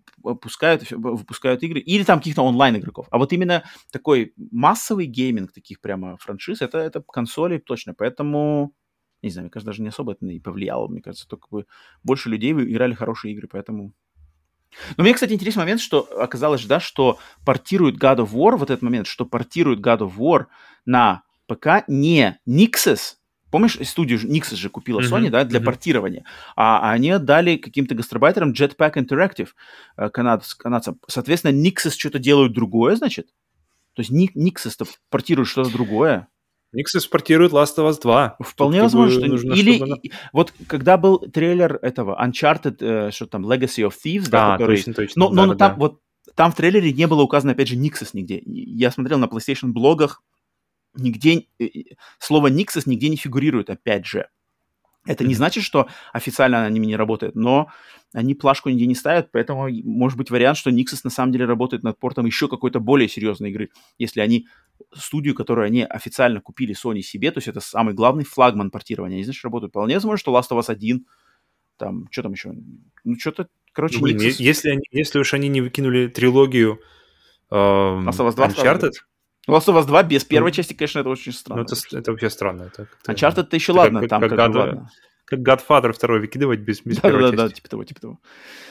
выпускают игры, или там каких-то онлайн-игроков. А вот именно такой массовый гейминг таких прямо франшиз, это консоли точно. Поэтому, не знаю, мне кажется, даже не особо это и повлияло. Мне кажется, только бы больше людей играли хорошие игры, поэтому... Но мне, кстати, интересный момент, что оказалось, да, что портирует God of War, вот этот момент, что портирует God of War на ПК не Nixxes. Помнишь, студию Nixxes же купила Sony, да, для портирования. А они отдали каким-то гастарбайтерам Jetpack Interactive, канадцам. Соответственно, Nixxes что-то делают другое, значит? То есть Nixxes-то портирует что-то другое. Nixxes портирует Last of Us 2. Вполне возможно, что... Нужно, или вот когда был трейлер этого Uncharted, что там, Legacy of Thieves, да, который... точно. Но там, вот, там в трейлере не было указано, опять же, Nixxes нигде. Я смотрел на PlayStation блогах, нигде слово Nixxes нигде не фигурирует, опять же. Это не значит, что официально она ними не работает, но они плашку нигде не ставят, поэтому может быть вариант, что Nixxes на самом деле работает над портом еще какой-то более серьезной игры, если они студию, которую они официально купили Sony себе, то есть это самый главный флагман портирования, они, значит, работают. Вполне возможно, что Last of Us 1, там, что там еще? Ну, что-то, короче, Nixxes... Если уж они не выкинули трилогию Last of Us 2 Uncharted... Last of Us 2 без первой части, конечно, это очень странно. Ну, это вообще странно. Uncharted-то еще ладно, там как ладно. Как Godfather 2 выкидывать без первой части. Да, типа того.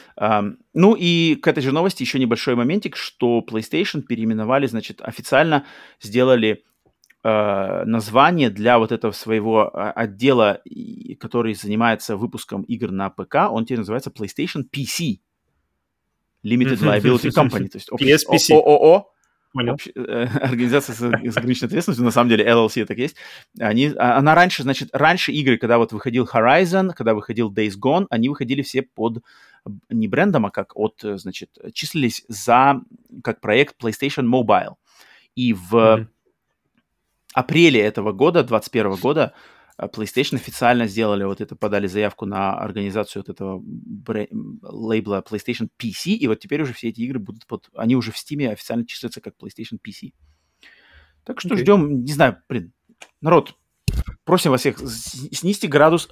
Ну и к этой же новости еще небольшой моментик, что PlayStation переименовали, значит, официально сделали название для вот этого своего отдела, который занимается выпуском игр на ПК. Он теперь называется PlayStation PC. Limited Liability Company. То есть PSPC. ООО. Организация с ограниченной ответственностью, на самом деле LLC так есть. Она раньше, значит, игры, когда вот выходил Horizon, когда выходил Days Gone, они выходили все под не брендом, а как значит, числились как проект PlayStation Mobile. И в апреле этого года, 2021 года, PlayStation официально сделали вот это, подали заявку на организацию вот этого лейбла PlayStation PC, и вот теперь уже все эти игры будут они уже в Steam официально числятся как PlayStation PC. Так что ждем, не знаю, народ, просим вас всех снизьте градус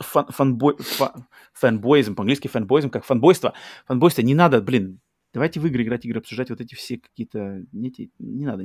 фанбоизм, по-английски фанбоизм, как фанбойство. Фанбойство не надо, давайте в игры играть, обсуждать вот эти все какие-то... Не надо.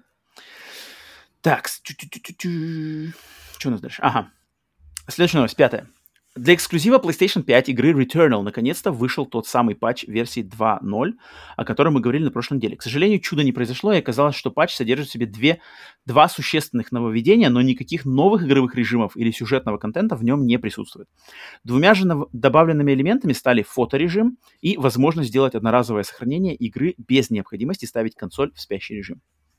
Так, что у нас дальше? Ага. Следующая новость, 5. Для эксклюзива PlayStation 5 игры Returnal наконец-то вышел тот самый патч версии 2.0, о котором мы говорили на прошлой неделе. К сожалению, чуда не произошло, и оказалось, что патч содержит в себе два существенных нововведения, но никаких новых игровых режимов или сюжетного контента в нем не присутствует. Двумя же добавленными элементами стали фоторежим и возможность сделать одноразовое сохранение игры без необходимости ставить консоль в спящий режим.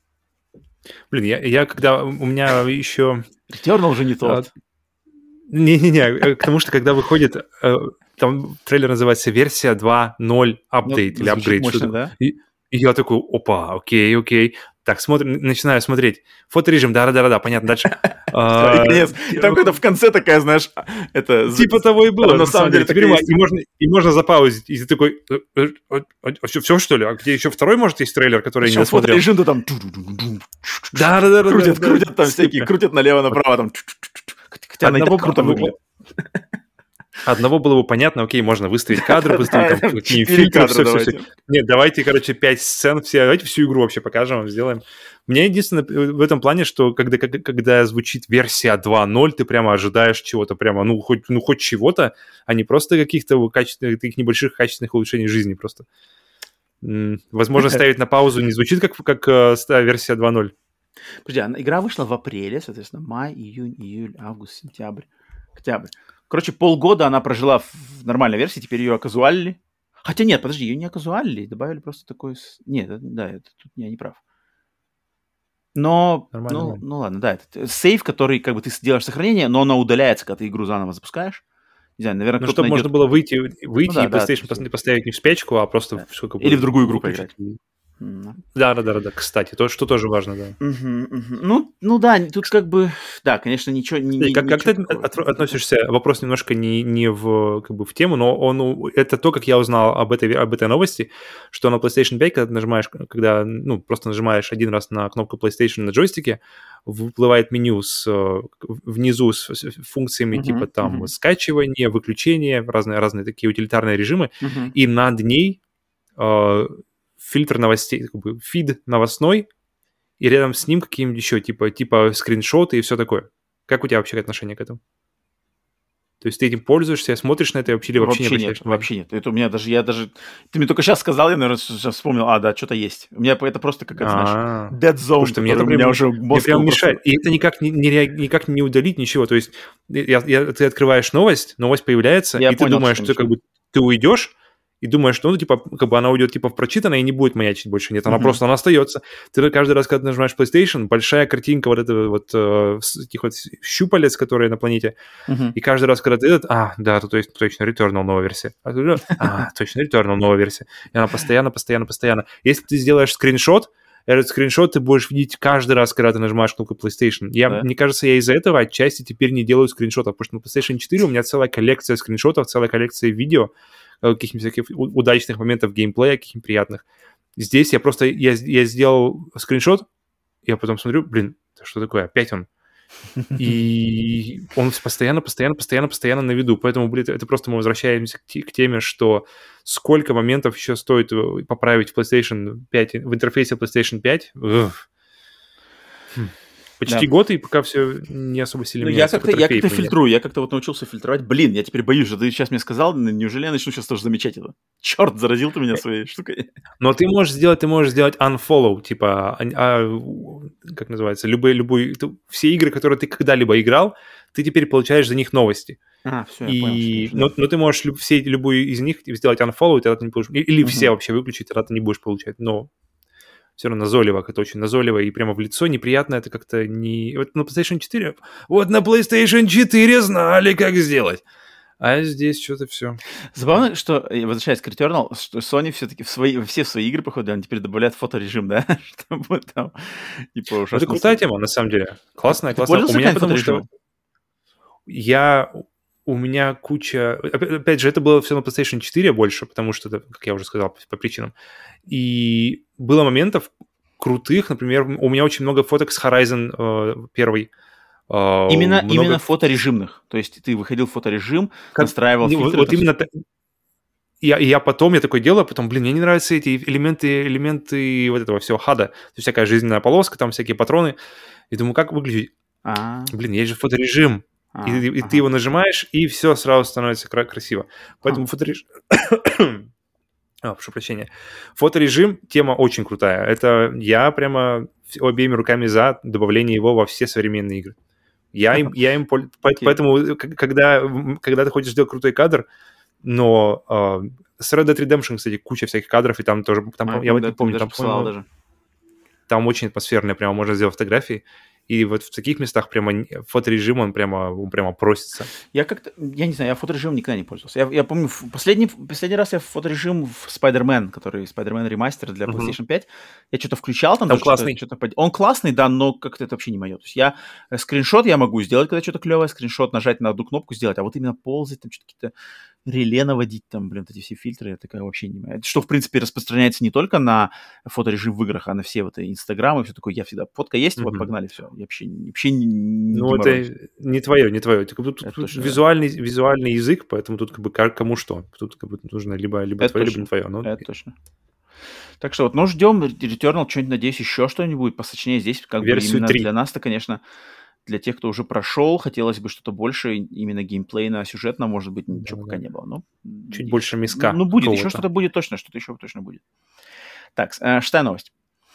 Я когда у меня еще... Returnal уже не тот. Не-не-не, потому что когда выходит, там трейлер называется версия 2.0 апдейт или апгрейд. Мощно, да? И я такой, опа, окей. Так, начинаю смотреть. Фоторежим, да, понятно, дальше. Конец. Там какая-то в конце такая, знаешь, это... Типа того и было. На самом деле, теперь можно запаузить. И ты такой, все, что ли? А где еще второй, может, есть трейлер, который я не смотрел? Фоторежим-то там... Да. Крутят там всякие, крутят налево-направо, там... Хотя она и так круто выглядит. Одного было бы понятно, окей, можно выставить кадры, выставить там какие-нибудь фильтры, все. Нет, давайте, 5 сцен, давайте всю игру вообще покажем вам, сделаем. Мне единственное в этом плане, что когда звучит версия 2.0, ты прямо ожидаешь чего-то прямо, хоть чего-то, а не просто каких-то таких небольших качественных улучшений жизни просто. Возможно, ставить на паузу не звучит как версия 2.0. Подожди, игра вышла в апреле, соответственно, май, июнь, июль, август, сентябрь, октябрь. Короче, полгода она прожила в нормальной версии, теперь ее оказуалили. Хотя нет, подожди, ее не оказуалили, добавили просто такой... Нет, да, тут я не прав. Но, нормально. Ну ладно, да, это сейв, который как бы ты делаешь сохранение, но она удаляется, когда ты игру заново запускаешь. Не знаю, наверное, кто-то чтобы можно было выйти и PlayStation поставить не в спячку, а просто... Или в другую игру поиграть. Да, кстати, то, что тоже важно, да. Ну да, тут как бы, да, конечно, ничего не Как ты относишься, вопрос немножко не в, как бы, в тему, но это то, как я узнал об этой новости, что на PlayStation 5, когда ты нажимаешь, просто нажимаешь один раз на кнопку PlayStation на джойстике, выплывает меню внизу с функциями типа там скачивания, выключения, разные такие утилитарные режимы, и над ней фильтр новостей, как бы фид новостной, и рядом с ним какие-нибудь еще, типа скриншоты и все такое. Как у тебя вообще отношение к этому? То есть ты этим пользуешься, смотришь на это и вообще не обращаешь внимания? Вообще нет. Это у меня даже... Ты мне только сейчас сказал, я, наверное, сейчас вспомнил, да, что-то есть. У меня это просто как, это, знаешь, dead zone, который у меня уже мозг... Мне прям мешает. И это никак не удалить, ничего. То есть ты открываешь новость появляется, и ты думаешь, что как бы ты уйдешь, и думаешь, что, как бы она уйдет, в прочитанное и не будет маячить больше. Нет, она просто остается. Ты каждый раз, когда ты нажимаешь PlayStation, большая картинка вот этого вот этих вот щупалец, которые на планете, и каждый раз, когда ты да, тут точно Returnal новая версия. Точно Returnal новая версия. И она постоянно. Если ты сделаешь скриншот, этот скриншот ты будешь видеть каждый раз, когда ты нажимаешь кнопку PlayStation. Мне кажется, я из-за этого отчасти теперь не делаю скриншотов, потому что на PlayStation 4 у меня целая коллекция скриншотов, целая коллекция видео, каких-нибудь всяких удачных моментов геймплея, каких-нибудь приятных. Здесь я сделал скриншот, я потом смотрю, что такое, опять он. И он постоянно на виду. Поэтому, это просто мы возвращаемся к теме, что сколько моментов еще стоит поправить в PlayStation 5, в интерфейсе PlayStation 5. Почти год, и пока все не особо сильно меняется. Я как-то фильтрую, я как-то вот научился фильтровать. Я теперь боюсь, что ты сейчас мне сказал, неужели я начну сейчас тоже замечать это? Черт, заразил ты меня своей штукой. Но ты можешь сделать unfollow, типа, как называется, все игры, которые ты когда-либо играл, ты теперь получаешь за них новости. Все, я понял. Но ты можешь любую из них сделать unfollow, и тогда ты не будешь... Или все вообще выключить, тогда ты не будешь получать. Но все равно назойливо, это очень назойливо и прямо в лицо неприятно, это как-то не... Вот на PlayStation 4... Вот на PlayStation 4 знали, как сделать. А здесь что-то все. Забавно, что, возвращаясь к Returnal, что Sony все-таки все свои игры, походу, они теперь добавляют фоторежим, да? Чтобы там, это крутая тема, на самом деле. Классная. Ты пользовался у меня фоторежимом? У меня куча... Опять же, это было все на PlayStation 4 больше, потому что, как я уже сказал, по причинам. И было моментов крутых, например, у меня очень много фоток с Horizon 1. Именно фоторежимных. То есть ты выходил в фоторежим, настраивал фильтры. Вот именно... Я такое делаю, потом, мне не нравятся эти элементы вот этого всего HUD. То есть всякая жизненная полоска, там всякие патроны. И думаю, как выглядеть? Есть же фоторежим. И ты его нажимаешь, и все сразу становится красиво. Поэтому фоторежим... прошу прощения. Фоторежим — тема очень крутая. Это я прямо обеими руками за добавление его во все современные игры. Поэтому, когда ты хочешь сделать крутой кадр, но с Red Dead Redemption, кстати, куча всяких кадров, и там тоже... я не помню, там очень атмосферно, прямо можно сделать фотографии. И вот в таких местах прямо фоторежим, он прямо просится. Я не знаю, я фоторежимом никогда не пользовался. Я помню, последний раз я фоторежим в Spider-Man, который Spider-Man ремастер для PlayStation 5, я что-то включал там. Классный. Он классный, да, но как-то это вообще не мое. То есть скриншот я могу сделать, когда что-то клевое, скриншот нажать на одну кнопку сделать, а вот именно ползать, там что-то какие-то реле наводить, там, эти все фильтры, я такая вообще не мое. Что, в принципе, распространяется не только на фоторежим в играх, а на все вот Инстаграмы, все такое. Я всегда, фотка есть, вот погнали, все. Я вообще не это не твое. Тут визуальный язык, поэтому тут как бы кому что. Тут как бы нужно либо твое, либо не твое. Это точно. Так что вот, ждем Returnal, что-нибудь, надеюсь, еще что-нибудь посочнее здесь, как бы именно 3. Для нас-то, конечно, для тех, кто уже прошел, хотелось бы что-то больше, именно геймплейно-сюжетно, может быть, ничего пока не было. Чуть больше миска. Будет, еще что-то будет точно, что-то еще точно будет. Так, 6-я новость.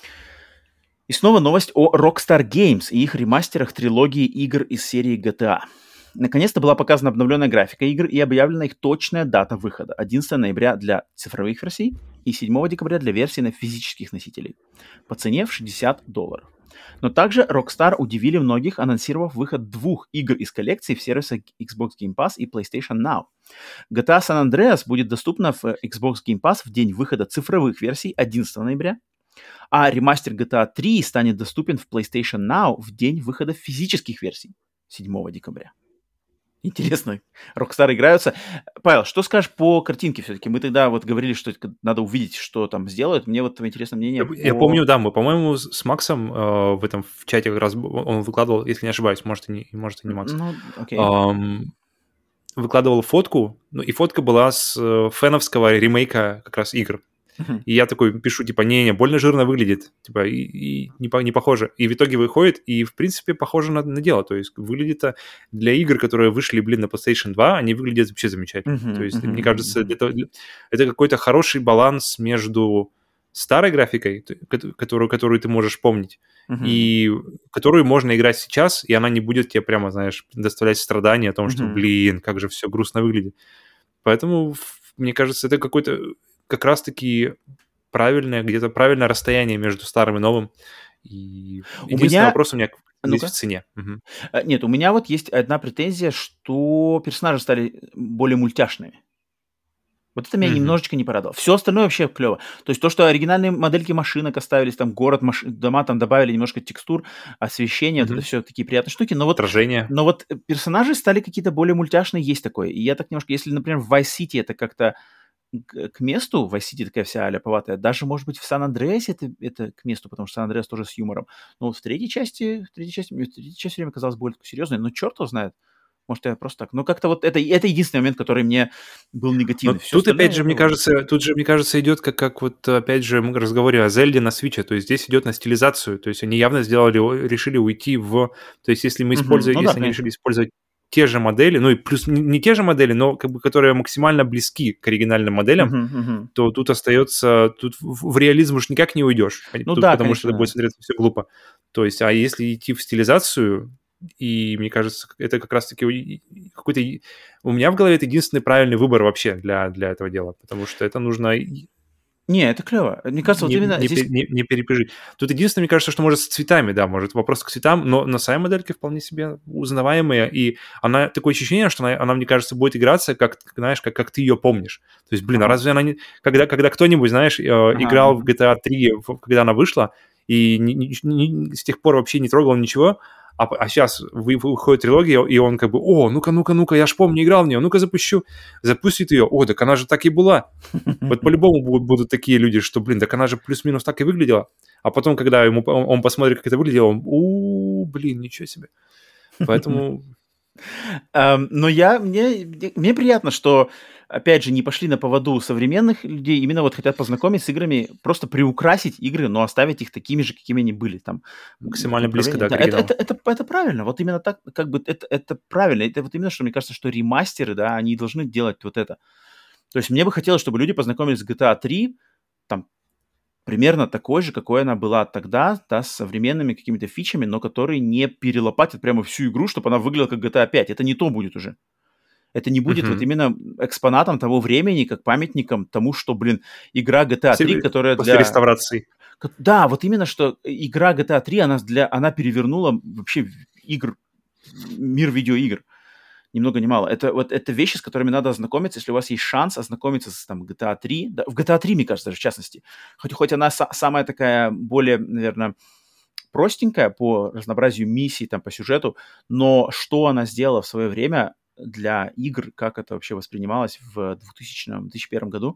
И снова новость о Rockstar Games и их ремастерах трилогии игр из серии GTA. Наконец-то была показана обновленная графика игр и объявлена их точная дата выхода. 11 ноября для цифровых версий и 7 декабря для версий на физических носителей. По цене в $60. Но также Rockstar удивили многих, анонсировав выход 2 игр из коллекции в сервисах Xbox Game Pass и PlayStation Now. GTA San Andreas будет доступна в Xbox Game Pass в день выхода цифровых версий 11 ноября. А ремастер GTA 3 станет доступен в PlayStation Now в день выхода физических версий 7 декабря. Интересно, Rockstar играются. Павел, что скажешь по картинке все-таки? Мы тогда вот говорили, что надо увидеть, что там сделают. Мне вот интересно мнение Я помню, да, мы, по-моему, с Максом в этом в чате как раз он выкладывал, если не ошибаюсь, может и не Макс, Ну, окей. выкладывал фотку, ну и фотка была с феновского ремейка как раз игр. И я такой пишу, типа, не, больно жирно выглядит, типа, и не похоже. И в итоге выходит, и, в принципе, похоже на дело. То есть выглядит для игр, которые вышли, на PlayStation 2, они выглядят вообще замечательно. То есть, мне кажется, это какой-то хороший баланс между старой графикой, которую ты можешь помнить, и которую можно играть сейчас, и она не будет тебе прямо, знаешь, доставлять страдания о том, что, как же все грустно выглядит. Поэтому, мне кажется, это какой-то как раз-таки где-то правильное расстояние между старым и новым. И единственный вопрос у меня здесь в цене. Нет, у меня вот есть одна претензия, что персонажи стали более мультяшными. Вот это меня немножечко не порадовало. Все остальное вообще клево. То есть то, что оригинальные модельки машинок оставились, там город, дома, там добавили немножко текстур, освещения, вот это все такие приятные штуки. Но вот персонажи стали какие-то более мультяшные, есть такое. И я так немножко, если, например, в Vice City это как-то к месту, Vice City такая вся ляповатая, даже, может быть, в Сан-Андреасе это к месту, потому что Сан-Андреас тоже с юмором. Но вот в третьей части все время казалась более такой серьезной, но черт его знает. Может, я просто так. Но как-то вот это единственный момент, который мне был негативный. Тут, опять же, мне кажется, идет как вот, опять же, мы разговаривали о Зельде на Свитче, то есть здесь идет на стилизацию, то есть они явно решили уйти в... То есть если мы используем, они решили использовать те же модели, ну и плюс не те же модели, но как бы которые максимально близки к оригинальным моделям, то тут остается... Тут в реализм уж никак не уйдешь, потому что это будет смотреться все глупо. То есть, а если идти в стилизацию... И мне кажется, это как раз-таки какой-то... У меня в голове это единственный правильный выбор вообще для этого дела, потому что это нужно... Не, это клево. Мне кажется, вот именно здесь... Не перепряжить. Тут единственное, мне кажется, что может с цветами, да, может вопрос к цветам, но на самой модельке вполне себе узнаваемая, и она... Такое ощущение, что она мне кажется, будет играться, как, знаешь, как ты ее помнишь. То есть, а разве она не... Когда кто-нибудь, знаешь, играл в GTA 3, когда она вышла, и с тех пор вообще не трогал ничего, а сейчас выходит трилогия, и он как бы, ну-ка, я ж помню, играл в нее, ну-ка запущу. Запустит ее, так она же так и была. Вот по-любому будут такие люди, что, так она же плюс-минус так и выглядела. А потом, когда он посмотрит, как это выглядело, он, ничего себе. Поэтому... Но мне приятно, что, опять же, не пошли на поводу современных людей, именно вот хотят познакомить с играми, просто приукрасить игры, но оставить их такими же, какими они были. Там, максимально близко, да, к оригиналу. Это правильно, вот именно так, как бы, это правильно. Это вот именно, что мне кажется, что ремастеры, да, они должны делать вот это. То есть мне бы хотелось, чтобы люди познакомились с GTA 3, там, примерно такой же, какой она была тогда, да, с современными какими-то фичами, но которые не перелопатят прямо всю игру, чтобы она выглядела как GTA 5. Это не то будет уже. Это не будет вот именно экспонатом того времени, как памятником тому, что, игра GTA 3, которая после реставрации. Да, вот именно, что игра GTA 3, она перевернула вообще мир видеоигр. Ни много ни мало. Это вещи, с которыми надо ознакомиться, если у вас есть шанс ознакомиться с GTA 3. Да, в GTA 3, мне кажется, даже в частности. Хоть она самая такая более, наверное, простенькая по разнообразию миссий, там, по сюжету, но что она сделала в свое время для игр, как это вообще воспринималось в 2001 году.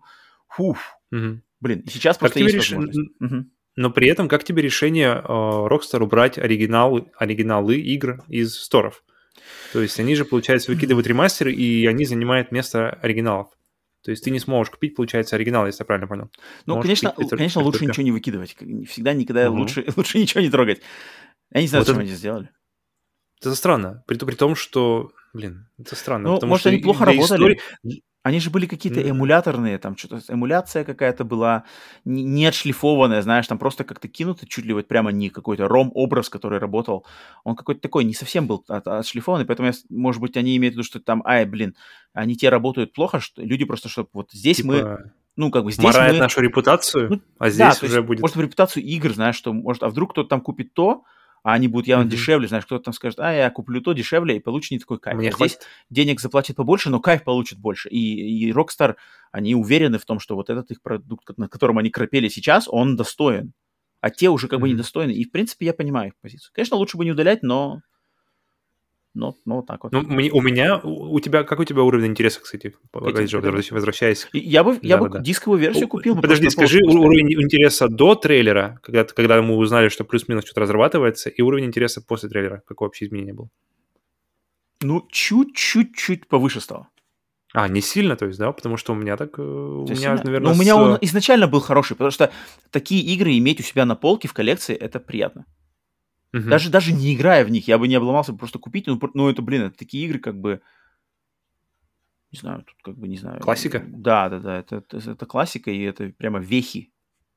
И сейчас просто есть возможность. Но при этом, как тебе решение Rockstar убрать оригиналы игр из сторов? То есть они же, получается, выкидывают ремастеры, и они занимают место оригиналов. То есть ты не сможешь купить, получается, оригинал, если я правильно понял. Ну, конечно, лучше ничего не выкидывать. Всегда, никогда лучше ничего не трогать. Я не знаю, зачем они сделали. Это странно. При том, что... это странно. Ну, может, они плохо работали. Они же были какие-то эмуляторные, там что-то, эмуляция какая-то была не отшлифованная, знаешь, там просто как-то кинуто чуть ли вот прямо не какой-то ROM-образ, который работал. Он какой-то такой не совсем был отшлифованный, поэтому, может быть, они имеют в виду, что там, они те работают плохо, что люди просто, чтобы вот здесь типа... мы... здесь морает нашу репутацию, а здесь уже будет... Может, репутацию игр, знаешь, что, может, а вдруг кто-то там купит то, а они будут явно дешевле, знаешь, кто-то там скажет, я куплю то дешевле и получу не такой кайф. Здесь денег заплатит побольше, но кайф получит больше. И Rockstar, они уверены в том, что вот этот их продукт, над которым они корпели сейчас, он достоин. а те уже как бы недостойны. И, в принципе, я понимаю их позицию. Конечно, лучше бы не удалять, но вот так вот. Ну, у тебя, как у тебя уровень интереса, кстати, опять же, возвращаясь? Я бы дисковую версию купил бы. Подожди, скажи уровень интереса до трейлера, когда мы узнали, что плюс-минус что-то разрабатывается, и уровень интереса после трейлера. Какое вообще изменение было? Ну, чуть-чуть повыше стало. Не сильно, то есть, да? Потому что у меня так... У меня, наверное... Ну, у меня он изначально был хороший, потому что такие игры иметь у себя на полке в коллекции, это приятно. Даже не играя в них, я бы не обломался просто купить. Ну, это, блин, это такие игры, как бы... Не знаю, тут как бы, не знаю... Классика? Да, это классика, и это прямо вехи.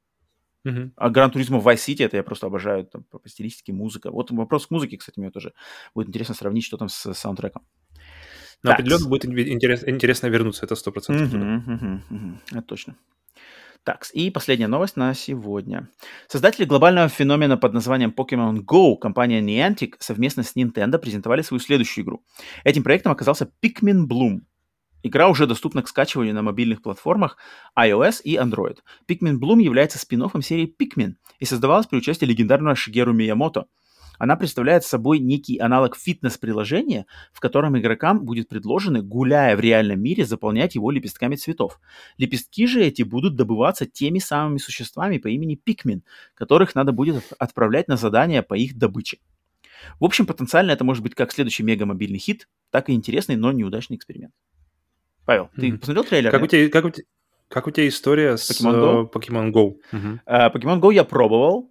Угу. А Gran Turismo Vice City, это я просто обожаю, там, по стилистике, музыка. Вот вопрос к музыке, кстати, мне тоже будет интересно сравнить, что там с саундтреком. Но определенно будет интересно вернуться, это 100%. Это точно. Так, и последняя новость на сегодня. Создатели глобального феномена под названием Pokemon Go, компания Niantic, совместно с Nintendo презентовали свою следующую игру. Этим проектом оказался Pikmin Bloom. Игра уже доступна к скачиванию на мобильных платформах iOS и Android. Pikmin Bloom является спин-оффом серии Pikmin и создавалась при участии легендарного Шигеру Миямото. Она представляет собой некий аналог фитнес-приложения, в котором игрокам будет предложено, гуляя в реальном мире, заполнять его лепестками цветов. Лепестки же эти будут добываться теми самыми существами по имени Pikmin, которых надо будет отправлять на задания по их добыче. В общем, потенциально это может быть как следующий мега-мобильный хит, так и интересный, но неудачный эксперимент. Павел, ты посмотрел трейлер? Как у тебя история с Pokemon Go? Pokemon Go я пробовал,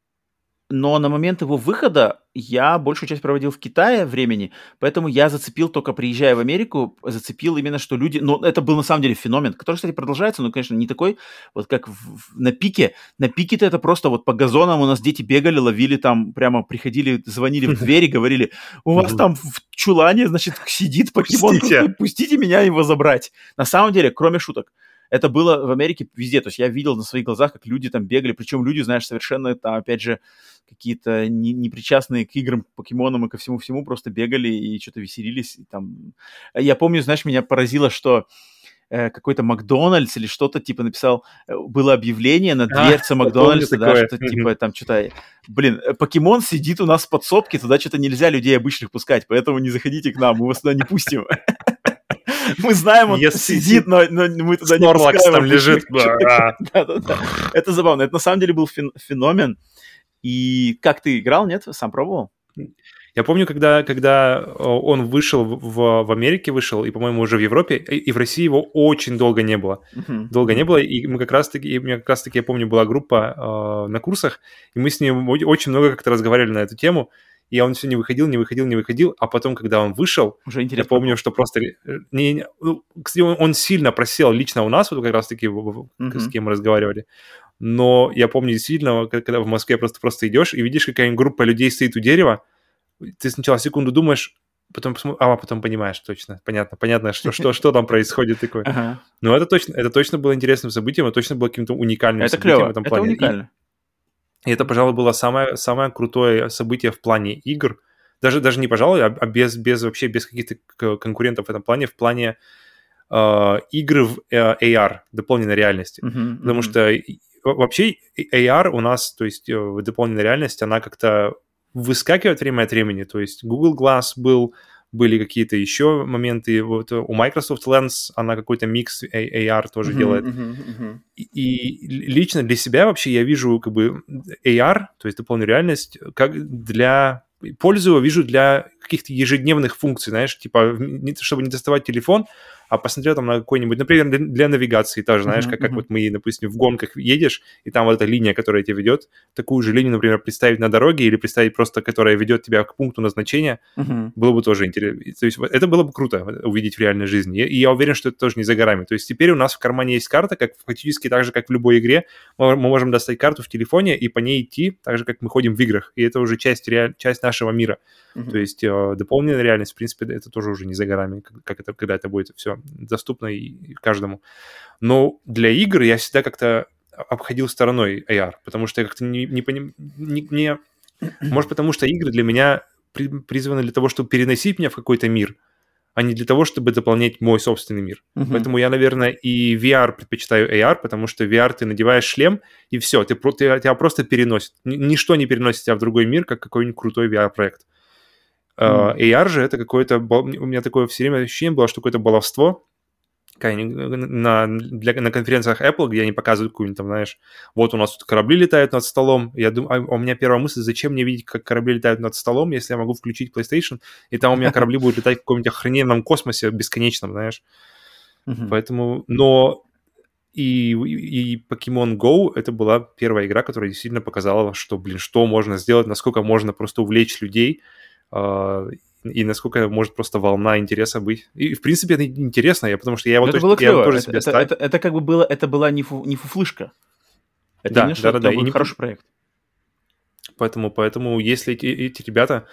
но на момент его выхода я большую часть проводил в Китае времени, поэтому я зацепил только приезжая в Америку, зацепил именно, что люди... Ну, это был на самом деле феномен, который, кстати, продолжается, но, конечно, не такой, вот как на пике. На пике-то это просто вот по газонам у нас дети бегали, ловили там, прямо приходили, звонили в двери, говорили, у вас там в чулане, значит, сидит покемон, пустите меня его забрать. На самом деле, кроме шуток, это было в Америке везде, то есть я видел на своих глазах, как люди там бегали, причем люди, знаешь, совершенно там, опять же, какие-то непричастные к играм, покемонам и ко всему-всему просто бегали и что-то веселились. И там... Я помню, знаешь, меня поразило, что какой-то Макдональдс или что-то типа написал, было объявление на дверце Макдональдса, да, что типа там что-то... Блин, покемон сидит у нас в подсобке, туда что-то нельзя людей обычных пускать, поэтому не заходите к нам, мы вас туда не пустим. Мы знаем, он сидит, но мы туда не пускаем. Snorlax там лежит. Да. Это забавно. Это на самом деле был феномен. И как ты играл, нет? Сам пробовал? Я помню, когда он вышел в Америке, и, по-моему, уже в Европе, и в России его очень долго не было. Долго не было, и у меня как раз-таки, я помню, была группа на курсах, и мы с ним очень много как-то разговаривали на эту тему, и он все не выходил, а потом, когда он вышел, я помню, что просто... Кстати, он сильно просел лично у нас, вот как раз-таки с кем мы разговаривали. Но я помню действительно, когда в Москве просто идешь и видишь, какая-нибудь группа людей стоит у дерева, ты сначала секунду думаешь, потом понимаешь точно, понятно, что там происходит такое. Но это точно было интересным событием, это точно было каким-то уникальным событием в этом плане. Это уникально. И это, пожалуй, было самое крутое событие в плане игр. Даже не пожалуй, а без каких-то конкурентов в этом плане, в плане игры в AR, дополненной реальности. Потому что вообще AR у нас, то есть дополненная реальность, она как-то выскакивает время от времени. То есть Google Glass были какие-то еще моменты. Вот у Microsoft Lens она какой-то микс AR тоже делает. И лично для себя вообще я вижу как бы AR, то есть дополненную реальность, как пользу его вижу для каких-то ежедневных функций, знаешь, типа, чтобы не доставать телефон, а посмотрел там на какой-нибудь, например, для навигации тоже, знаешь, как вот мы, допустим, в гонках едешь, и там вот эта линия, которая тебя ведет, такую же линию, например, представить на дороге или представить просто, которая ведет тебя к пункту назначения, было бы тоже интересно. То есть это было бы круто увидеть в реальной жизни. И я уверен, что это тоже не за горами. То есть теперь у нас в кармане есть карта, как фактически так же, как в любой игре, мы можем достать карту в телефоне и по ней идти, так же, как мы ходим в играх. И это уже часть нашего мира. То есть дополненная реальность, в принципе, это тоже уже не за горами, когда это будет все доступно и каждому. Но для игр я всегда как-то обходил стороной AR, потому что я как-то не понимаю... Может, потому что игры для меня призваны для того, чтобы переносить меня в какой-то мир, а не для того, чтобы дополнять мой собственный мир. Поэтому я, наверное, и VR предпочитаю AR, потому что VR ты надеваешь шлем, и все, тебя просто переносит. Ничто не переносит тебя в другой мир, как какой-нибудь крутой VR-проект. AR же это какое-то... У меня такое все время ощущение было, что какое-то баловство. На конференциях Apple, где они показывают какую-нибудь там, знаешь, вот у нас тут корабли летают над столом, я думаю, у меня первая мысль, зачем мне видеть, как корабли летают над столом, если я могу включить PlayStation, и там у меня корабли будут летать в каком-нибудь охрененном космосе бесконечном, знаешь. Поэтому, но и Pokemon Go это была первая игра, которая действительно показала, что, что можно сделать, насколько можно просто увлечь людей, и насколько может просто волна интереса быть. И, в принципе, это интересно, потому что я его тоже себе ставлю. Это как бы было, это была не фуфлышка. Это да, не что да, был хороший проект. Поэтому если эти ребята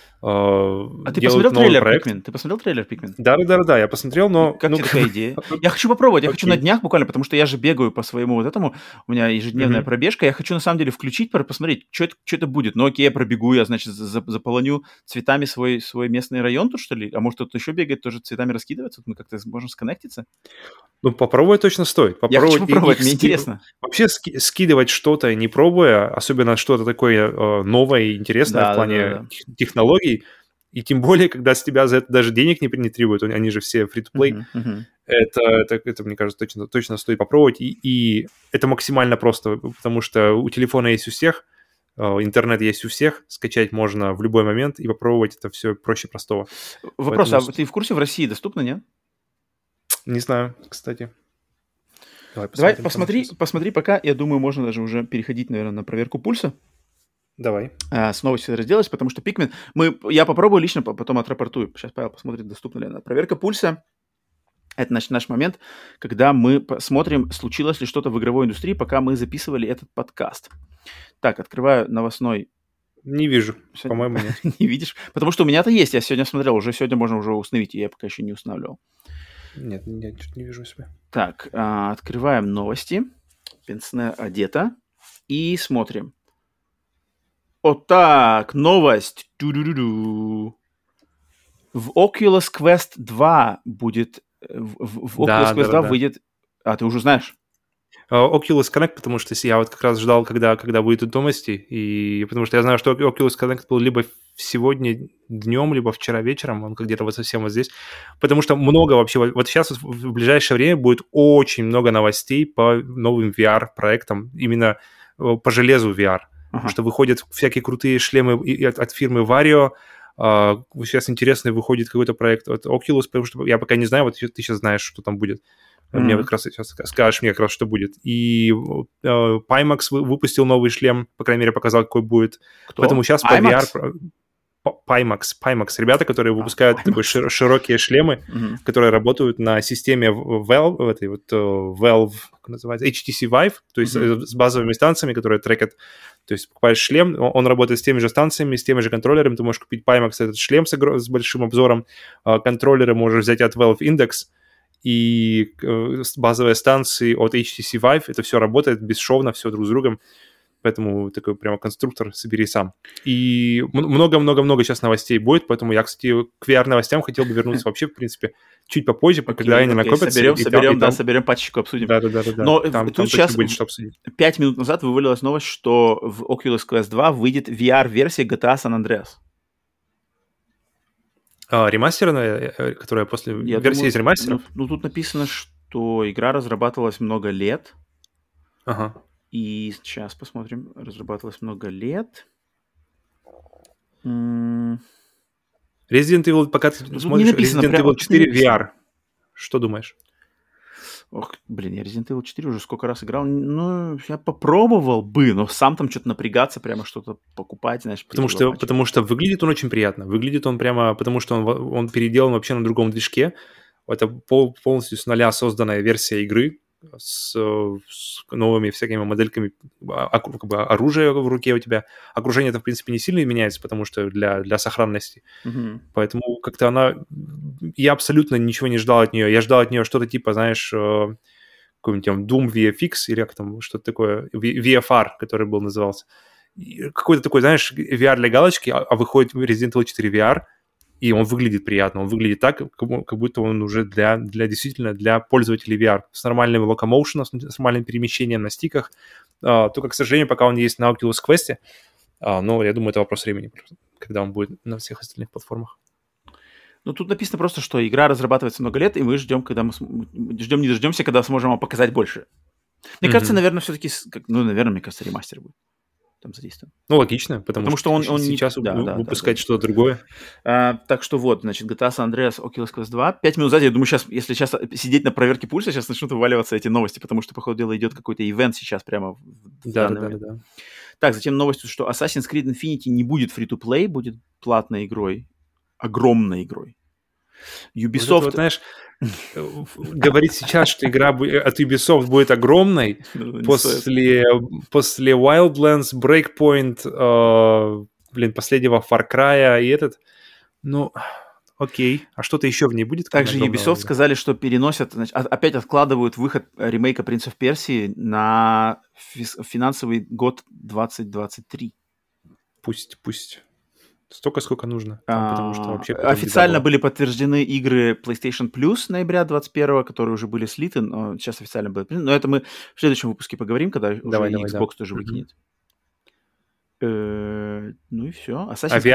А ты посмотрел трейлер Pikmin? Ты посмотрел трейлер Pikmin? Да, я посмотрел, но... Как тебе такая идея? Я хочу попробовать, я хочу на днях буквально, потому что я же бегаю по своему вот этому, у меня ежедневная пробежка, я хочу на самом деле включить, посмотреть, что это будет. Ну окей, я пробегу, я, значит, заполоню цветами свой местный район тут, что ли? А может, кто-то еще бегает, тоже цветами раскидывается? Мы как-то можем сконнектиться? Ну, попробовать точно стоит. Я хочу попробовать, мне интересно. Вообще скидывать что-то, не пробуя, особенно что-то такое новое и интересное в плане технологий, и тем более, когда с тебя за это даже денег не требуют, они же все free-to-play, это, мне кажется, точно стоит попробовать. И это максимально просто, потому что у телефона есть у всех, интернет есть у всех, скачать можно в любой момент и попробовать это все проще простого. Вопрос, а ты в курсе, в России доступно, нет? Не знаю, кстати. Давай посмотри пока. Я думаю, можно даже уже переходить, наверное, на проверку пульса. Давай. С новостью разделаюсь, потому что Pikmin... Я попробую лично, потом отрапортую. Сейчас Павел посмотрит, доступна ли она. Проверка пульса — это наш момент, когда мы посмотрим, случилось ли что-то в игровой индустрии, пока мы записывали этот подкаст. Так, открываю новостной... Не вижу, по-моему, нет. Не видишь? Потому что у меня-то есть, я сегодня смотрел, сегодня можно уже установить, и я пока еще не устанавливал. Нет, что-то не вижу себя. Так, открываем новости. Пенсне одета. И смотрим. Вот так, новость. В Oculus Quest 2 будет... В Oculus Quest 2 выйдет... А, ты уже знаешь? Oculus Connect, потому что я вот как раз ждал, когда выйдут новости, и потому что я знаю, что Oculus Connect был либо сегодня днем, либо вчера вечером, он где-то вот совсем вот здесь, потому что много вообще, вот сейчас в ближайшее время будет очень много новостей по новым VR-проектам, именно по железу VR, потому что выходят всякие крутые шлемы от фирмы Vario. Сейчас интересный выходит какой-то проект от Oculus, потому что я пока не знаю, вот ты сейчас знаешь, что там будет. Мне как раз сейчас скажешь мне как раз, что будет. И Pimax выпустил новый шлем, по крайней мере, показал, какой будет. Кто? Поэтому сейчас по VR... Pimax. Ребята, которые выпускают широкие шлемы, которые работают на системе Valve, этой вот Valve, как называется, HTC Vive, то есть с базовыми станциями, которые трекят. То есть покупаешь шлем, он работает с теми же станциями, с теми же контроллерами. Ты можешь купить Pimax, этот шлем с большим обзором. Контроллеры можешь взять от Valve Index. И базовые станции от HTC Vive, это все работает бесшовно, все друг с другом. Поэтому такой прямо конструктор собери сам. И много-много-много сейчас новостей будет, поэтому я, кстати, к VR-новостям хотел бы вернуться вообще, в принципе, чуть попозже, когда они накопятся. Соберем пачечку, обсудим. Да. Но там тут сейчас будет что обсудить. 5 минут назад вывалилась новость, что в Oculus Quest 2 выйдет VR-версия GTA San Andreas. Ремастерная, которая после версии из ремастеров? Ну, тут написано, что игра разрабатывалась много лет. Ага. И сейчас посмотрим. Разрабатывалась много лет. Resident Evil, пока ты смотришь, Resident Evil 4 VR. Что думаешь? Ох, блин, я Resident Evil 4 уже сколько раз играл. Ну, я попробовал бы, но сам там что-то напрягаться, прямо что-то покупать, знаешь. Потому что выглядит он очень приятно. Выглядит он прямо, потому что он переделан вообще на другом движке. Это полностью с нуля созданная версия игры с новыми всякими модельками оружия в руке у тебя. Окружение-то, в принципе, не сильно меняется, потому что для сохранности. Поэтому как-то она... Я абсолютно ничего не ждал от нее. Я ждал от нее что-то типа, знаешь, какой-нибудь там Doom VFX или как там, что-то такое, VFR, который был назывался. Какой-то такой, знаешь, VR для галочки, а выходит Resident Evil 4 VR, и он выглядит приятно, он выглядит так, как будто он уже действительно для пользователей VR, с нормальным локомоушеном, с нормальным перемещением на стиках, только, к сожалению, пока он есть на Oculus Quest, но я думаю, это вопрос времени, когда он будет на всех остальных платформах. Ну, тут написано просто, что игра разрабатывается много лет, и мы ждем, ждем не дождемся, когда сможем вам показать больше. Мне кажется, наверное, все-таки, мне кажется, ремастер будет там задействован. Ну, логично, потому что он сейчас выпускает что-то другое. Так что вот, значит, GTA San Andreas, Oculus Quest 2. 5 минут сзади, я думаю, сейчас, если сейчас сидеть на проверке пульса, сейчас начнут вываливаться эти новости, потому что, по ходу дела, идет какой-то ивент сейчас прямо. Да. Так, затем новость, что Assassin's Creed Infinity не будет free-to-play, будет платной игрой, огромной игрой. Ubisoft... Вот, знаешь, говорить сейчас, что игра от Ubisoft будет огромной после Wildlands, Breakpoint, последнего Far Cry и этот, ну, окей. А что-то еще в ней будет? Также Ubisoft сказали, что переносят, значит, опять откладывают выход ремейка Prince of Persia на финансовый год 2023. Пусть. Столько, сколько нужно. Потому что вообще официально были подтверждены игры PlayStation Plus ноября 2021, которые уже были слиты, но сейчас официально были. Но это мы в следующем выпуске поговорим, когда уже Xbox тоже выкинет. Ну и все.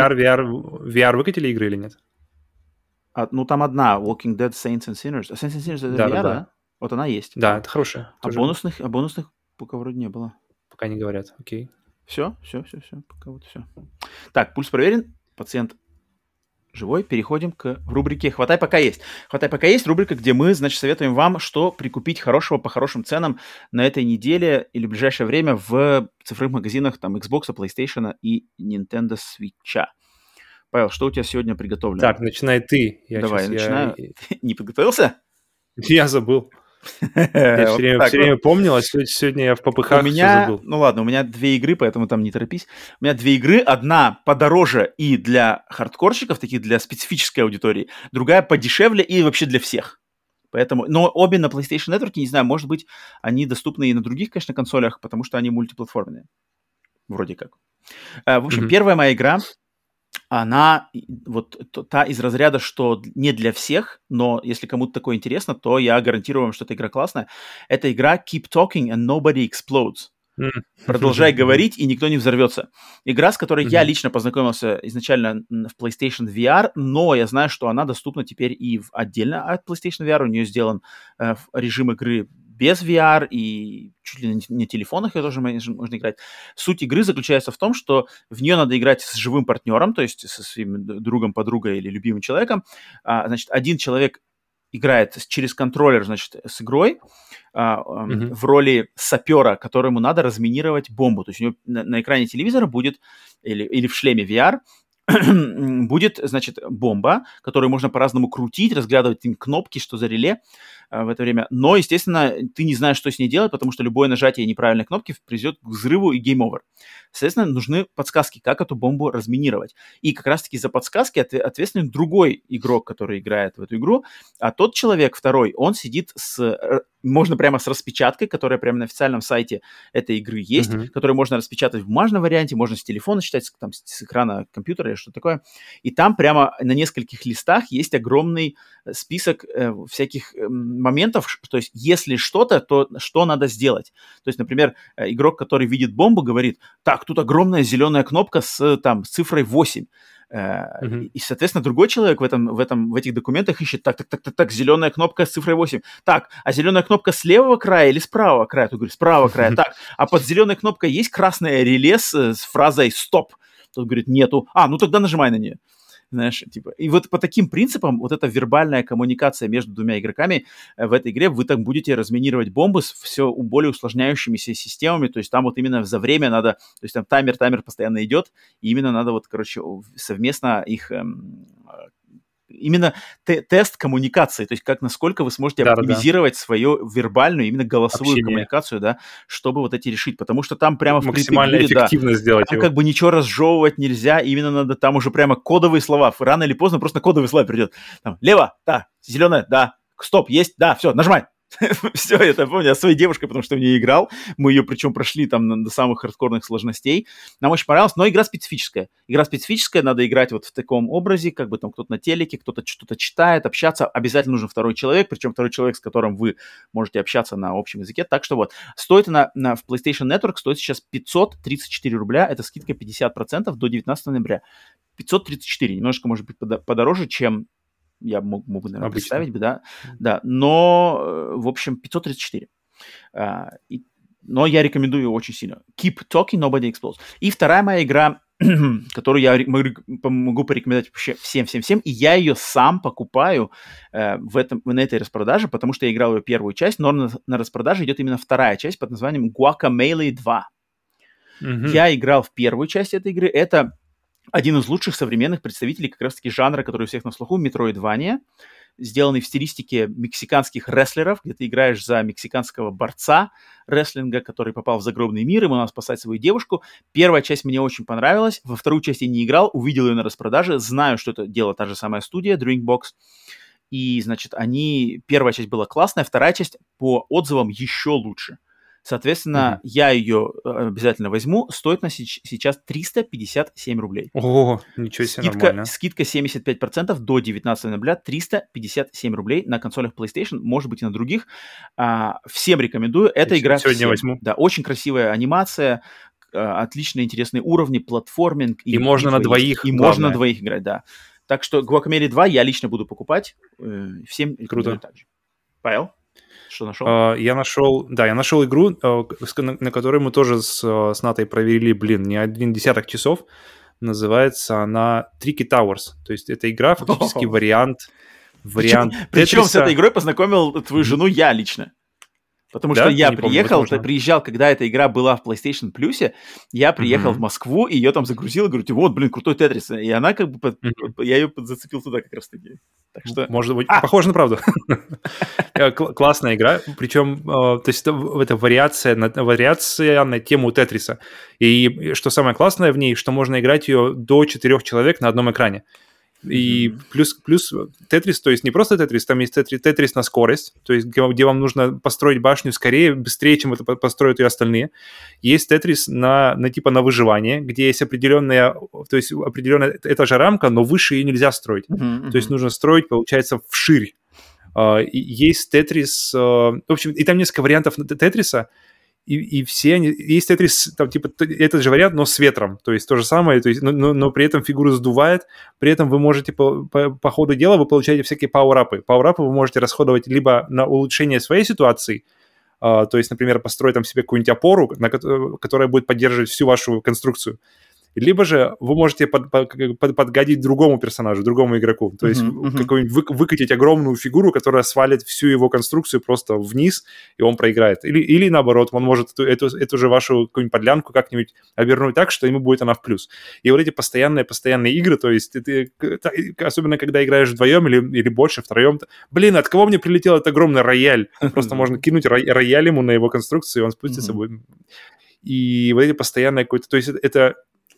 VR выкатили игры или нет? Ну, там одна, Walking Dead, Saints and Sinners. Saints and Sinners это VR, да? Вот она есть. Да, это хорошая. А бонусных пока вроде не было. Пока не говорят, окей. Все. Пока вот все. Так, пульс проверен, пациент живой. Переходим к рубрике «Хватай, пока есть». «Хватай, пока есть» — рубрика, где мы, значит, советуем вам, что прикупить хорошего по хорошим ценам на этой неделе или в ближайшее время в цифровых магазинах там Xbox, PlayStation и Nintendo Switch. Павел, что у тебя сегодня приготовлено? Так, начинай ты. Давай, начинаю. Не подготовился? Я забыл. Я все время помнил, а сегодня я в попыхах все забыл. Ну ладно, у меня 2 игры, поэтому там не торопись. У меня 2 игры. Одна подороже и для хардкорщиков, таких для специфической аудитории. Другая подешевле и вообще для всех. Поэтому, но обе на PlayStation Network, не знаю, может быть, они доступны и на других, конечно, консолях, потому что они мультиплатформенные. Вроде как. В общем, первая моя игра, она вот та из разряда, что не для всех, но если кому-то такое интересно, то я гарантирую вам, что эта игра классная. Это игра Keep Talking and Nobody Explodes. Продолжай говорить, и никто не взорвется. Игра, с которой я лично познакомился изначально в PlayStation VR, но я знаю, что она доступна теперь и отдельно от PlayStation VR. У нее сделан режим игры без VR, и чуть ли не на телефонах ее тоже можно играть. Суть игры заключается в том, что в нее надо играть с живым партнером, то есть со своим другом, подругой или любимым человеком. Значит, один человек играет через контроллер, значит, с игрой в роли сапера, которому надо разминировать бомбу. То есть у него на экране телевизора будет, или в шлеме VR, будет, значит, бомба, которую можно по-разному крутить, разглядывать им кнопки, что за реле в это время. Но, естественно, ты не знаешь, что с ней делать, потому что любое нажатие неправильной кнопки приведет к взрыву и гейм-овер. Соответственно, нужны подсказки, как эту бомбу разминировать. И как раз-таки за подсказки ответственен другой игрок, который играет в эту игру. А тот человек, второй, он сидит можно прямо с распечаткой, которая прямо на официальном сайте этой игры есть, которую можно распечатать в бумажном варианте, можно с телефона читать, там, с экрана компьютера или что-то такое. И там прямо на нескольких листах есть огромный список всяких моментов, то есть если что-то, то что надо сделать. То есть, например, игрок, который видит бомбу, говорит: так, тут огромная зеленая кнопка с цифрой 8. И, соответственно, другой человек в этих документах ищет: так, зеленая кнопка с цифрой 8. Так, а зеленая кнопка с левого края или с правого края? Тут говорит: с правого края. Так, а под зеленой кнопкой есть красное реле с фразой «стоп». Тот говорит: нету. Ну тогда нажимай на нее. Знаешь, типа. И вот по таким принципам вот эта вербальная коммуникация между двумя игроками в этой игре, вы так будете разминировать бомбы с все более усложняющимися системами. То есть там вот именно за время надо, то есть там таймер постоянно идет, и именно надо вот, короче, совместно их именно тест коммуникации, то есть насколько вы сможете оптимизировать свою вербальную, именно голосовую коммуникацию, да, чтобы вот эти решить, потому что там прямо максимально эффективно сделать там его. Как бы ничего разжевывать нельзя, именно надо там уже прямо кодовые слова, рано или поздно просто кодовые слова придет. Там, лево, да, зеленое, да, стоп, есть, да, все, нажимай. Все, это помню, я своей девушкой, потому что в нее играл. Мы ее причем прошли там до самых хардкорных сложностей. Нам очень понравилось, но игра специфическая. Игра специфическая, надо играть вот в таком образе, как бы там кто-то на телеке, кто-то что-то читает, общаться. Обязательно нужен второй человек, причем второй человек, с которым вы можете общаться на общем языке. Так что вот, стоит она в PlayStation Network, стоит сейчас 534 рубля, это скидка 50% до 19 ноября. 534, немножко, может быть, подороже, чем я мог бы, наверное, Обычно. представить бы, да, но, в общем, 534. Но я рекомендую ее очень сильно. Keep Talking, Nobody Explodes. И вторая моя игра, которую я могу порекомендовать вообще всем, и я ее сам покупаю на этой распродаже, потому что я играл ее первую часть, но на распродаже идет именно вторая часть под названием Guacamelee 2. Я играл в первую часть этой игры. Это один из лучших современных представителей как раз-таки жанра, который у всех на слуху, Metroidvania, сделанный в стилистике мексиканских рестлеров, где ты играешь за мексиканского борца рестлинга, который попал в загробный мир, ему надо спасать свою девушку. Первая часть мне очень понравилась, во вторую часть я не играл, увидел ее на распродаже, знаю, что это делала та же самая студия, Drinkbox, и, значит, первая часть была классная, вторая часть по отзывам еще лучше. Соответственно, я ее обязательно возьму. Стоит она сейчас 357 рублей. О, ничего себе, нормально. Скидка 75% до 19 ноября. 357 рублей на консолях PlayStation, может быть, и на других. Всем рекомендую. Эта игра сегодня возьму. Да, очень красивая анимация, отличные интересные уровни, платформинг. И можно на двоих. И можно на двоих играть, да. Так что Guacamelee 2 я лично буду покупать. Всем рекомендую также. Павел? Что нашел? Я нашел игру, на которой мы тоже с Натой провели, не один десяток часов. Называется она Tricky Towers. То есть это игра, фактически вариант Причем с этой игрой познакомил твою жену я лично. Потому что я приезжал, когда эта игра была в PlayStation Plus, я приехал в Москву, и ее там загрузил, и говорю, вот, крутой Тетрис. И она как бы, я ее зацепил туда как раз-таки. Так что... Может быть, похоже на правду. Классная игра, причем, то есть это вариация на тему Тетриса. И что самое классное в ней, что можно играть ее до 4 человек на одном экране. И плюс Тетрис, то есть не просто Тетрис, там есть Тетрис на скорость, то есть где вам нужно построить башню скорее, быстрее, чем это построят и остальные. Есть Тетрис на выживание, где есть определенная эта же рамка, но выше ее нельзя строить. То есть нужно строить, получается, вширь. Есть Тетрис, в общем, и там несколько вариантов Тетриса, и все они... Есть Тетрис, там, этот же вариант, но с ветром. То есть то же самое, то есть, но при этом фигуру сдувает. При этом вы можете по ходу дела вы получаете всякие пауэрапы. Пауэрапы вы можете расходовать либо на улучшение своей ситуации, то есть, например, построить там себе какую-нибудь опору, которая будет поддерживать всю вашу конструкцию. Либо же вы можете подгодить другому персонажу, другому игроку. То есть выкатить огромную фигуру, которая свалит всю его конструкцию просто вниз, и он проиграет. Или наоборот, он может эту же вашу какую-нибудь подлянку как-нибудь обернуть так, что ему будет она в плюс. И вот эти постоянные игры, то есть особенно когда играешь вдвоем или больше, втроем, от кого мне прилетел этот огромный рояль? Просто можно кинуть рояль ему на его конструкцию, и он спустится. И вот эти постоянные какой-то... То есть это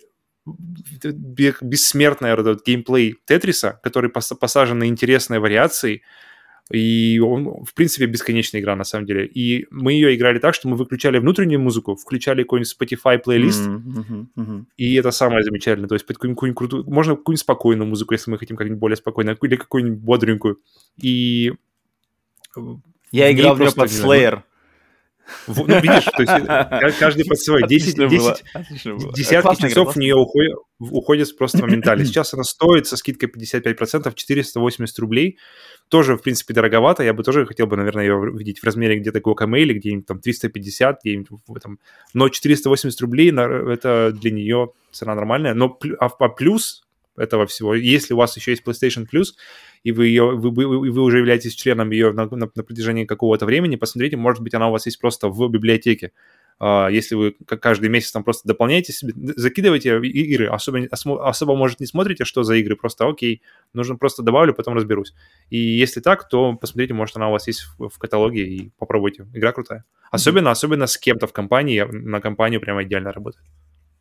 бессмертный этот геймплей Тетриса, который посажен на интересные вариации, и он, в принципе, бесконечная игра, на самом деле. И мы ее играли так, что мы выключали внутреннюю музыку, включали какой-нибудь Spotify плейлист, и это самое замечательное. То есть какую-нибудь крутую, можно какую-нибудь спокойную музыку, если мы хотим как-нибудь более спокойную, или какую-нибудь бодренькую. И я играл в нее под Slayer. Видишь, то есть каждый под свой. 10 десятки часов в нее уходят просто моментально. Сейчас она стоит со скидкой 55%, 480 рублей. Тоже, в принципе, дороговато. Я бы тоже хотел бы, наверное, ее видеть в размере где-то Guacamelee, где-нибудь там 350, где-нибудь в этом. Но 480 рублей, это для нее цена нормальная. Но плюс этого всего, если у вас еще есть PlayStation Plus, и вы уже являетесь членом ее на протяжении какого-то времени, посмотрите, может быть, она у вас есть просто в библиотеке. Если вы каждый месяц там просто дополняете себе, закидываете игры, особо, может, не смотрите, что за игры, просто окей, нужно просто добавлю, потом разберусь. И если так, то посмотрите, может, она у вас есть в каталоге, и попробуйте. Игра крутая. Особенно с кем-то в компании, на компанию прямо идеально работает.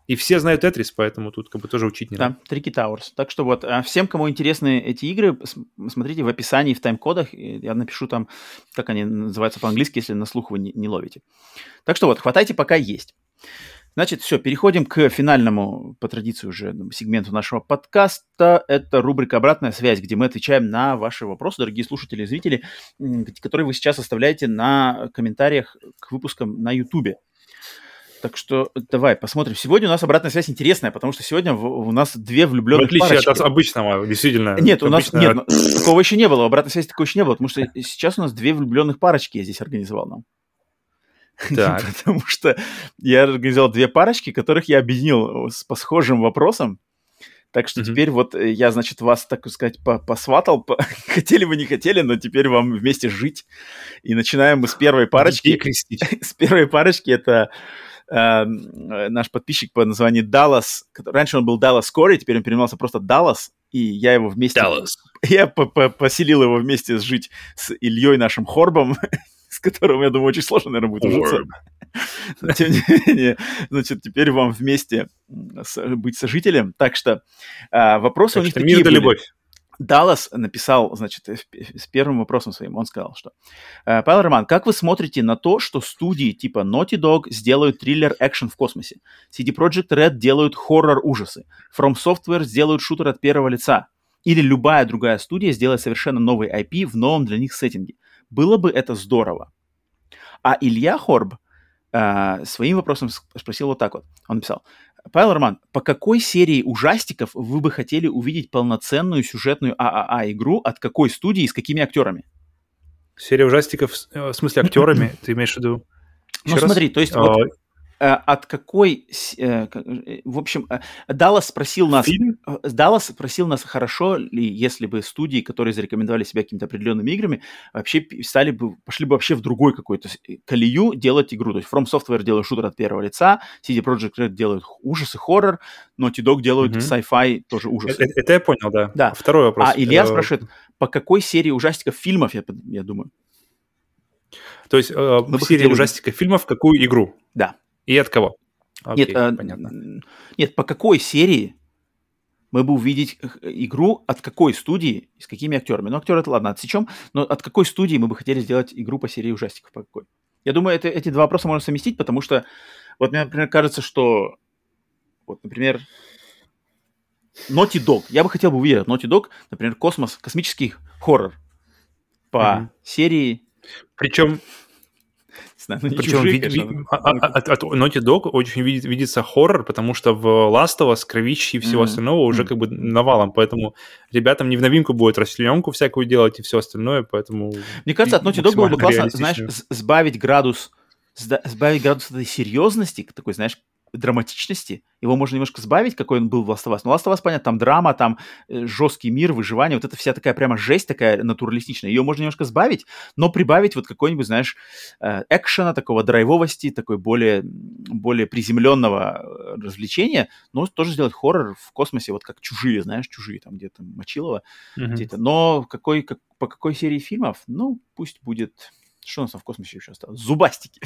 И все знают Тетрис, поэтому тут как бы тоже учить не надо. Да, Tricky Towers. Так что вот, всем, кому интересны эти игры, смотрите в описании, в тайм-кодах. Я напишу там, как они называются по-английски, если на слух вы не ловите. Так что вот, хватайте, пока есть. Значит, все, переходим к финальному, по традиции уже, сегменту нашего подкаста. Это рубрика «Обратная связь», где мы отвечаем на ваши вопросы, дорогие слушатели и зрители, которые вы сейчас оставляете на комментариях к выпускам на YouTube. Так что давай посмотрим. Сегодня у нас обратная связь интересная, потому что сегодня у нас две влюбленных парочки. В отличие от обычного, действительно. Нет, у нас нет, такого еще не было. Обратной связи такого еще не было, потому что сейчас у нас две влюбленных парочки я здесь организовал нам. Так. Потому что я организовал две парочки, которых я объединил по схожим вопросам. Так что теперь вот я, значит, вас, так сказать, посватал. Хотели вы, не хотели, но теперь вам вместе жить. И начинаем мы с первой парочки. С первой парочки это наш подписчик по названию Даллас. Раньше он был Даллас Кори, теперь он переименовался просто Даллас. И я его вместе... Даллас. Я поселил его вместе жить с Ильей нашим Хорбом, с которым, я думаю, очень сложно, наверное, будет ужиться. Но, тем не менее, значит, теперь вам вместе быть сожителем. Так что вопросы так у них такие мир да любовь. Даллас написал, значит, с первым вопросом своим, он сказал, что Павел Роман, как вы смотрите на то, что студии типа Naughty Dog сделают триллер-экшен в космосе, CD Projekt Red делают хоррор-ужасы, From Software сделают шутер от первого лица, или любая другая студия сделает совершенно новый IP в новом для них сеттинге? Было бы это здорово. А Илья Хорб своим вопросом спросил вот так вот. Он написал: Павел Роман, по какой серии ужастиков вы бы хотели увидеть полноценную сюжетную ААА-игру, от какой студии и с какими актерами? Серия ужастиков, в смысле актерами, ты имеешь в виду? Ну смотри, то есть вот от какой... В общем, Даллас спросил нас, хорошо ли, если бы студии, которые зарекомендовали себя какими-то определенными играми, вообще пошли бы вообще в другой какой-то колею делать игру. То есть From Software делают шутер от первого лица, CD Projekt Red делают ужасы, хоррор, Naughty Dog делают sci-fi, тоже ужасы. Это я понял, да. Да. Второй вопрос. А Илья спрашивает, по какой серии ужастиков фильмов, я думаю? То есть в серии ужастиков фильмов какую игру? Да. И от кого? Окей, понятно. Нет, по какой серии мы бы увидеть игру, от какой студии и с какими актерами? Ну, актеры, это ладно, отсечем, но от какой студии мы бы хотели сделать игру по серии ужастиков? По какой? Я думаю, эти два вопроса можно совместить, потому что, вот мне, например, кажется, что, вот, например, Naughty Dog. Я бы хотел бы увидеть от Naughty Dog, например, космический хоррор по серии... Причем чужие, от Naughty Dog очень видится хоррор, потому что в Last of Us кровищи и всего остального уже как бы навалом, поэтому ребятам не в новинку будет расчлененку всякую делать и все остальное, поэтому... Мне кажется, от Naughty Dog было бы классно, знаешь, сбавить градус этой серьезности, такой, знаешь, драматичности. Его можно немножко сбавить, какой он был в Last of Us. Но Last of Us, понятно, там драма, там жесткий мир, выживание, вот это вся такая прямо жесть такая натуралистичная. Ее можно немножко сбавить, но прибавить вот какой-нибудь, знаешь, экшена, такого драйвовости, такой более приземленного развлечения, но тоже сделать хоррор в космосе, вот как «Чужие», знаешь, «Чужие», там где-то Мочилово, где-то. Но по какой серии фильмов? Ну, пусть будет... Что у нас там в космосе еще осталось? Зубастики.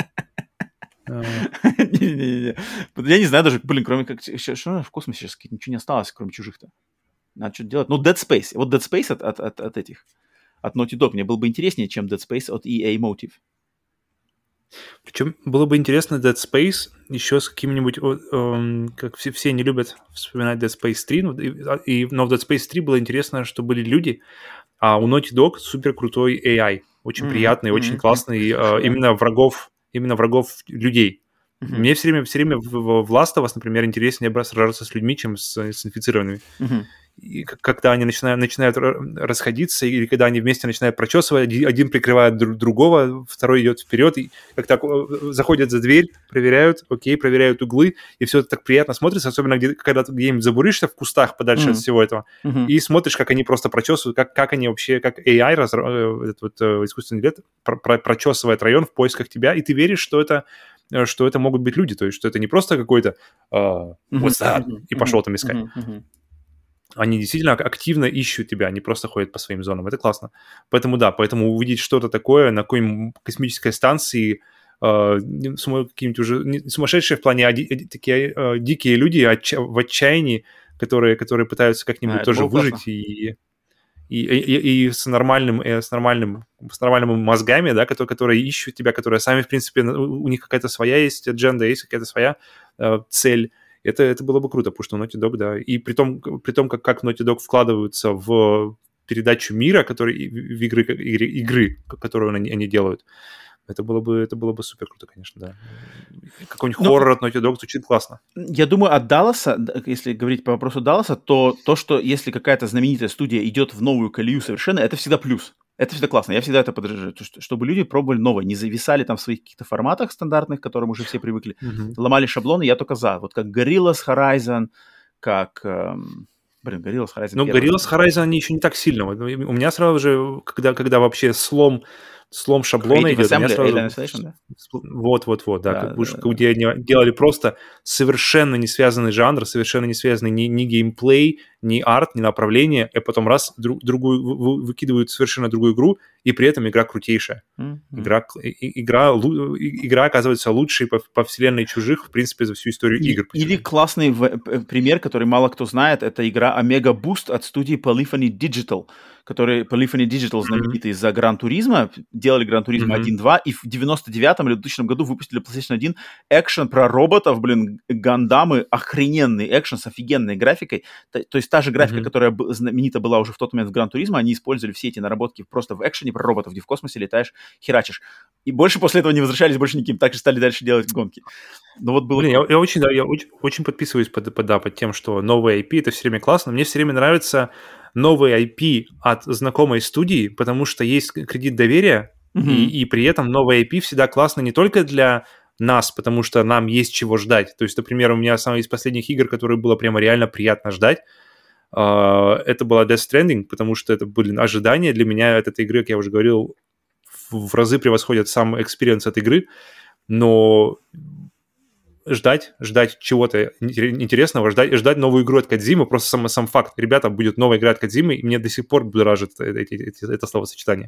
Не-не-не. Я не знаю даже, кроме как... Что в космосе сейчас? Ничего не осталось, кроме «Чужих»-то. Надо что-то делать. Ну, Dead Space. Вот Dead Space от этих. От Naughty Dog мне было бы интереснее, чем Dead Space от EA Motive. Причем было бы интересно Dead Space еще с каким-нибудь... как все не любят вспоминать Dead Space 3, но в Dead Space 3 было интересно, что были люди, а у Naughty Dog супер крутой AI. Очень приятный, очень классный. Именно врагов людей. Мне все время в Last of Us, например, интереснее сражаться с людьми, чем с инфицированными. И когда они начинают расходиться, или когда они вместе начинают прочесывать, один прикрывает другого, второй идет вперед, и как так заходят за дверь, проверяют углы, и все это так приятно смотрится, особенно когда ты где-нибудь забуришься в кустах подальше от всего этого, и смотришь, как они просто прочесывают, как они вообще, как AI, этот вот искусственный интеллект, прочесывает район в поисках тебя, и ты веришь, что это могут быть люди, то есть что это не просто какой-то what's that? И пошел там искать. Они действительно активно ищут тебя, они просто ходят по своим зонам. Это классно. Поэтому увидеть что-то такое на какой-нибудь космической станции какие-нибудь уже не сумасшедшие в плане, такие дикие люди в отчаянии, которые пытаются как-нибудь тоже выжить и с нормальными мозгами, да, которые ищут тебя, которые сами, в принципе, у них какая-то своя есть адженда, есть какая-то своя цель. Это было бы круто, потому что Naughty Dog, да, и при том как Naughty Dog вкладываются в передачу мира, который в игры, которую они делают, это было бы супер круто, конечно, да. Какой-нибудь хоррор от Naughty Dog звучит классно. Я думаю, от Далласа, если говорить по вопросу Далласа, то, что если какая-то знаменитая студия идет в новую колею совершенно, это всегда плюс. Это всегда классно. Я всегда это поддерживаю. Чтобы люди пробовали новое, не зависали там в своих каких-то форматах стандартных, к которым уже все привыкли, ломали шаблоны, я только за. Вот как Gorillaz Horizon, как... Gorillaz Horizon. Ну, Gorillaz Horizon, они еще не так сильно. У меня сразу же, когда вообще слом шаблона идет, у меня сразу... Да? Вот, да. Где они делали просто совершенно не связанный жанр, совершенно не связанный ни геймплей, ни арт, ни направление, и потом раз другую выкидывают совершенно другую игру, и при этом игра крутейшая. Игра оказывается лучшей по вселенной Чужих, в принципе, за всю историю игр. Или классный пример, который мало кто знает, это игра Omega Boost от студии Polyphony Digital, Polyphony Digital знаменитый из-за Гран Туризма, делали Гран Туризма 1.2, и в 99-м или 2000 году выпустили PlayStation 1 экшен про роботов, гандамы, охрененный экшен с офигенной графикой. То есть та же графика, которая знаменита была уже в тот момент в Гран Туризма, они использовали все эти наработки просто в экшене про роботов, где в космосе летаешь, херачишь. И больше после этого не возвращались больше никаким, так же стали дальше делать гонки. Но вот было... я очень подписываюсь под тем, что новые IP — это все время классно. Мне все время нравится новый IP от знакомой студии, потому что есть кредит доверия, и при этом новый IP всегда классно не только для нас, потому что нам есть чего ждать. То есть, например, у меня самая из последних игр, которые было прямо реально приятно ждать, это была Death Stranding, потому что это были ожидания для меня от этой игры, как я уже говорил, в разы превосходят сам экспириенс от игры, но ждать чего-то интересного, ждать новую игру от Кодзимы, просто сам факт. Ребята, будет новая игра от Кодзимы, и мне до сих пор будоражит это словосочетание.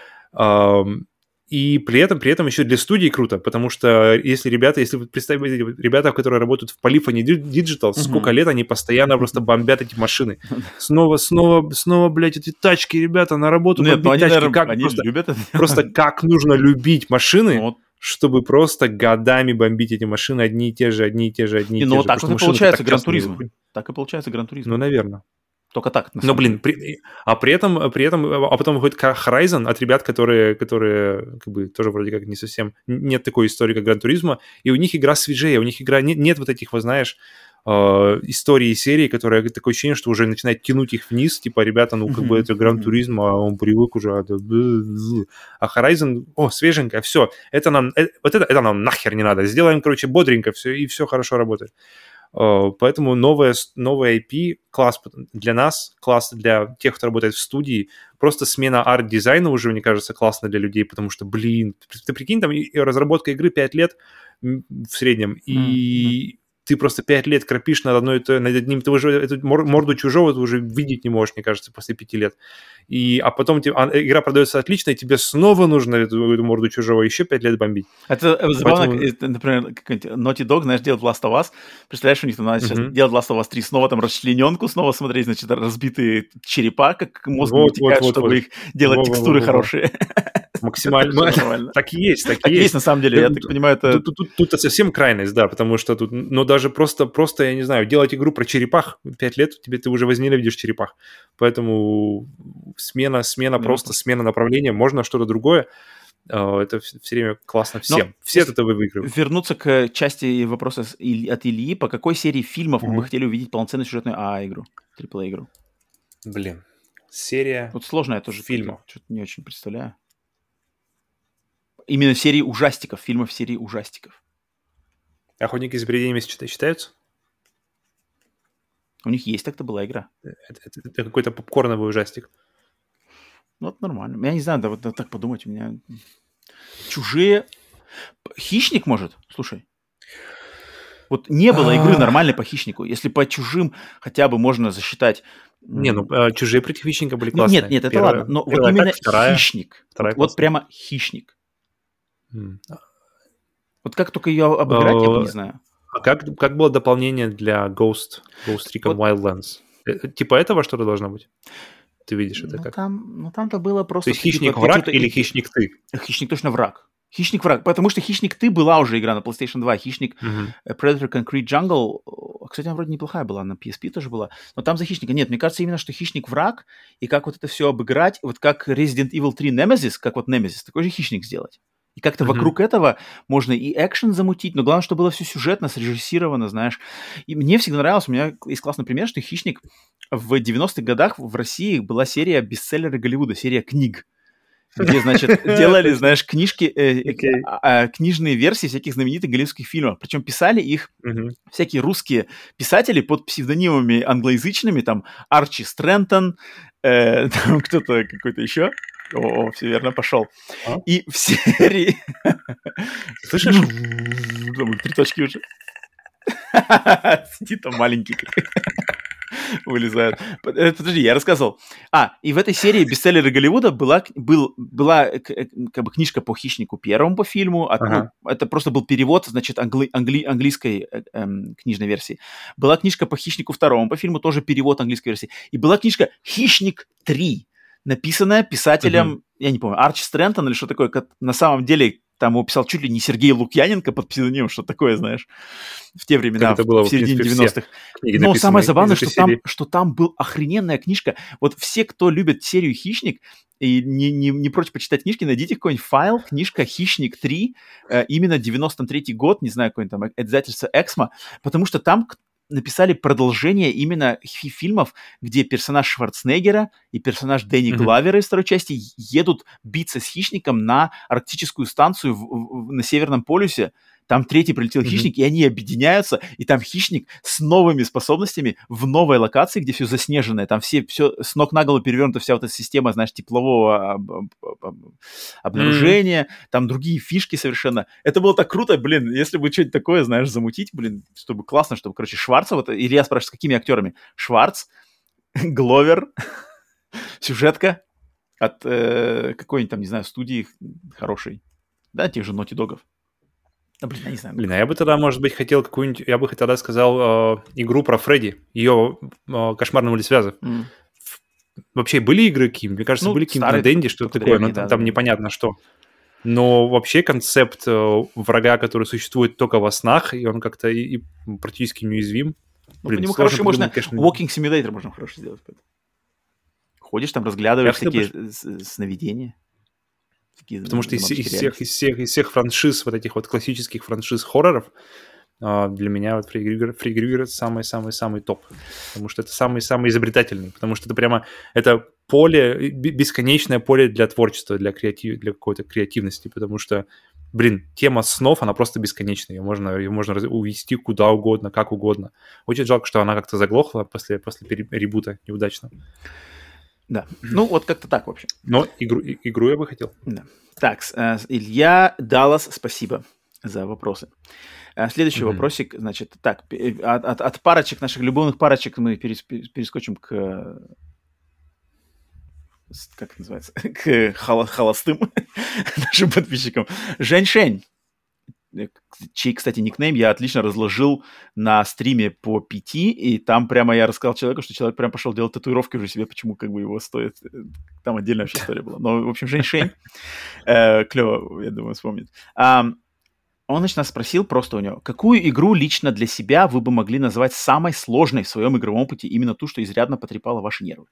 И при этом еще для студии круто, потому что если вы представите, ребята, которые работают в Polyphony Digital, сколько лет они постоянно просто бомбят эти машины. Снова, блядь, эти тачки, ребята, на работу бомбить тачки. Просто как нужно любить машины, чтобы просто годами бомбить эти машины, одни и те же. Ну, так вот и получается Гран Туризма. Так и получается Гран Туризма. Ну, наверное. Только так. Но, при этом, потом выходит Horizon от ребят, которые как бы тоже вроде как не совсем... Нет такой истории, как Гран Туризма, и у них игра свежее, у них игра... Нет вот этих, вот знаешь, истории и серии, которые такое ощущение, что уже начинает тянуть их вниз, типа, ребята, ну, как бы это Гран Туризма, а он привык уже, а Horizon, свеженькое, все, это нам нахер не надо, сделаем, короче, бодренько все, и все хорошо работает. Поэтому новая IP класс для нас, класс для тех, кто работает в студии. Просто смена арт-дизайна уже, мне кажется, классно для людей, потому что, ты прикинь, там разработка игры 5 лет в среднем, и ты просто 5 лет кропишь над одним, ты уже эту морду чужого ты уже видеть не можешь, мне кажется, после 5 лет. А потом игра продается отлично, и тебе снова нужно эту морду чужого еще 5 лет бомбить. Это забавно, например, Naughty Dog, знаешь, делает Last of Us, представляешь, у них там надо сейчас делать Last of Us 3, снова там расчлененку, снова смотреть, значит, разбитые черепа, как мозг утекает, чтобы их делать текстуры хорошие. Максимально. Так и есть. Так и есть, на самом деле, я так понимаю, это... Тут совсем крайность, да, потому что тут... Но даже просто, я не знаю, делать игру про черепах 5 лет, ты уже возненавидишь черепах. Поэтому смена направления, можно что-то другое. Это все время классно всем. Все от этого выигрывают. Вернуться к части вопроса от Ильи. По какой серии фильмов вы бы хотели увидеть полноценную сюжетную АА-игру? AAA-игру? Блин. Серия... Вот сложная тоже фильмов. Что-то не очень представляю. Именно серии ужастиков, фильмов серии ужастиков. «Охотники за привидениями» считаются? У них есть, так-то была игра. Это какой-то попкорновый ужастик. Ну, это нормально. Я не знаю, да вот так подумать, у меня... Чужие... Хищник, может? Слушай. Вот не было игры нормальной по Хищнику. Если по Чужим хотя бы можно засчитать... Не, Чужие против Хищника были классные. Нет, это ладно. Но вот именно Хищник. Вот прямо Хищник. Вот как только ее обыграть, я бы не знаю. А как было дополнение для Ghost Recon Wildlands? Типа этого что-то должно быть? Ты видишь это как? Там-то было То просто... есть хищник враг или хищник ты? Хищник точно враг. Хищник враг. Потому что Хищник ты была уже игра на PlayStation 2. Хищник Predator Concrete Jungle. Кстати, она вроде неплохая была, на PSP тоже была. Но там за хищника нет. Мне кажется именно, что хищник враг. И как вот это все обыграть, вот как Resident Evil 3 Nemesis, как вот Nemesis, такой же хищник сделать. И как-то вокруг этого можно и экшен замутить, но главное, чтобы было все сюжетно, срежиссировано, знаешь. И мне всегда нравилось, у меня есть классный пример, что «Хищник» в 90-х годах в России была серия бестселлеры Голливуда, серия книг, где, значит, делали, знаешь, книжки, книжные версии всяких знаменитых голливудских фильмов. Причем писали их всякие русские писатели под псевдонимами англоязычными, там Арчи Стрэнтон, там кто-то какой-то еще. О, все верно, пошел. И в серии... Слышишь? Там 3 точки уже. Сидит там маленький вылезает. Подожди, я рассказывал. И в этой серии бестселлеры Голливуда была как бы книжка по «Хищнику» первому по фильму. Это просто был перевод, значит, английской книжной версии. Была книжка по «Хищнику» второму по фильму, тоже перевод английской версии. И была книжка «Хищник 3», написанная писателем, я не помню, Арчи Стрэнтон или что такое. На самом деле там его писал чуть ли не Сергей Лукьяненко под псевдонимом, что такое, знаешь, в те времена, в середине 90-х. Но самое забавное, что там была охрененная книжка. Вот все, кто любит серию «Хищник» и не прочь почитать книжки, найдите какой-нибудь файл, книжка «Хищник 3», именно 93-й год, не знаю, какое-нибудь там издательство «Эксмо», потому что там написали продолжение именно фильмов, где персонаж Шварценеггера и персонаж Дэнни Главера из второй части едут биться с хищником на арктическую станцию на Северном полюсе. Там третий прилетел хищник, и они объединяются, и там хищник с новыми способностями в новой локации, где все заснеженное, там все с ног на голову перевернута вся вот эта система, знаешь, теплового обнаружения, там другие фишки совершенно. Это было так круто, блин, если бы что-нибудь такое, знаешь, замутить, блин, чтобы классно, чтобы, короче, Шварца, вот Илья спрашивает, с какими актерами? Шварц, Гловер, сюжетка от какой-нибудь там, не знаю, студии хорошей, да, тех же Naughty Dog'ов. Блин, я не знаю. Блин, а я бы тогда, может быть, хотел какую-нибудь... Я бы тогда сказал игру про Фредди, ее «Кошмар на улице Вязов». Вообще были игры какие? Мне кажется, были какие-то на Денди, что-то такое, но там непонятно что. Но вообще концепт врага, который существует только во снах, и он как-то и практически неуязвим. Ну, по нему хороший можно... Конечно... Walking Simulator можно хорошо сделать. Ходишь там, разглядываешь всякие сновидения. Потому что из всех франшиз, вот этих вот классических франшиз хорроров, для меня вот Фредди Крюгер самый-самый-самый топ. Потому что это самый-самый изобретательный. Потому что это прямо это поле, бесконечное поле для творчества, для какой-то креативности. Потому что, блин, тема снов, она просто бесконечная. Ее можно увести куда угодно, как угодно. Очень жалко, что она как-то заглохла после ребута неудачно. Да, ну вот как-то так, в общем. Но игру я бы хотел. Да. Так, Илья Даллас, спасибо за вопросы. Следующий вопросик, значит, так, от парочек, наших любовных парочек мы перескочим к... Как это называется? К холостым нашим подписчикам. Жень-Шень, чей, кстати, никнейм я отлично разложил на стриме по 5, и там прямо я рассказал человеку, что человек прям пошел делать татуировки уже себе, почему как бы его стоит. Там отдельная вообще история была. Но, в общем, Жень-Шень, клево, я думаю, вспомнит. Он, значит, нас спросил просто у него, какую игру лично для себя вы бы могли назвать самой сложной в своем игровом опыте, именно ту, что изрядно потрепала ваши нервы?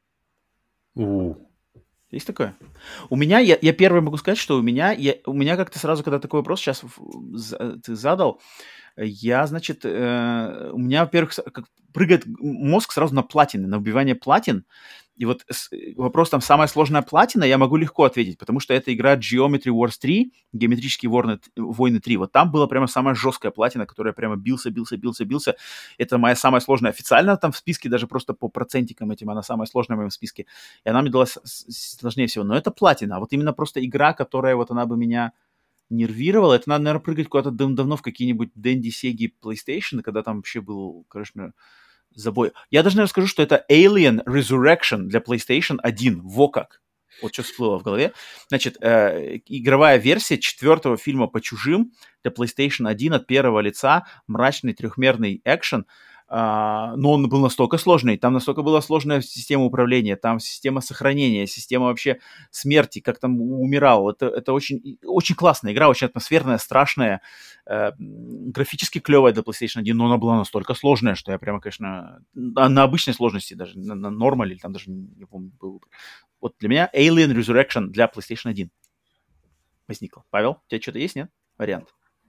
Есть такое? У меня, я первый могу сказать, что у меня как-то сразу, когда такой вопрос сейчас ты задал, я, значит, у меня, во-первых, прыгает мозг сразу на платины, на убивание платин. И вот вопрос там, самая сложная платина, я могу легко ответить, потому что это игра Geometry Wars 3, Геометрические войны 3. Вот там была прямо самая жесткая платина, которая прямо бился. Это моя самая сложная. Официально там в списке, даже просто по процентикам этим, она самая сложная в моем списке. И она мне далась сложнее всего. Но это платина. А вот именно просто игра, которая вот она бы меня нервировала, это надо, наверное, прыгать куда-то давно в какие-нибудь Dendy, Sega, PlayStation, когда там вообще был, конечно... забой. Я даже, наверное, скажу, что это Alien Resurrection для PlayStation 1. Во как. Вот что всплыло в голове. Значит, игровая версия 4-го фильма «По чужим» для PlayStation 1 от первого лица, мрачный трехмерный экшен. Но он был настолько сложный, там настолько была сложная система управления, там система сохранения, система вообще смерти, как там умирал. Это очень, очень классная игра, очень атмосферная, страшная, графически клевая для PlayStation 1, но она была настолько сложная, что я прямо, конечно, на обычной сложности, даже на нормале, или там даже, не помню, был. Вот для меня Alien Resurrection для PlayStation 1 возникла. Павел, у тебя что-то есть, нет? Вариант?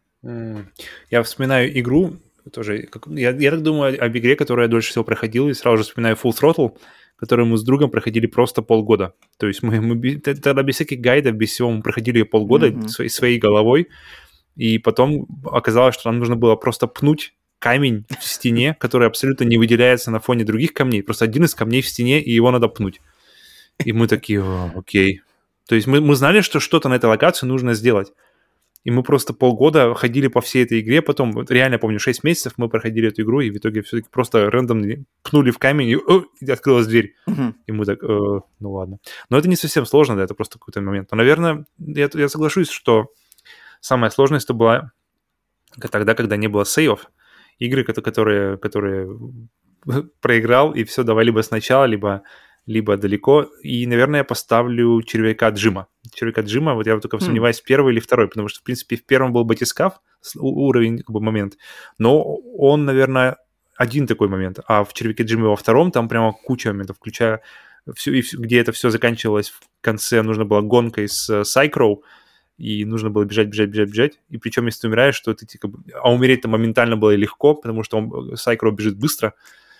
Я вспоминаю игру, тоже, я так думаю об игре, которую я дольше всего проходил, и сразу же вспоминаю Full Throttle, которую мы с другом проходили просто полгода. То есть мы тогда без всяких гайдов, без всего мы проходили ее полгода своей головой, и потом оказалось, что нам нужно было просто пнуть камень в стене, который абсолютно не выделяется на фоне других камней, просто один из камней в стене, и его надо пнуть. И мы такие, окей. То есть мы знали, что что-то на этой локации нужно сделать. И мы просто полгода ходили по всей этой игре, потом, вот реально помню, 6 месяцев мы проходили эту игру, и в итоге все-таки просто рандомно пнули в камень, и открылась дверь. И мы так, ну ладно. Но это не совсем сложно, да, это просто какой-то момент. Но, наверное, я соглашусь, что самая сложность-то была тогда, когда не было сейвов. Игры, которые проиграл, и все, давай либо сначала, либо далеко. И, наверное, я поставлю червяка Джима. Червяка Джима, вот я только сомневаюсь, первый или второй, потому что, в принципе, в первом был батискаф, уровень, как бы, момент, но он, наверное, один такой момент, а в червяке Джима во втором там прямо куча моментов, включая где это все заканчивалось в конце, нужно было гонкой с Сайкроу, и нужно было бежать, и причем, если ты умираешь, то ты, как бы, а умереть-то моментально было легко, потому что Сайкроу бежит быстро.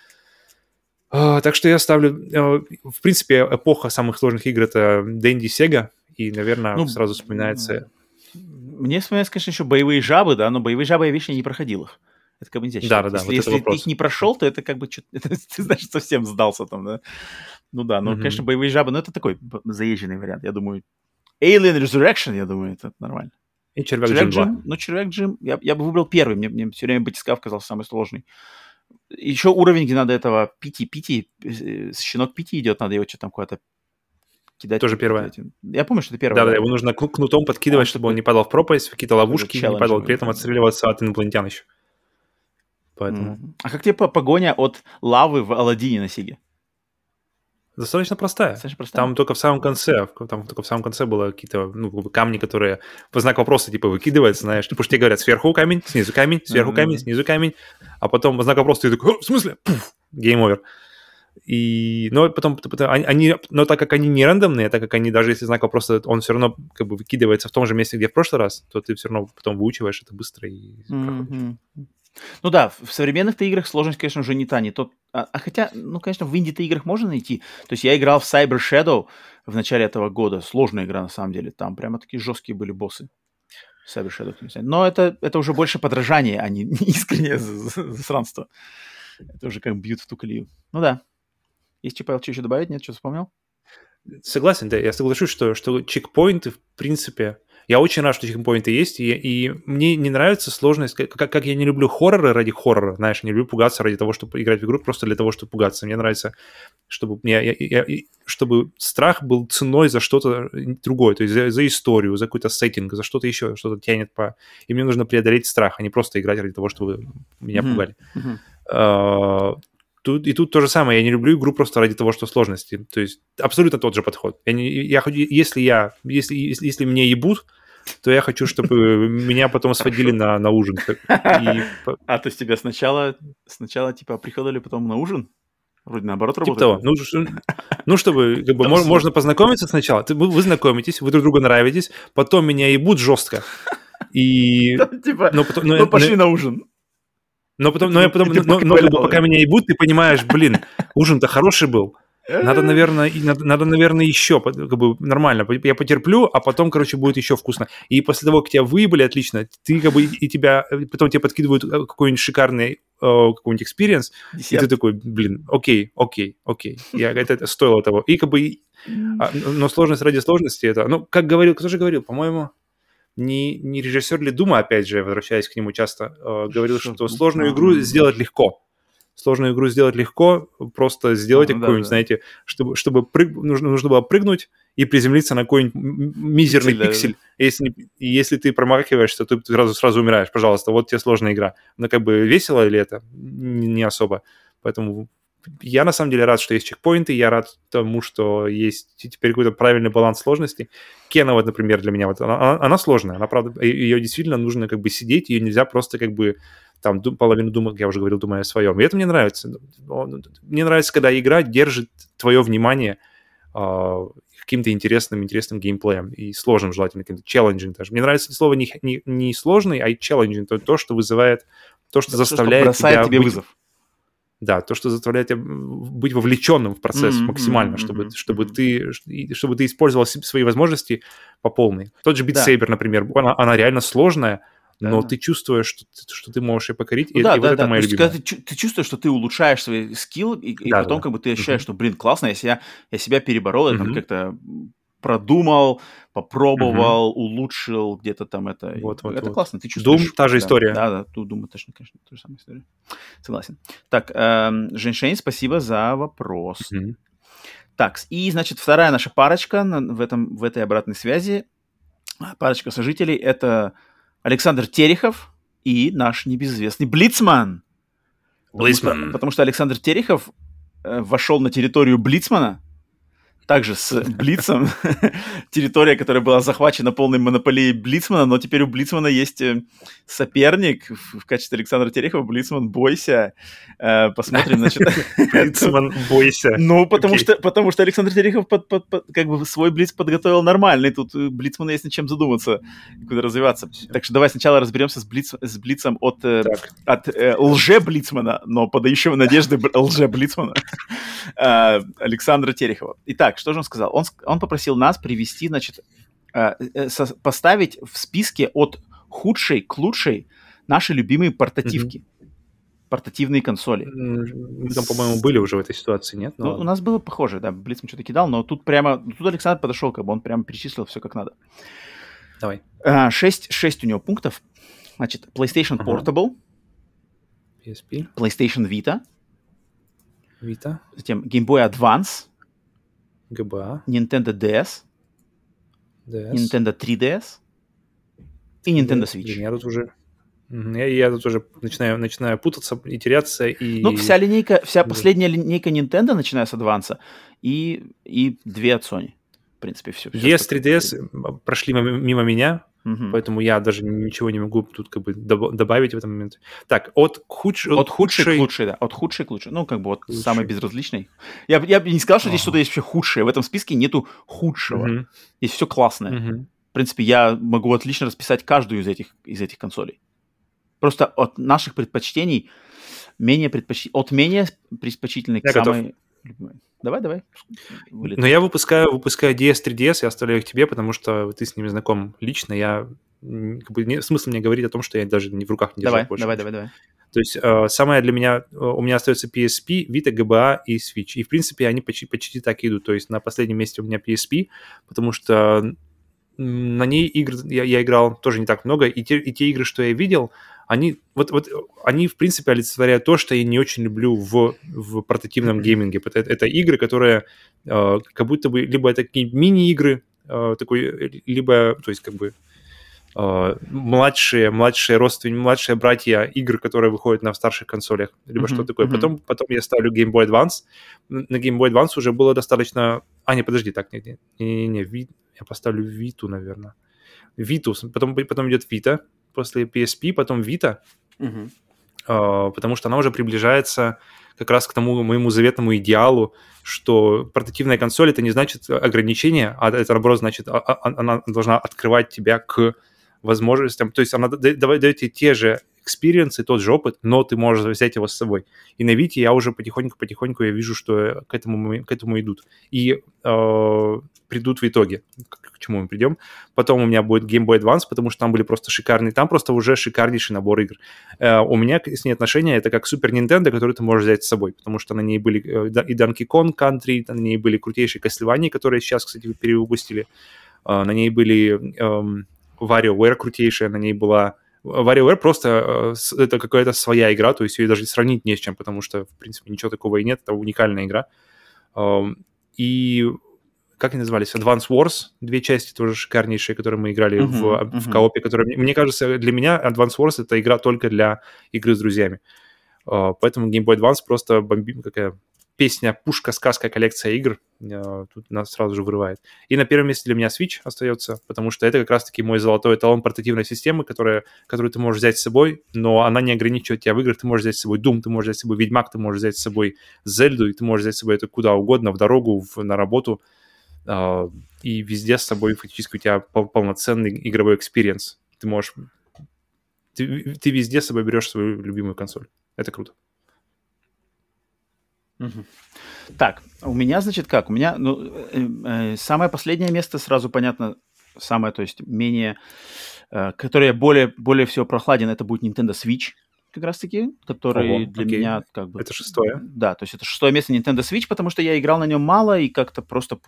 Так что я ставлю... В принципе, эпоха самых сложных игр — это Dendy Sega, и, наверное, сразу вспоминается... Мне вспоминается, конечно, еще боевые жабы, да, но боевые жабы я вечно не проходил их. Это как бы нельзя считать. Да, если ты их не прошел, то это как бы... Ты, знаешь, совсем сдался там, да? Ну да, но, конечно, боевые жабы, но это такой заезженный вариант. Я думаю, Alien Resurrection, я думаю, это нормально. И Червяк Джим. Ну, Червяк Джим, я бы выбрал первый. Мне все время батискаф казался самый сложный. Еще уровень, где надо этого Пити, щенок Пити идет, надо его что-то там куда-то кидать. Тоже первое. Я помню, что это первое. Да, его нужно кнутом подкидывать, чтобы он не падал в пропасть, в какие-то ловушки, не падал, при этом отстреливаться от инопланетян еще. Поэтому... А как тебе погоня от лавы в Аладдине на Сиге? Достаточно простая. Там только в самом конце, было какие-то камни, которые по знаку вопроса типа выкидываются, знаешь, потому что тебе говорят сверху камень, снизу камень, сверху камень, снизу камень, а потом по знаку вопроса ты такой, в смысле? Гейм овер. Но потом так как они не рандомные, так как они, даже если знак вопроса, он все равно как бы выкидывается в том же месте, где в прошлый раз, то ты все равно потом выучиваешь это быстро и проходишь. Ну да, в современных-то играх сложность, конечно, уже не та, не тот. Хотя, конечно, в инди-то играх можно найти. То есть я играл в Cyber Shadow в начале этого года. Сложная игра, на самом деле. Там прямо такие жесткие были боссы. Cyber Shadow. Но это уже больше подражание, а не искреннее засранство. Это уже как бьют в ту колею. Ну да. Есть что, Павел, что еще добавить? Нет, что вспомнил? Согласен, да. Я соглашусь, что чекпоинты, в принципе... Я очень рад, что чекпоинты есть, и мне не нравится сложность, как я не люблю хорроры ради хоррора, знаешь, не люблю пугаться ради того, чтобы играть в игру просто для того, чтобы пугаться. Мне нравится, чтобы чтобы страх был ценой за что-то другое, то есть за историю, за какой-то сеттинг, за что-то еще, что-то тянет по... И мне нужно преодолеть страх, а не просто играть ради того, чтобы меня пугали. Тут то же самое. Я не люблю игру просто ради того, что сложности. То есть абсолютно тот же подход. Если мне ебут, то я хочу, чтобы меня потом сводили на ужин. То есть тебя сначала типа приходили, потом на ужин? Вроде наоборот работает. Типа того. Чтобы как бы, можно познакомиться сначала. Вы знакомитесь, вы друг другу нравитесь, потом меня ебут жестко. Пошли на ужин. Но пока меня ебут, ты понимаешь, блин, ужин-то хороший был. Надо, наверное, еще, как бы нормально. Я потерплю, а потом, короче, будет еще вкусно. И после того, как тебя выебали отлично, ты как бы потом тебе подкидывают какой-нибудь шикарный какой-нибудь экспириенс, и ты такой, блин, окей. Это стоило того. И как бы, но сложность ради сложности это, как говорил, кто же говорил, по-моему, не режиссер ли Дума, опять же, возвращаясь к нему часто, говорил, что сложную игру сделать легко. сложную игру сделать легко, просто сделайте какую-нибудь, знаете, чтобы нужно было прыгнуть и приземлиться на какой-нибудь мизерный пиксель. Если ты промахиваешься, то ты сразу умираешь. Пожалуйста, вот тебе сложная игра. Но как бы весело ли это? Не особо. Поэтому я на самом деле рад, что есть чекпоинты, я рад тому, что есть теперь какой-то правильный баланс сложности. Кена, вот, например, для меня, вот, она сложная, она, правда, ее действительно нужно как бы сидеть, ее нельзя просто как бы там половину думать, я уже говорил, думая о своем. И это мне нравится. Мне нравится, когда игра держит твое внимание каким-то интересным геймплеем и сложным, желательно, каким-то челленджинг даже. Мне нравится слово не сложный, а челленджинг, то, что вызывает, то, что заставляет бросает тебе вызов. Да, то, что заставляет тебя быть вовлеченным в процесс максимально, чтобы ты использовал свои возможности по полной. Тот же Beat Saber, например, она реально сложная, но ты чувствуешь, что ты можешь ее покорить, и вот это моя любимая. Когда ты чувствуешь, что ты улучшаешь свои скиллы, и потом как бы ты ощущаешь, что, блин, классно, я себя переборол, я там как-то продумал, попробовал, улучшил где-то там это. Это классно, ты чувствуешь. Doom, та же история. Да, тут Doom, точно, конечно, та же самая история. Согласен. Так, Женьшень, спасибо за вопрос. Так, и, значит, вторая наша парочка в этой обратной связи, парочка сожителей, это Александр Терехов и наш небезызвестный Блицман. Потому что Александр Терехов вошел на территорию Блицмана, также с Блицем, территория, которая была захвачена полной монополией Блицмана, но теперь у Блицмана есть соперник в качестве Александра Терехова. Блицман, бойся. Посмотрим, значит... Блицман, бойся. Ну, потому что Александр Терехов как бы свой Блиц подготовил нормальный. Тут Блицману есть над чем задуматься, куда развиваться. Так что давай сначала разберемся с Блицем от лже-Блицмана, но подающего надежды лже-Блицмана, Александра Терехова. Итак, что же он сказал? Он попросил нас привести, значит, поставить в списке от худшей к лучшей наши любимые портативки. Портативные консоли. Мы там, по-моему, были уже в этой ситуации, нет? Ну, у нас было похоже, да, Блиц что-то кидал, но тут Александр подошел, как бы он прямо перечислил все как надо. Давай. 6 у него пунктов. Значит, PlayStation Portable, PSP, PlayStation Vita, затем Game Boy Advance, GBA, Nintendo DS, Nintendo 3DS и Nintendo Switch. Я тут уже начинаю путаться и теряться. Ну, вся последняя линейка Nintendo, начиная с Advance, и 2 от Sony. В принципе, все. DS, 3DS прошли мимо меня, поэтому я даже ничего не могу тут как бы добавить в этом моменте. Так, от худшей к лучшей, да. От худшей к лучшей. Ну, как бы от самой безразличной. Я бы не сказал, что здесь что-то есть вообще худшее. В этом списке нету худшего. Здесь все классное. В принципе, я могу отлично расписать каждую из этих консолей. Просто от наших предпочтений от менее предпочтительной к самой любимой. Давай. Но я выпускаю DS, 3DS, я оставляю их тебе, потому что ты с ними знаком лично. Смысл мне говорить о том, что я даже в руках не держал больше. Давай. То есть самое для меня... У меня остается PSP, Vita, GBA и Switch. И, в принципе, они почти так и идут. То есть на последнем месте у меня PSP, потому что на ней игр я играл тоже не так много. И те игры, что я видел, они в принципе олицетворяют то, что я не очень люблю в портативном гейминге. Это игры, которые как будто бы либо это такие мини-игры, либо, то есть как бы младшие родственники, младшие братья игр, которые выходят на старших консолях, либо что такое. Потом я ставлю Game Boy Advance. На Game Boy Advance уже было достаточно... Я поставлю Виту, наверное. Виту. Потом идет Vita, после PSP, потом Vita, потому что она уже приближается как раз к тому моему заветному идеалу, что портативная консоль — это не значит ограничение, а это, наоборот, значит, она должна открывать тебя к возможностям. То есть она дает тебе те же экспириенсы, тот же опыт, но ты можешь взять его с собой. И на Vita я уже потихоньку я вижу, что к этому идут. И придут в итоге. К чему мы придем? Потом у меня будет Game Boy Advance, потому что там были просто шикарные. Там просто уже шикарнейший набор игр. У меня с ней отношения это как Super Nintendo, который ты можешь взять с собой, потому что на ней были и Donkey Kong Country, на ней были крутейшие Castlevania, которые сейчас, кстати, перевыпустили. На ней были WarioWare крутейшая, на ней была WarioWare просто это какая-то своя игра, то есть ее даже сравнить не с чем, потому что, в принципе, ничего такого и нет, это уникальная игра. И как они назывались? Advance Wars, 2 части тоже шикарнейшие, которые мы играли в коопе, которые... Мне кажется, для меня Advance Wars — это игра только для игры с друзьями. Поэтому Game Boy Advance просто бомбим, какая песня, пушка, сказка, коллекция игр. Тут нас сразу же вырывает. И на первом месте для меня Switch остается, потому что это как раз-таки мой золотой эталон портативной системы, которую ты можешь взять с собой, но она не ограничивает тебя в играх. Ты можешь взять с собой Doom, ты можешь взять с собой Ведьмак, ты можешь взять с собой Зельду, и ты можешь взять с собой это куда угодно, в дорогу, на работу. И везде с собой фактически у тебя полноценный игровой экспириенс. Ты можешь... Ты везде с собой берешь свою любимую консоль. Это круто. Так, у меня, значит, как? У меня, самое последнее место, сразу понятно, самое, то есть менее, которое более всего прохладен, это будет Nintendo Switch, как раз-таки, который для меня как бы... Это 6-е? Да, то есть это 6-е место Nintendo Switch, потому что я играл на нем мало и как-то просто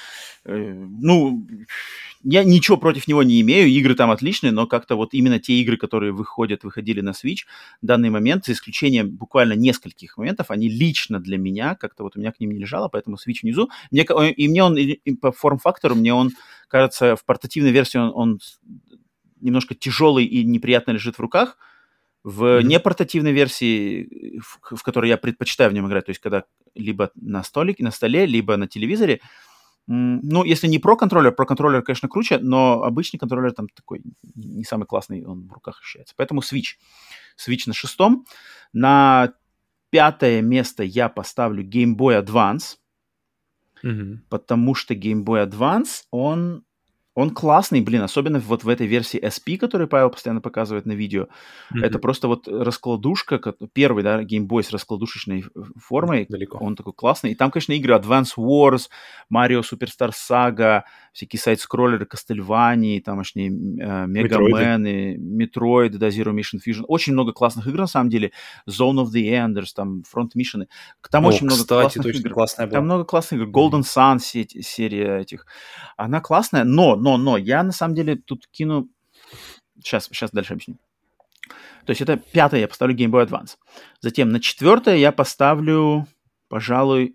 я ничего против него не имею, игры там отличные, но как-то вот именно те игры, которые выходили на Switch в данный момент, за исключением буквально нескольких моментов, они лично для меня, как-то вот у меня к ним не лежало, поэтому Switch внизу. Мне он по форм-фактору, мне он кажется, в портативной версии он немножко тяжелый и неприятно лежит в руках. В непортативной версии, в которой я предпочитаю в нем играть, то есть когда либо на столе, либо на телевизоре, если не про-контроллер, конечно, круче, но обычный контроллер там такой не самый классный, он в руках ощущается. Поэтому Switch. Switch на 6-м. На 5-е место я поставлю Game Boy Advance, потому что Game Boy Advance, он классный, особенно вот в этой версии SP, которую Павел постоянно показывает на видео. Это просто вот раскладушка, первый, да, Game Boy с раскладушечной формой. Далеко. Он такой классный. И там, конечно, игры Advance Wars, Mario Superstar Saga, всякие сайд-скроллеры, Castlevania, тамошние Mega Man, Metroid, да, Zero Mission Fusion. Очень много классных игр, на самом деле. Zone of the Enders, там, Front Mission. Там очень много классных игр. Там много классных игр. Golden Sun серия этих. Она классная, но я на самом деле тут кину... Сейчас дальше объясню. То есть это 5-е я поставлю Game Boy Advance. Затем на 4-е я поставлю, пожалуй,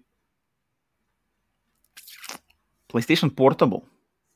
PlayStation Portable.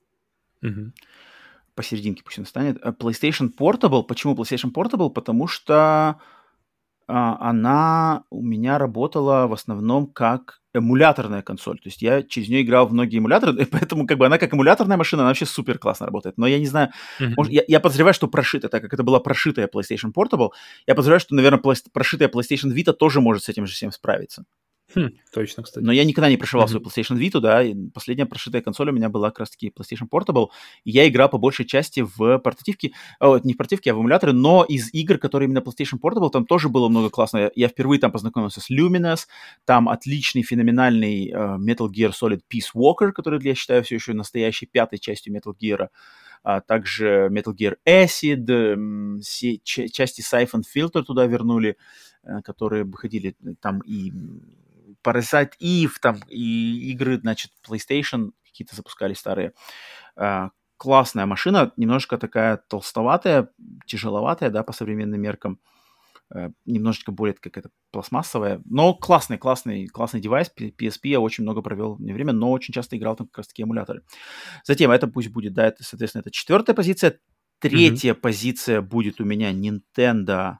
Посерединке пусть он станет. PlayStation Portable. Почему PlayStation Portable? Потому что она у меня работала в основном как эмуляторная консоль. То есть я через нее играл в многие эмуляторы, и поэтому как бы она как эмуляторная машина, она вообще супер классно работает. Но я не знаю, может, я подозреваю, что прошита, так как это была прошитая PlayStation Portable, я подозреваю, что, наверное, прошитая PlayStation Vita тоже может с этим же всем справиться. Точно, кстати. Но я никогда не прошивал свою PlayStation Vita, да, и последняя прошитая консоль у меня была как раз-таки PlayStation Portable, и я играл по большей части в портативке, не в портативке, а в эмуляторы, но из игр, которые именно PlayStation Portable, там тоже было много классного. Я впервые там познакомился с Luminous, там отличный, феноменальный Metal Gear Solid Peace Walker, который я считаю все еще настоящей 5-й частью Metal Gear, а также Metal Gear Acid, части Siphon Filter туда вернули, которые выходили там и Parasite Eve, там и игры, значит, PlayStation какие-то запускали старые. Классная машина, немножко такая толстоватая, тяжеловатая, да, по современным меркам. Немножечко более какая-то пластмассовая, но классный девайс. PSP я очень много провел время, но очень часто играл там как раз-таки эмуляторы. Затем это пусть будет, да, это, соответственно, это 4-я позиция. 3-я позиция будет у меня Nintendo...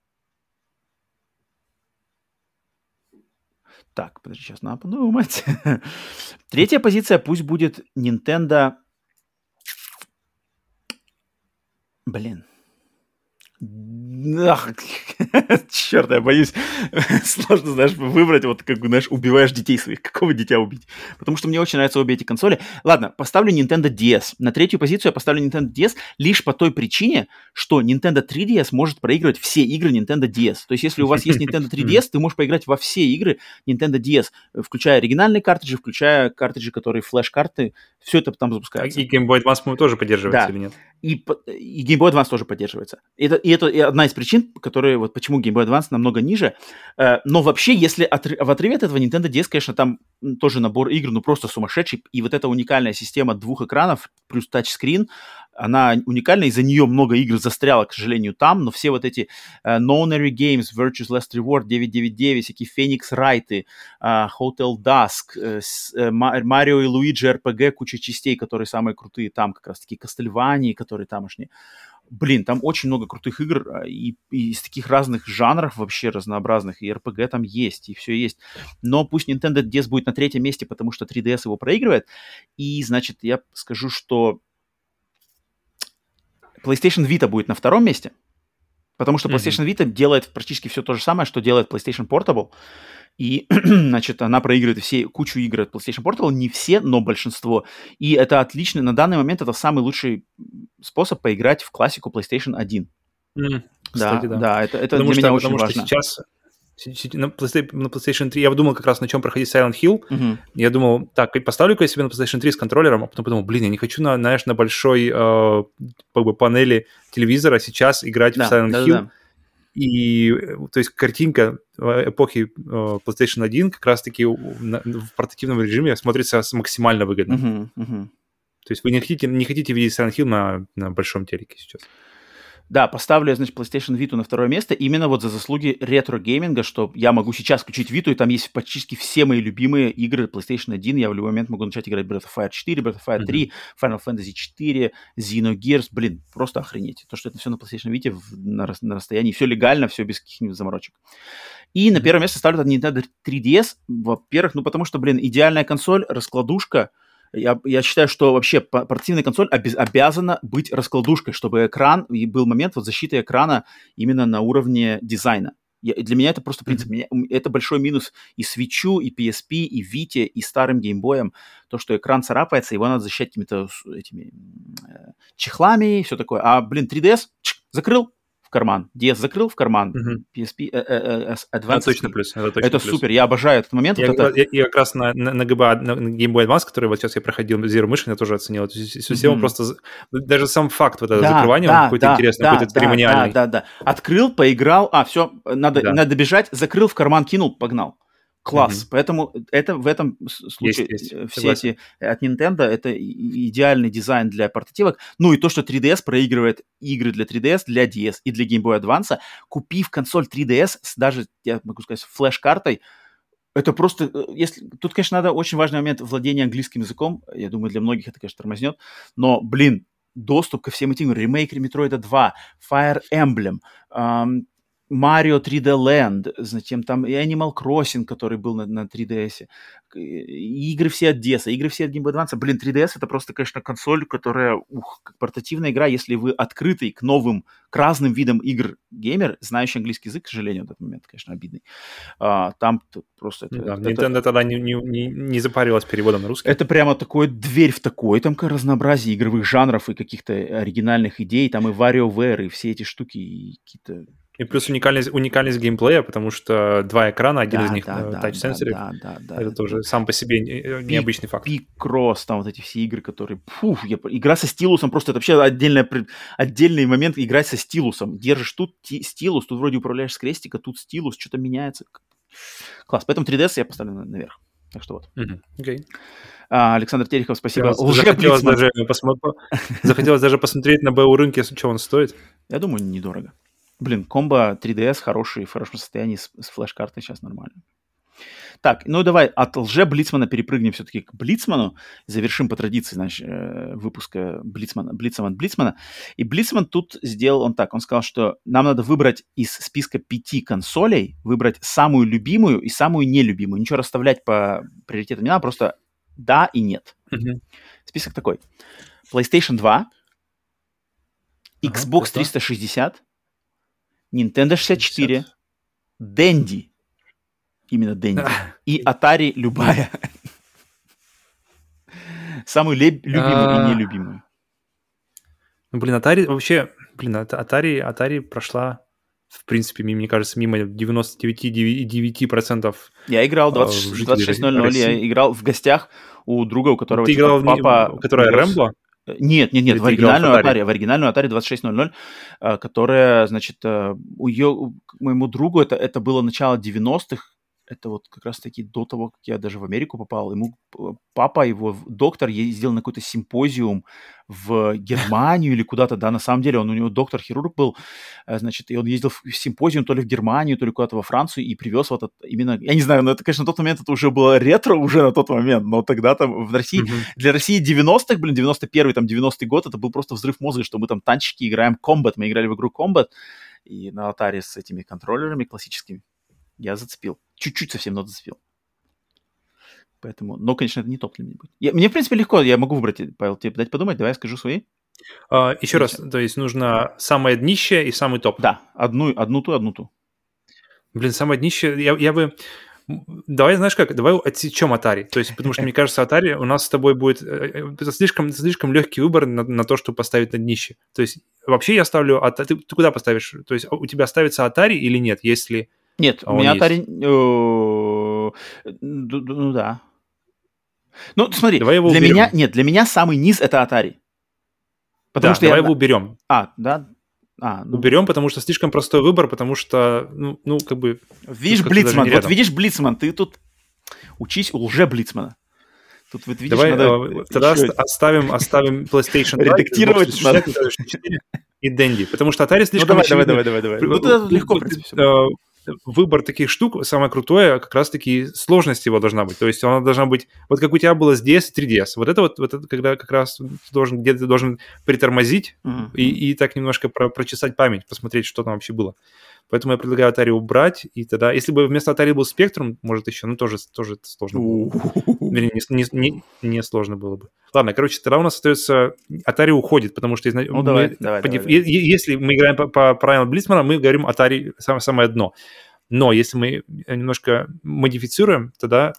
Так, подожди, сейчас надо подумать. 3-я позиция пусть будет Nintendo... Черт, я боюсь. Сложно, знаешь, выбрать, вот как, знаешь, убиваешь детей своих. Какого дитя убить? Потому что мне очень нравятся обе эти консоли. Ладно, поставлю Nintendo DS. На 3-ю позицию я поставлю Nintendo DS лишь по той причине, что Nintendo 3DS может проигрывать все игры Nintendo DS. То есть, если у вас есть Nintendo 3DS, ты можешь поиграть во все игры Nintendo DS, включая оригинальные картриджи, включая картриджи, которые флеш-карты. Все это там запускается. И Game Boy Advance тоже поддерживается, да. или нет? И Game Boy Advance тоже поддерживается. Это одна из причин, которые, вот почему Game Boy Advance намного ниже. Но вообще, если в отрыве от этого Nintendo DS, конечно, там тоже набор игр, ну просто сумасшедший. И вот эта уникальная система 2 экранов плюс тачскрин, она уникальна, из-за нее много игр застряло, к сожалению, там, но все вот эти Nonary Games, Virtue's Last Reward, 999, всякие Phoenix Wright, Hotel Dusk, Mario и Luigi RPG, куча частей, которые самые крутые там, как раз-таки Castlevania, которые тамошние. Блин, там очень много крутых игр, и из таких разных жанров вообще разнообразных, и RPG там есть, и все есть. Но пусть Nintendo DS будет на 3-м месте, потому что 3DS его проигрывает, и, значит, я скажу, что PlayStation Vita будет на 2-м месте, потому что PlayStation Vita делает практически все то же самое, что делает PlayStation Portable, и, значит, она проигрывает кучу игр от PlayStation Portable, не все, но большинство. И это отлично, на данный момент это самый лучший способ поиграть в классику PlayStation 1. Кстати, да, это для меня очень важно. Потому что сейчас на PlayStation 3, я думал как раз на чем проходить Silent Hill, я думал, так, поставлю-ка я себе на PlayStation 3 с контроллером, а потом подумал, блин, я не хочу, знаешь, на большой панели телевизора сейчас играть в Silent Hill. И, то есть, картинка эпохи PlayStation 1 как раз-таки в портативном режиме смотрится максимально выгодно. То есть вы не хотите видеть Silent Hill на большом телеке сейчас. Да, поставлю я, значит, PlayStation Vita на 2-е место именно вот за заслуги ретро-гейминга, что я могу сейчас включить Vita, и там есть практически все мои любимые игры PlayStation 1. Я в любой момент могу начать играть Breath of Fire 4, Breath of Fire 3, Final Fantasy 4, Xenogears. Блин, просто охренеть. То, что это все на PlayStation Vita на расстоянии. Все легально, все без каких-нибудь заморочек. И на 1-е место ставлю Nintendo 3DS. Во-первых, потому что, блин, идеальная консоль, раскладушка. Я считаю, что вообще портативная консоль обязана быть раскладушкой, чтобы экран, и был момент вот защиты экрана именно на уровне дизайна. Для меня это просто принцип. Это большой минус и Switch'у, и PSP, и Vita, и старым геймбоем. То, что экран царапается, его надо защищать какими-то этими чехлами и все такое. А, блин, 3DS закрыл в карман, DS закрыл в карман, PSP Advance. Точно плюс. Это супер, я обожаю этот момент. Я как раз на GBA, на Game Boy Advance, который вот сейчас я проходил, Zero Mission, я тоже оценил эту систему, просто даже сам факт вот этого закрывания, он какой-то интересный, какой-то церемониальный. Да. Открыл, поиграл, все, надо бежать, закрыл, в карман кинул, погнал. Класс. Поэтому это в этом случае есть. все эти от Nintendo это идеальный дизайн для портативок. Ну и то, что 3DS проигрывает игры для 3DS, для DS и для Game Boy Advance, купив консоль 3DS даже, я могу сказать, с флеш-картой, это просто... Тут, конечно, надо очень важный момент владения английским языком. Я думаю, для многих это, конечно, тормознет. Но, блин, доступ ко всем этим ремейкам Metroid 2, Fire Emblem, Mario 3D Land, затем там и Animal Crossing, который был на 3DS, игры все от DS, игры все от Game Boy Advance. Блин, 3DS это просто, конечно, консоль, которая, как портативная игра, если вы открытый к разным видам игр геймер, знающий английский язык, к сожалению, в этот момент, конечно, обидный. Там просто... Nintendo тогда не запарилась переводом на русский. Это прямо дверь в такое там разнообразие игровых жанров и каких-то оригинальных идей, там и WarioWare, и все эти штуки, и какие-то... И плюс уникальность геймплея, потому что 2 экрана, один из них touch-sensitive. Это тоже сам по себе необычный факт. Picross, там вот эти все игры, которые... игра со стилусом, просто это вообще отдельный момент играть со стилусом. Держишь тут стилус, тут вроде управляешь с крестика, тут стилус, что-то меняется. Класс, поэтому 3DS я поставлю наверх. Так что вот. Окей. Александр Терехов, спасибо. Захотелось даже посмотреть на БУ рынке, что он стоит. Я думаю, недорого. Блин, комбо 3DS в хорошем состоянии с флеш-картой сейчас нормально. Так, ну давай от лже-Блицмана перепрыгнем все-таки к Блицману. Завершим по традиции, значит, выпуска Блицмана. И Блицман тут сделал он так. Он сказал, что нам надо выбрать из списка 5 консолей, выбрать самую любимую и самую нелюбимую. Ничего расставлять по приоритетам не надо, просто да и нет. Список такой. PlayStation 2, Xbox 360, Nintendo 64, Dendy, именно Dendy, и Atari любая. Самую любимую и нелюбимую. Ну, блин, Atari вообще... Блин, Atari прошла, в принципе, мне кажется, мимо 99,9%. Я играл 26:00, я играл в гостях у друга, у которого ты играл папа... Которая Рэмбо? Нет, Или в ты играл в Atari? оригинальную Atari 2600, которая, значит, к моему другу, это было начало 90-х, это вот как раз-таки до того, как я даже в Америку попал. Ему папа, его доктор, ездил на какой-то симпозиум в Германию или куда-то, да, на самом деле у него доктор-хирург был, значит, и он ездил в симпозиум то ли в Германию, то ли куда-то во Францию и привез вот это именно, я не знаю, но это, конечно, на тот момент это уже было ретро уже на тот момент, но тогда там в России, для России 90-х, 91-й, там, 90-й год, это был просто взрыв мозга, что мы там танчики играем, Combat, мы играли в игру Combat, и на Atari с этими контроллерами классическими я зацепил. Чуть-чуть совсем, но зацепил. Поэтому, но, конечно, это не топ для меня будет. Мне, в принципе, легко, я могу выбрать, Павел, тебе дать подумать, давай я скажу свои. Еще раз, то есть нужно самое днище и самый топ. Да, одну ту. Блин, самое днище, я бы... Давай, знаешь как, давай отсечем Atari. То есть, потому что, мне кажется, Atari у нас с тобой будет... Это слишком легкий выбор на то, чтобы поставить на днище. То есть, вообще я ставлю... Ты куда поставишь? То есть, у тебя ставится Atari или нет, если... Нет, у меня Atari... Ну, да. Ну, смотри, давай его уберем. Для меня самый низ — это Atari. Потому что давай его уберем. Да? Уберем, потому что слишком простой выбор, потому что, ну как бы... Видишь, Блицман, вот видишь, Блицман, ты тут учись у лже-Блицмана. Тут вот видишь, давай, надо тогда оставим PlayStation 2, редактировать надо. И Dendy, потому что Atari слишком... Давай. Ну, это легко, в принципе, выбор таких штук, самое крутое, как раз-таки сложность его должна быть. То есть она должна быть... Вот как у тебя было с DS и 3DS. Вот это когда как раз где-то ты должен притормозить и так немножко прочесать память, посмотреть, что там вообще было. Поэтому я предлагаю Atari убрать, и тогда... Если бы вместо Atari был Spectrum, может, еще, ну, тоже сложно было бы. Вернее, не сложно было бы. Ладно, короче, тогда у нас остается... Atari уходит, потому что... давай. Если мы играем по правилам Блицмана, мы говорим Atari самое дно. Но если мы немножко модифицируем, тогда...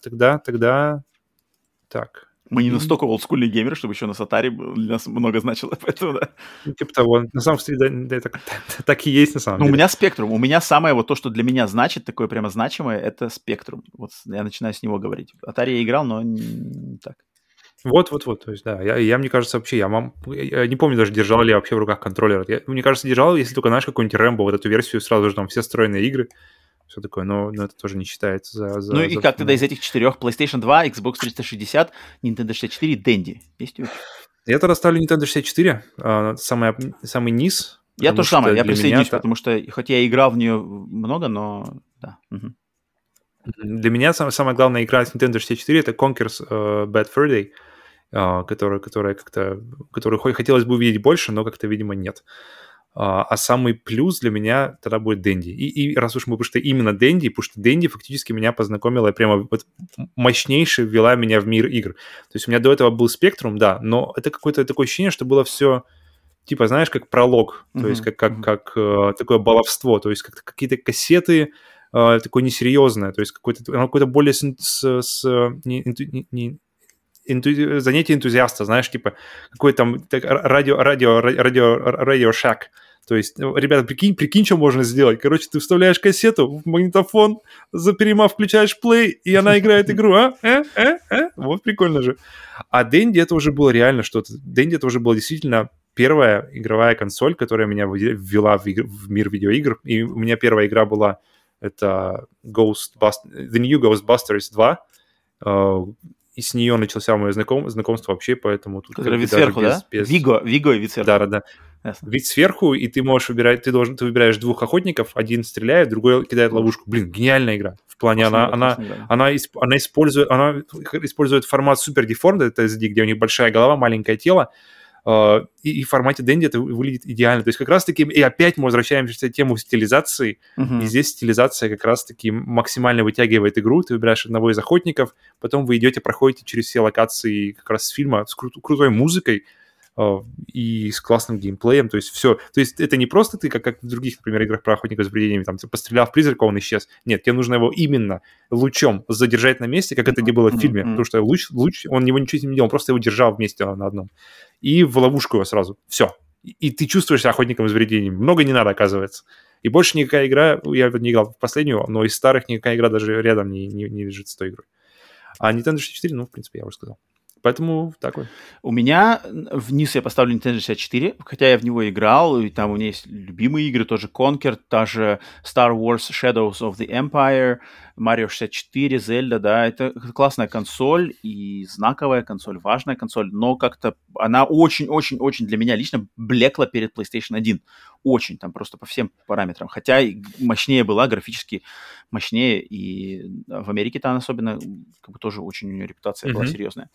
Так... Мы не настолько олдскульные геймеры, чтобы еще у нас Atari для нас много значило, поэтому да. Типа того. На самом деле, да, так и есть на самом деле. У меня Spectrum. У меня самое вот то, что для меня значит, такое прямо значимое, это Spectrum. Вот я начинаю с него говорить. Atari я играл, но не так. Вот. То есть, да, я мне кажется, вообще, я не помню даже, держал ли я вообще в руках контроллер. Мне кажется, держал, если только, знаешь, какой-нибудь Рэмбо, вот эту версию, сразу же там все встроенные игры. Все такое, но это тоже не считается за... Ну и как тогда из этих четырех? PlayStation 2, Xbox 360, Nintendo 64, Dendy. Есть у тебя? Я тогда ставлю Nintendo 64, самый низ. Я то же самое, я присоединюсь, потому что, хоть я играл в нее много, но да. Для меня самая главная игра с Nintendo 64 — это Conker's Bad Fur Day, которую хотелось бы увидеть больше, но как-то, видимо, нет. А самый плюс для меня тогда будет Dendy. И раз уж мы, потому что именно Dendy, потому что Dendy фактически меня познакомила, прямо вот мощнейше ввела меня в мир игр. То есть у меня до этого был Spectrum, да, но это какое-то такое ощущение, что было все, типа, знаешь, как пролог, то есть как такое баловство, то есть как какие-то кассеты, такое несерьезное, то есть какое-то более занятие энтузиаста, знаешь, типа какой там радио Shack. То есть, ребята, прикинь, что можно сделать. Короче, ты вставляешь кассету в магнитофон, за перемав включаешь плей, и она играет игру, Вот прикольно же. А Dendy это уже было реально что-то. Dendy это уже была действительно первая игровая консоль, которая меня ввела в мир видеоигр. И у меня первая игра была это The New Ghostbusters 2. И с нее начался мое знакомство вообще, поэтому тут... Который вид сверху, да? Виго и вид сверху. Да. Вид сверху, и ты можешь выбирать, ты выбираешь двух охотников, один стреляет, другой кидает ловушку. Блин, гениальная игра. В плане она использует формат Super Deformed, это SD, где у них большая голова, маленькое тело, и в формате Dendy это выглядит идеально. То есть как раз-таки, и опять мы возвращаемся к тему стилизации, и здесь стилизация как раз-таки максимально вытягивает игру, ты выбираешь одного из охотников, потом вы идете, проходите через все локации как раз с фильма с крутой музыкой, и с классным геймплеем, то есть все. То есть это не просто ты, как в других, например, играх про охотника за привидениями, там, ты пострелял в призрака, он исчез. Нет, тебе нужно его именно лучом задержать на месте, как это не было в фильме, потому что луч, он него ничего не делал, он просто его держал вместе на одном. И в ловушку его сразу. Все. И ты чувствуешь себя охотником за привидениями. Много не надо, оказывается. И больше никакая игра, я не играл в последнюю, но из старых никакая игра даже рядом не лежит с той игрой. А Nintendo 64, ну, в принципе, я уже сказал. Поэтому так вот. У меня вниз я поставлю Nintendo 64, хотя я в него играл, и там у меня есть любимые игры, тоже Conquer, та же Star Wars Shadows of the Empire, Mario 64, Zelda, да, это классная консоль и знаковая консоль, важная консоль, но как-то она очень-очень-очень для меня лично блекла перед PlayStation 1. Очень, там просто по всем параметрам. Хотя и мощнее была, графически мощнее, и в Америке-то она особенно, как бы тоже очень у нее репутация была серьезная.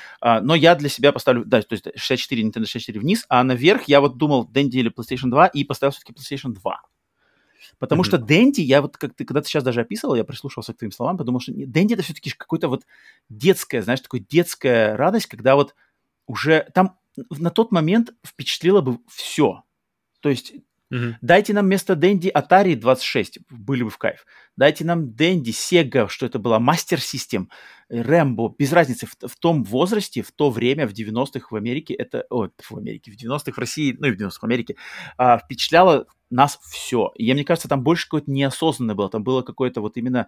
Но я для себя поставлю, да, то есть 64, Nintendo 64 вниз, а наверх я вот думал Dendy или PlayStation 2 и поставил все-таки PlayStation 2. Потому что Dendy, я вот, как ты когда-то сейчас даже описывал, я прислушался к твоим словам, подумал, что Dendy это все-таки какой-то вот детская, знаешь, такой детская радость, когда вот уже там на тот момент впечатлило бы все. То есть дайте нам вместо Dendy Atari 26, были бы в кайф. Дайте нам Dendy, Sega, что это была, Master System, Rambo, без разницы. В том возрасте, в то время, в 90-х в Америке, это... Ой, в Америке, в 90-х в России, ну и в 90-х в Америке, впечатляло нас все. И мне кажется, там больше какое-то неосознанное было. Там было какое-то вот именно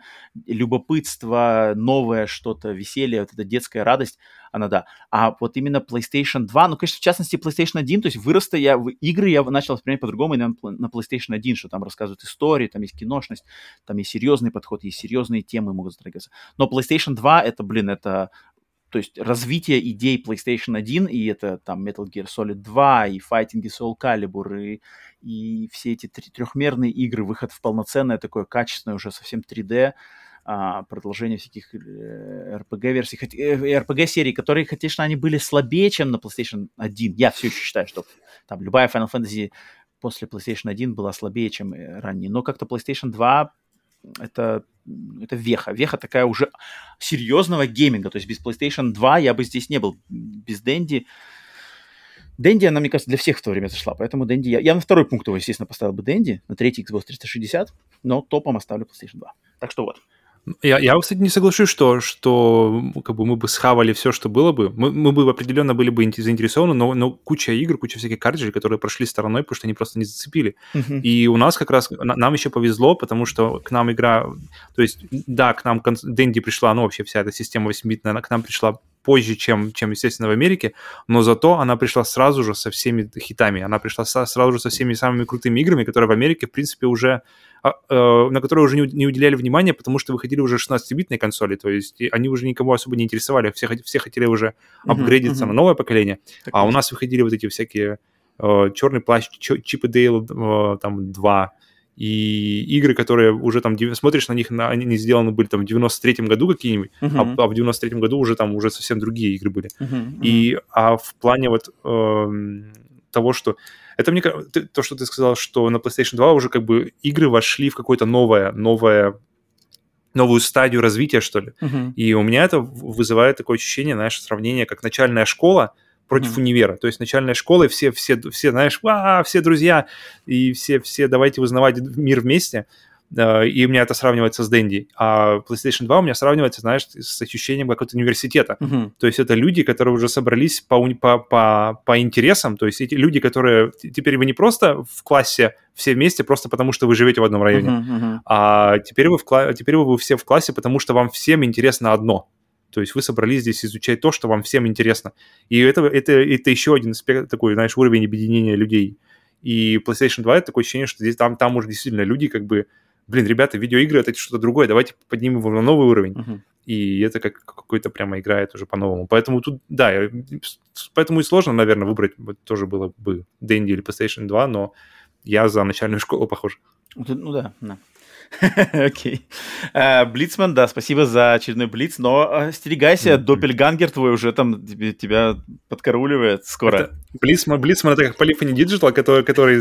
любопытство, новое что-то, веселье, вот эта детская радость, она да. А вот именно PlayStation 2, ну, конечно, в частности, PlayStation 1, то есть вырос-то я, в игры я начал воспринимать по-другому именно на PlayStation 1, что там рассказывают истории, там есть киношность, там есть серьезный подход, есть серьезные темы могут затрагиваться. Но PlayStation 2, это, это... То есть развитие идей PlayStation 1, и это там Metal Gear Solid 2, и Fighting и Soul Calibur, и все эти трехмерные игры, выход в полноценное такое качественное уже совсем 3D, продолжение всяких RPG-версий, RPG-серий, которые, конечно, они были слабее, чем на PlayStation 1. Я все еще считаю, что там любая Final Fantasy после PlayStation 1 была слабее, чем ранее. Но как-то PlayStation 2 это веха такая уже серьезного гейминга. То есть без PlayStation 2 я бы здесь не был. Без Dendy. Dendy, она, мне кажется, для всех в то время зашла. Поэтому Dendy... Я на второй пункт его, естественно, поставил бы Dendy, на третий Xbox 360, но топом оставлю PlayStation 2. Так что вот. Я, кстати, не соглашусь, что как бы мы бы схавали все, что было бы. Мы бы определенно были бы заинтересованы, но куча игр, куча всяких картриджей, которые прошли стороной, потому что они просто не зацепили. И у нас как раз, нам еще повезло, потому что к нам игра... То есть, да, к нам Dendy пришла, ну, вообще вся эта система 8-битная, она к нам пришла позже, чем, естественно, в Америке, но зато она пришла сразу же со всеми хитами, она пришла сразу же со всеми самыми крутыми играми, которые в Америке, в принципе, уже... на которые уже не уделяли внимания, потому что выходили уже 16-битные консоли, то есть они уже никого особо не интересовали, все хотели уже апгрейдиться на новое поколение, а у нас выходили вот эти всякие «Черный плащ», «Чип и Дейл» там 2, и игры, которые уже там, смотришь на них, они сделаны были там в 93-м году какие-нибудь, а в 93-м году уже там уже совсем другие игры были. А в плане вот того, что... Это мне кажется, то, что ты сказал, что на PlayStation 2 уже как бы игры вошли в какое-то новую стадию развития, что ли. И у меня это вызывает такое ощущение, знаешь, сравнение, как начальная школа против универа. То есть начальная школа, и все знаешь, все друзья, и все давайте узнавать мир вместе. И у меня это сравнивается с Dendy. А PlayStation 2 у меня сравнивается, знаешь, с ощущением какого-то университета. То есть это люди, которые уже собрались по интересам. То есть эти люди, которые... Теперь вы не просто в классе все вместе, просто потому что вы живете в одном районе, а теперь вы все в классе, потому что вам всем интересно одно. То есть вы собрались здесь изучать то, что вам всем интересно. И это еще один такой, знаешь, уровень объединения людей. И PlayStation 2 это такое ощущение, что здесь там уже действительно люди как бы... Блин, ребята, видеоигры — это что-то другое, давайте поднимем его на новый уровень. И это как какой-то прямо играет уже по-новому. Поэтому тут, да, поэтому и сложно, наверное, выбрать, тоже было бы Dendy или PlayStation 2, но я за начальную школу похож. Ну да. Окей. Блицман, да, спасибо за очередной блиц, но остерегайся, Доппельгангер твой уже там тебя подкаруливает скоро. Блицман это как Polyphony Digital, который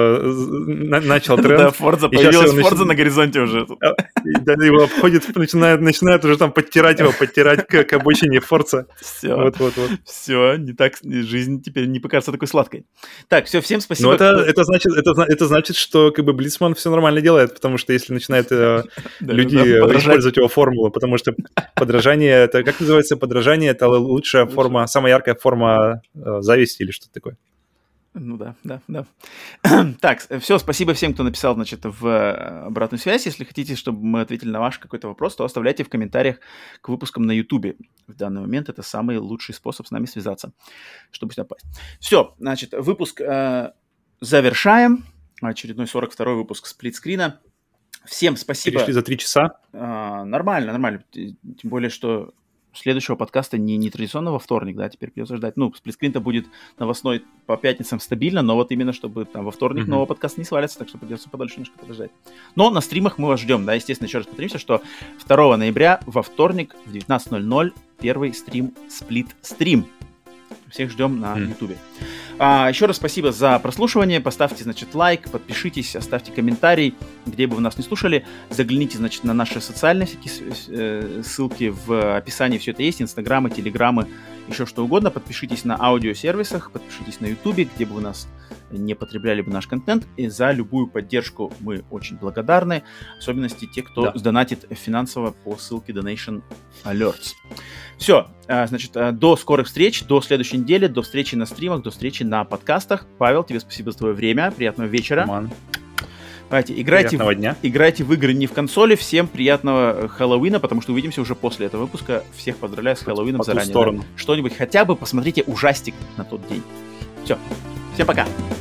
начал тренд. Да, Forza, появилась Forza на горизонте уже. Да, его обходит, начинает уже там подтирать к обочине Forza. Все, все, не так, жизнь теперь не покажется такой сладкой. Так, все, всем спасибо. Но это значит, что как бы Блицман все нормально делает, потому что если начинают люди использовать его формулу, потому что подражание, это как называется подражание, это лучшая форма, самая яркая форма зависти или что-то такое. Ну да. Так, все, спасибо всем, кто написал, значит, в обратную связь. Если хотите, чтобы мы ответили на ваш какой-то вопрос, то оставляйте в комментариях к выпускам на YouTube. в данный момент это самый лучший способ с нами связаться, чтобы сюда попасть. Все, значит, выпуск завершаем. Очередной 42-й выпуск сплитскрина. Всем спасибо. Перешли за 3 часа. Нормально. Тем более, что следующего подкаста не традиционного вторник, да, теперь придется ждать. Ну, сплитскрин-то будет новостной по пятницам стабильно, но вот именно, чтобы там во вторник нового подкаста не свалится, так что придется подольше немножко подождать. Но на стримах мы вас ждем, да, естественно, еще раз повторимся, что 2 ноября во вторник в 19:00 первый стрим Сплит-стрим. Всех ждем на YouTube. Еще раз спасибо за прослушивание. Поставьте, значит, лайк, подпишитесь, оставьте комментарий, где бы вы нас не слушали. Загляните, значит, на наши социальные всякие ссылки в описании. Все это есть. Инстаграмы, телеграммы, еще что угодно. Подпишитесь на аудиосервисах, подпишитесь на YouTube, где бы вы нас не потребляли бы наш контент. И за любую поддержку мы очень благодарны. В особенности те, кто сдонатит финансово по ссылке Donation Alerts. Все, значит, до скорых встреч, до следующей недели, до встречи на стримах, до встречи на подкастах. Павел, тебе спасибо за твое время, приятного вечера. Давайте, играйте в игры не в консоли. Всем приятного Хэллоуина, потому что увидимся уже после этого выпуска. Всех поздравляю с Хэллоуином заранее. Да? Что-нибудь, хотя бы посмотрите ужастик на тот день. Все, всем пока.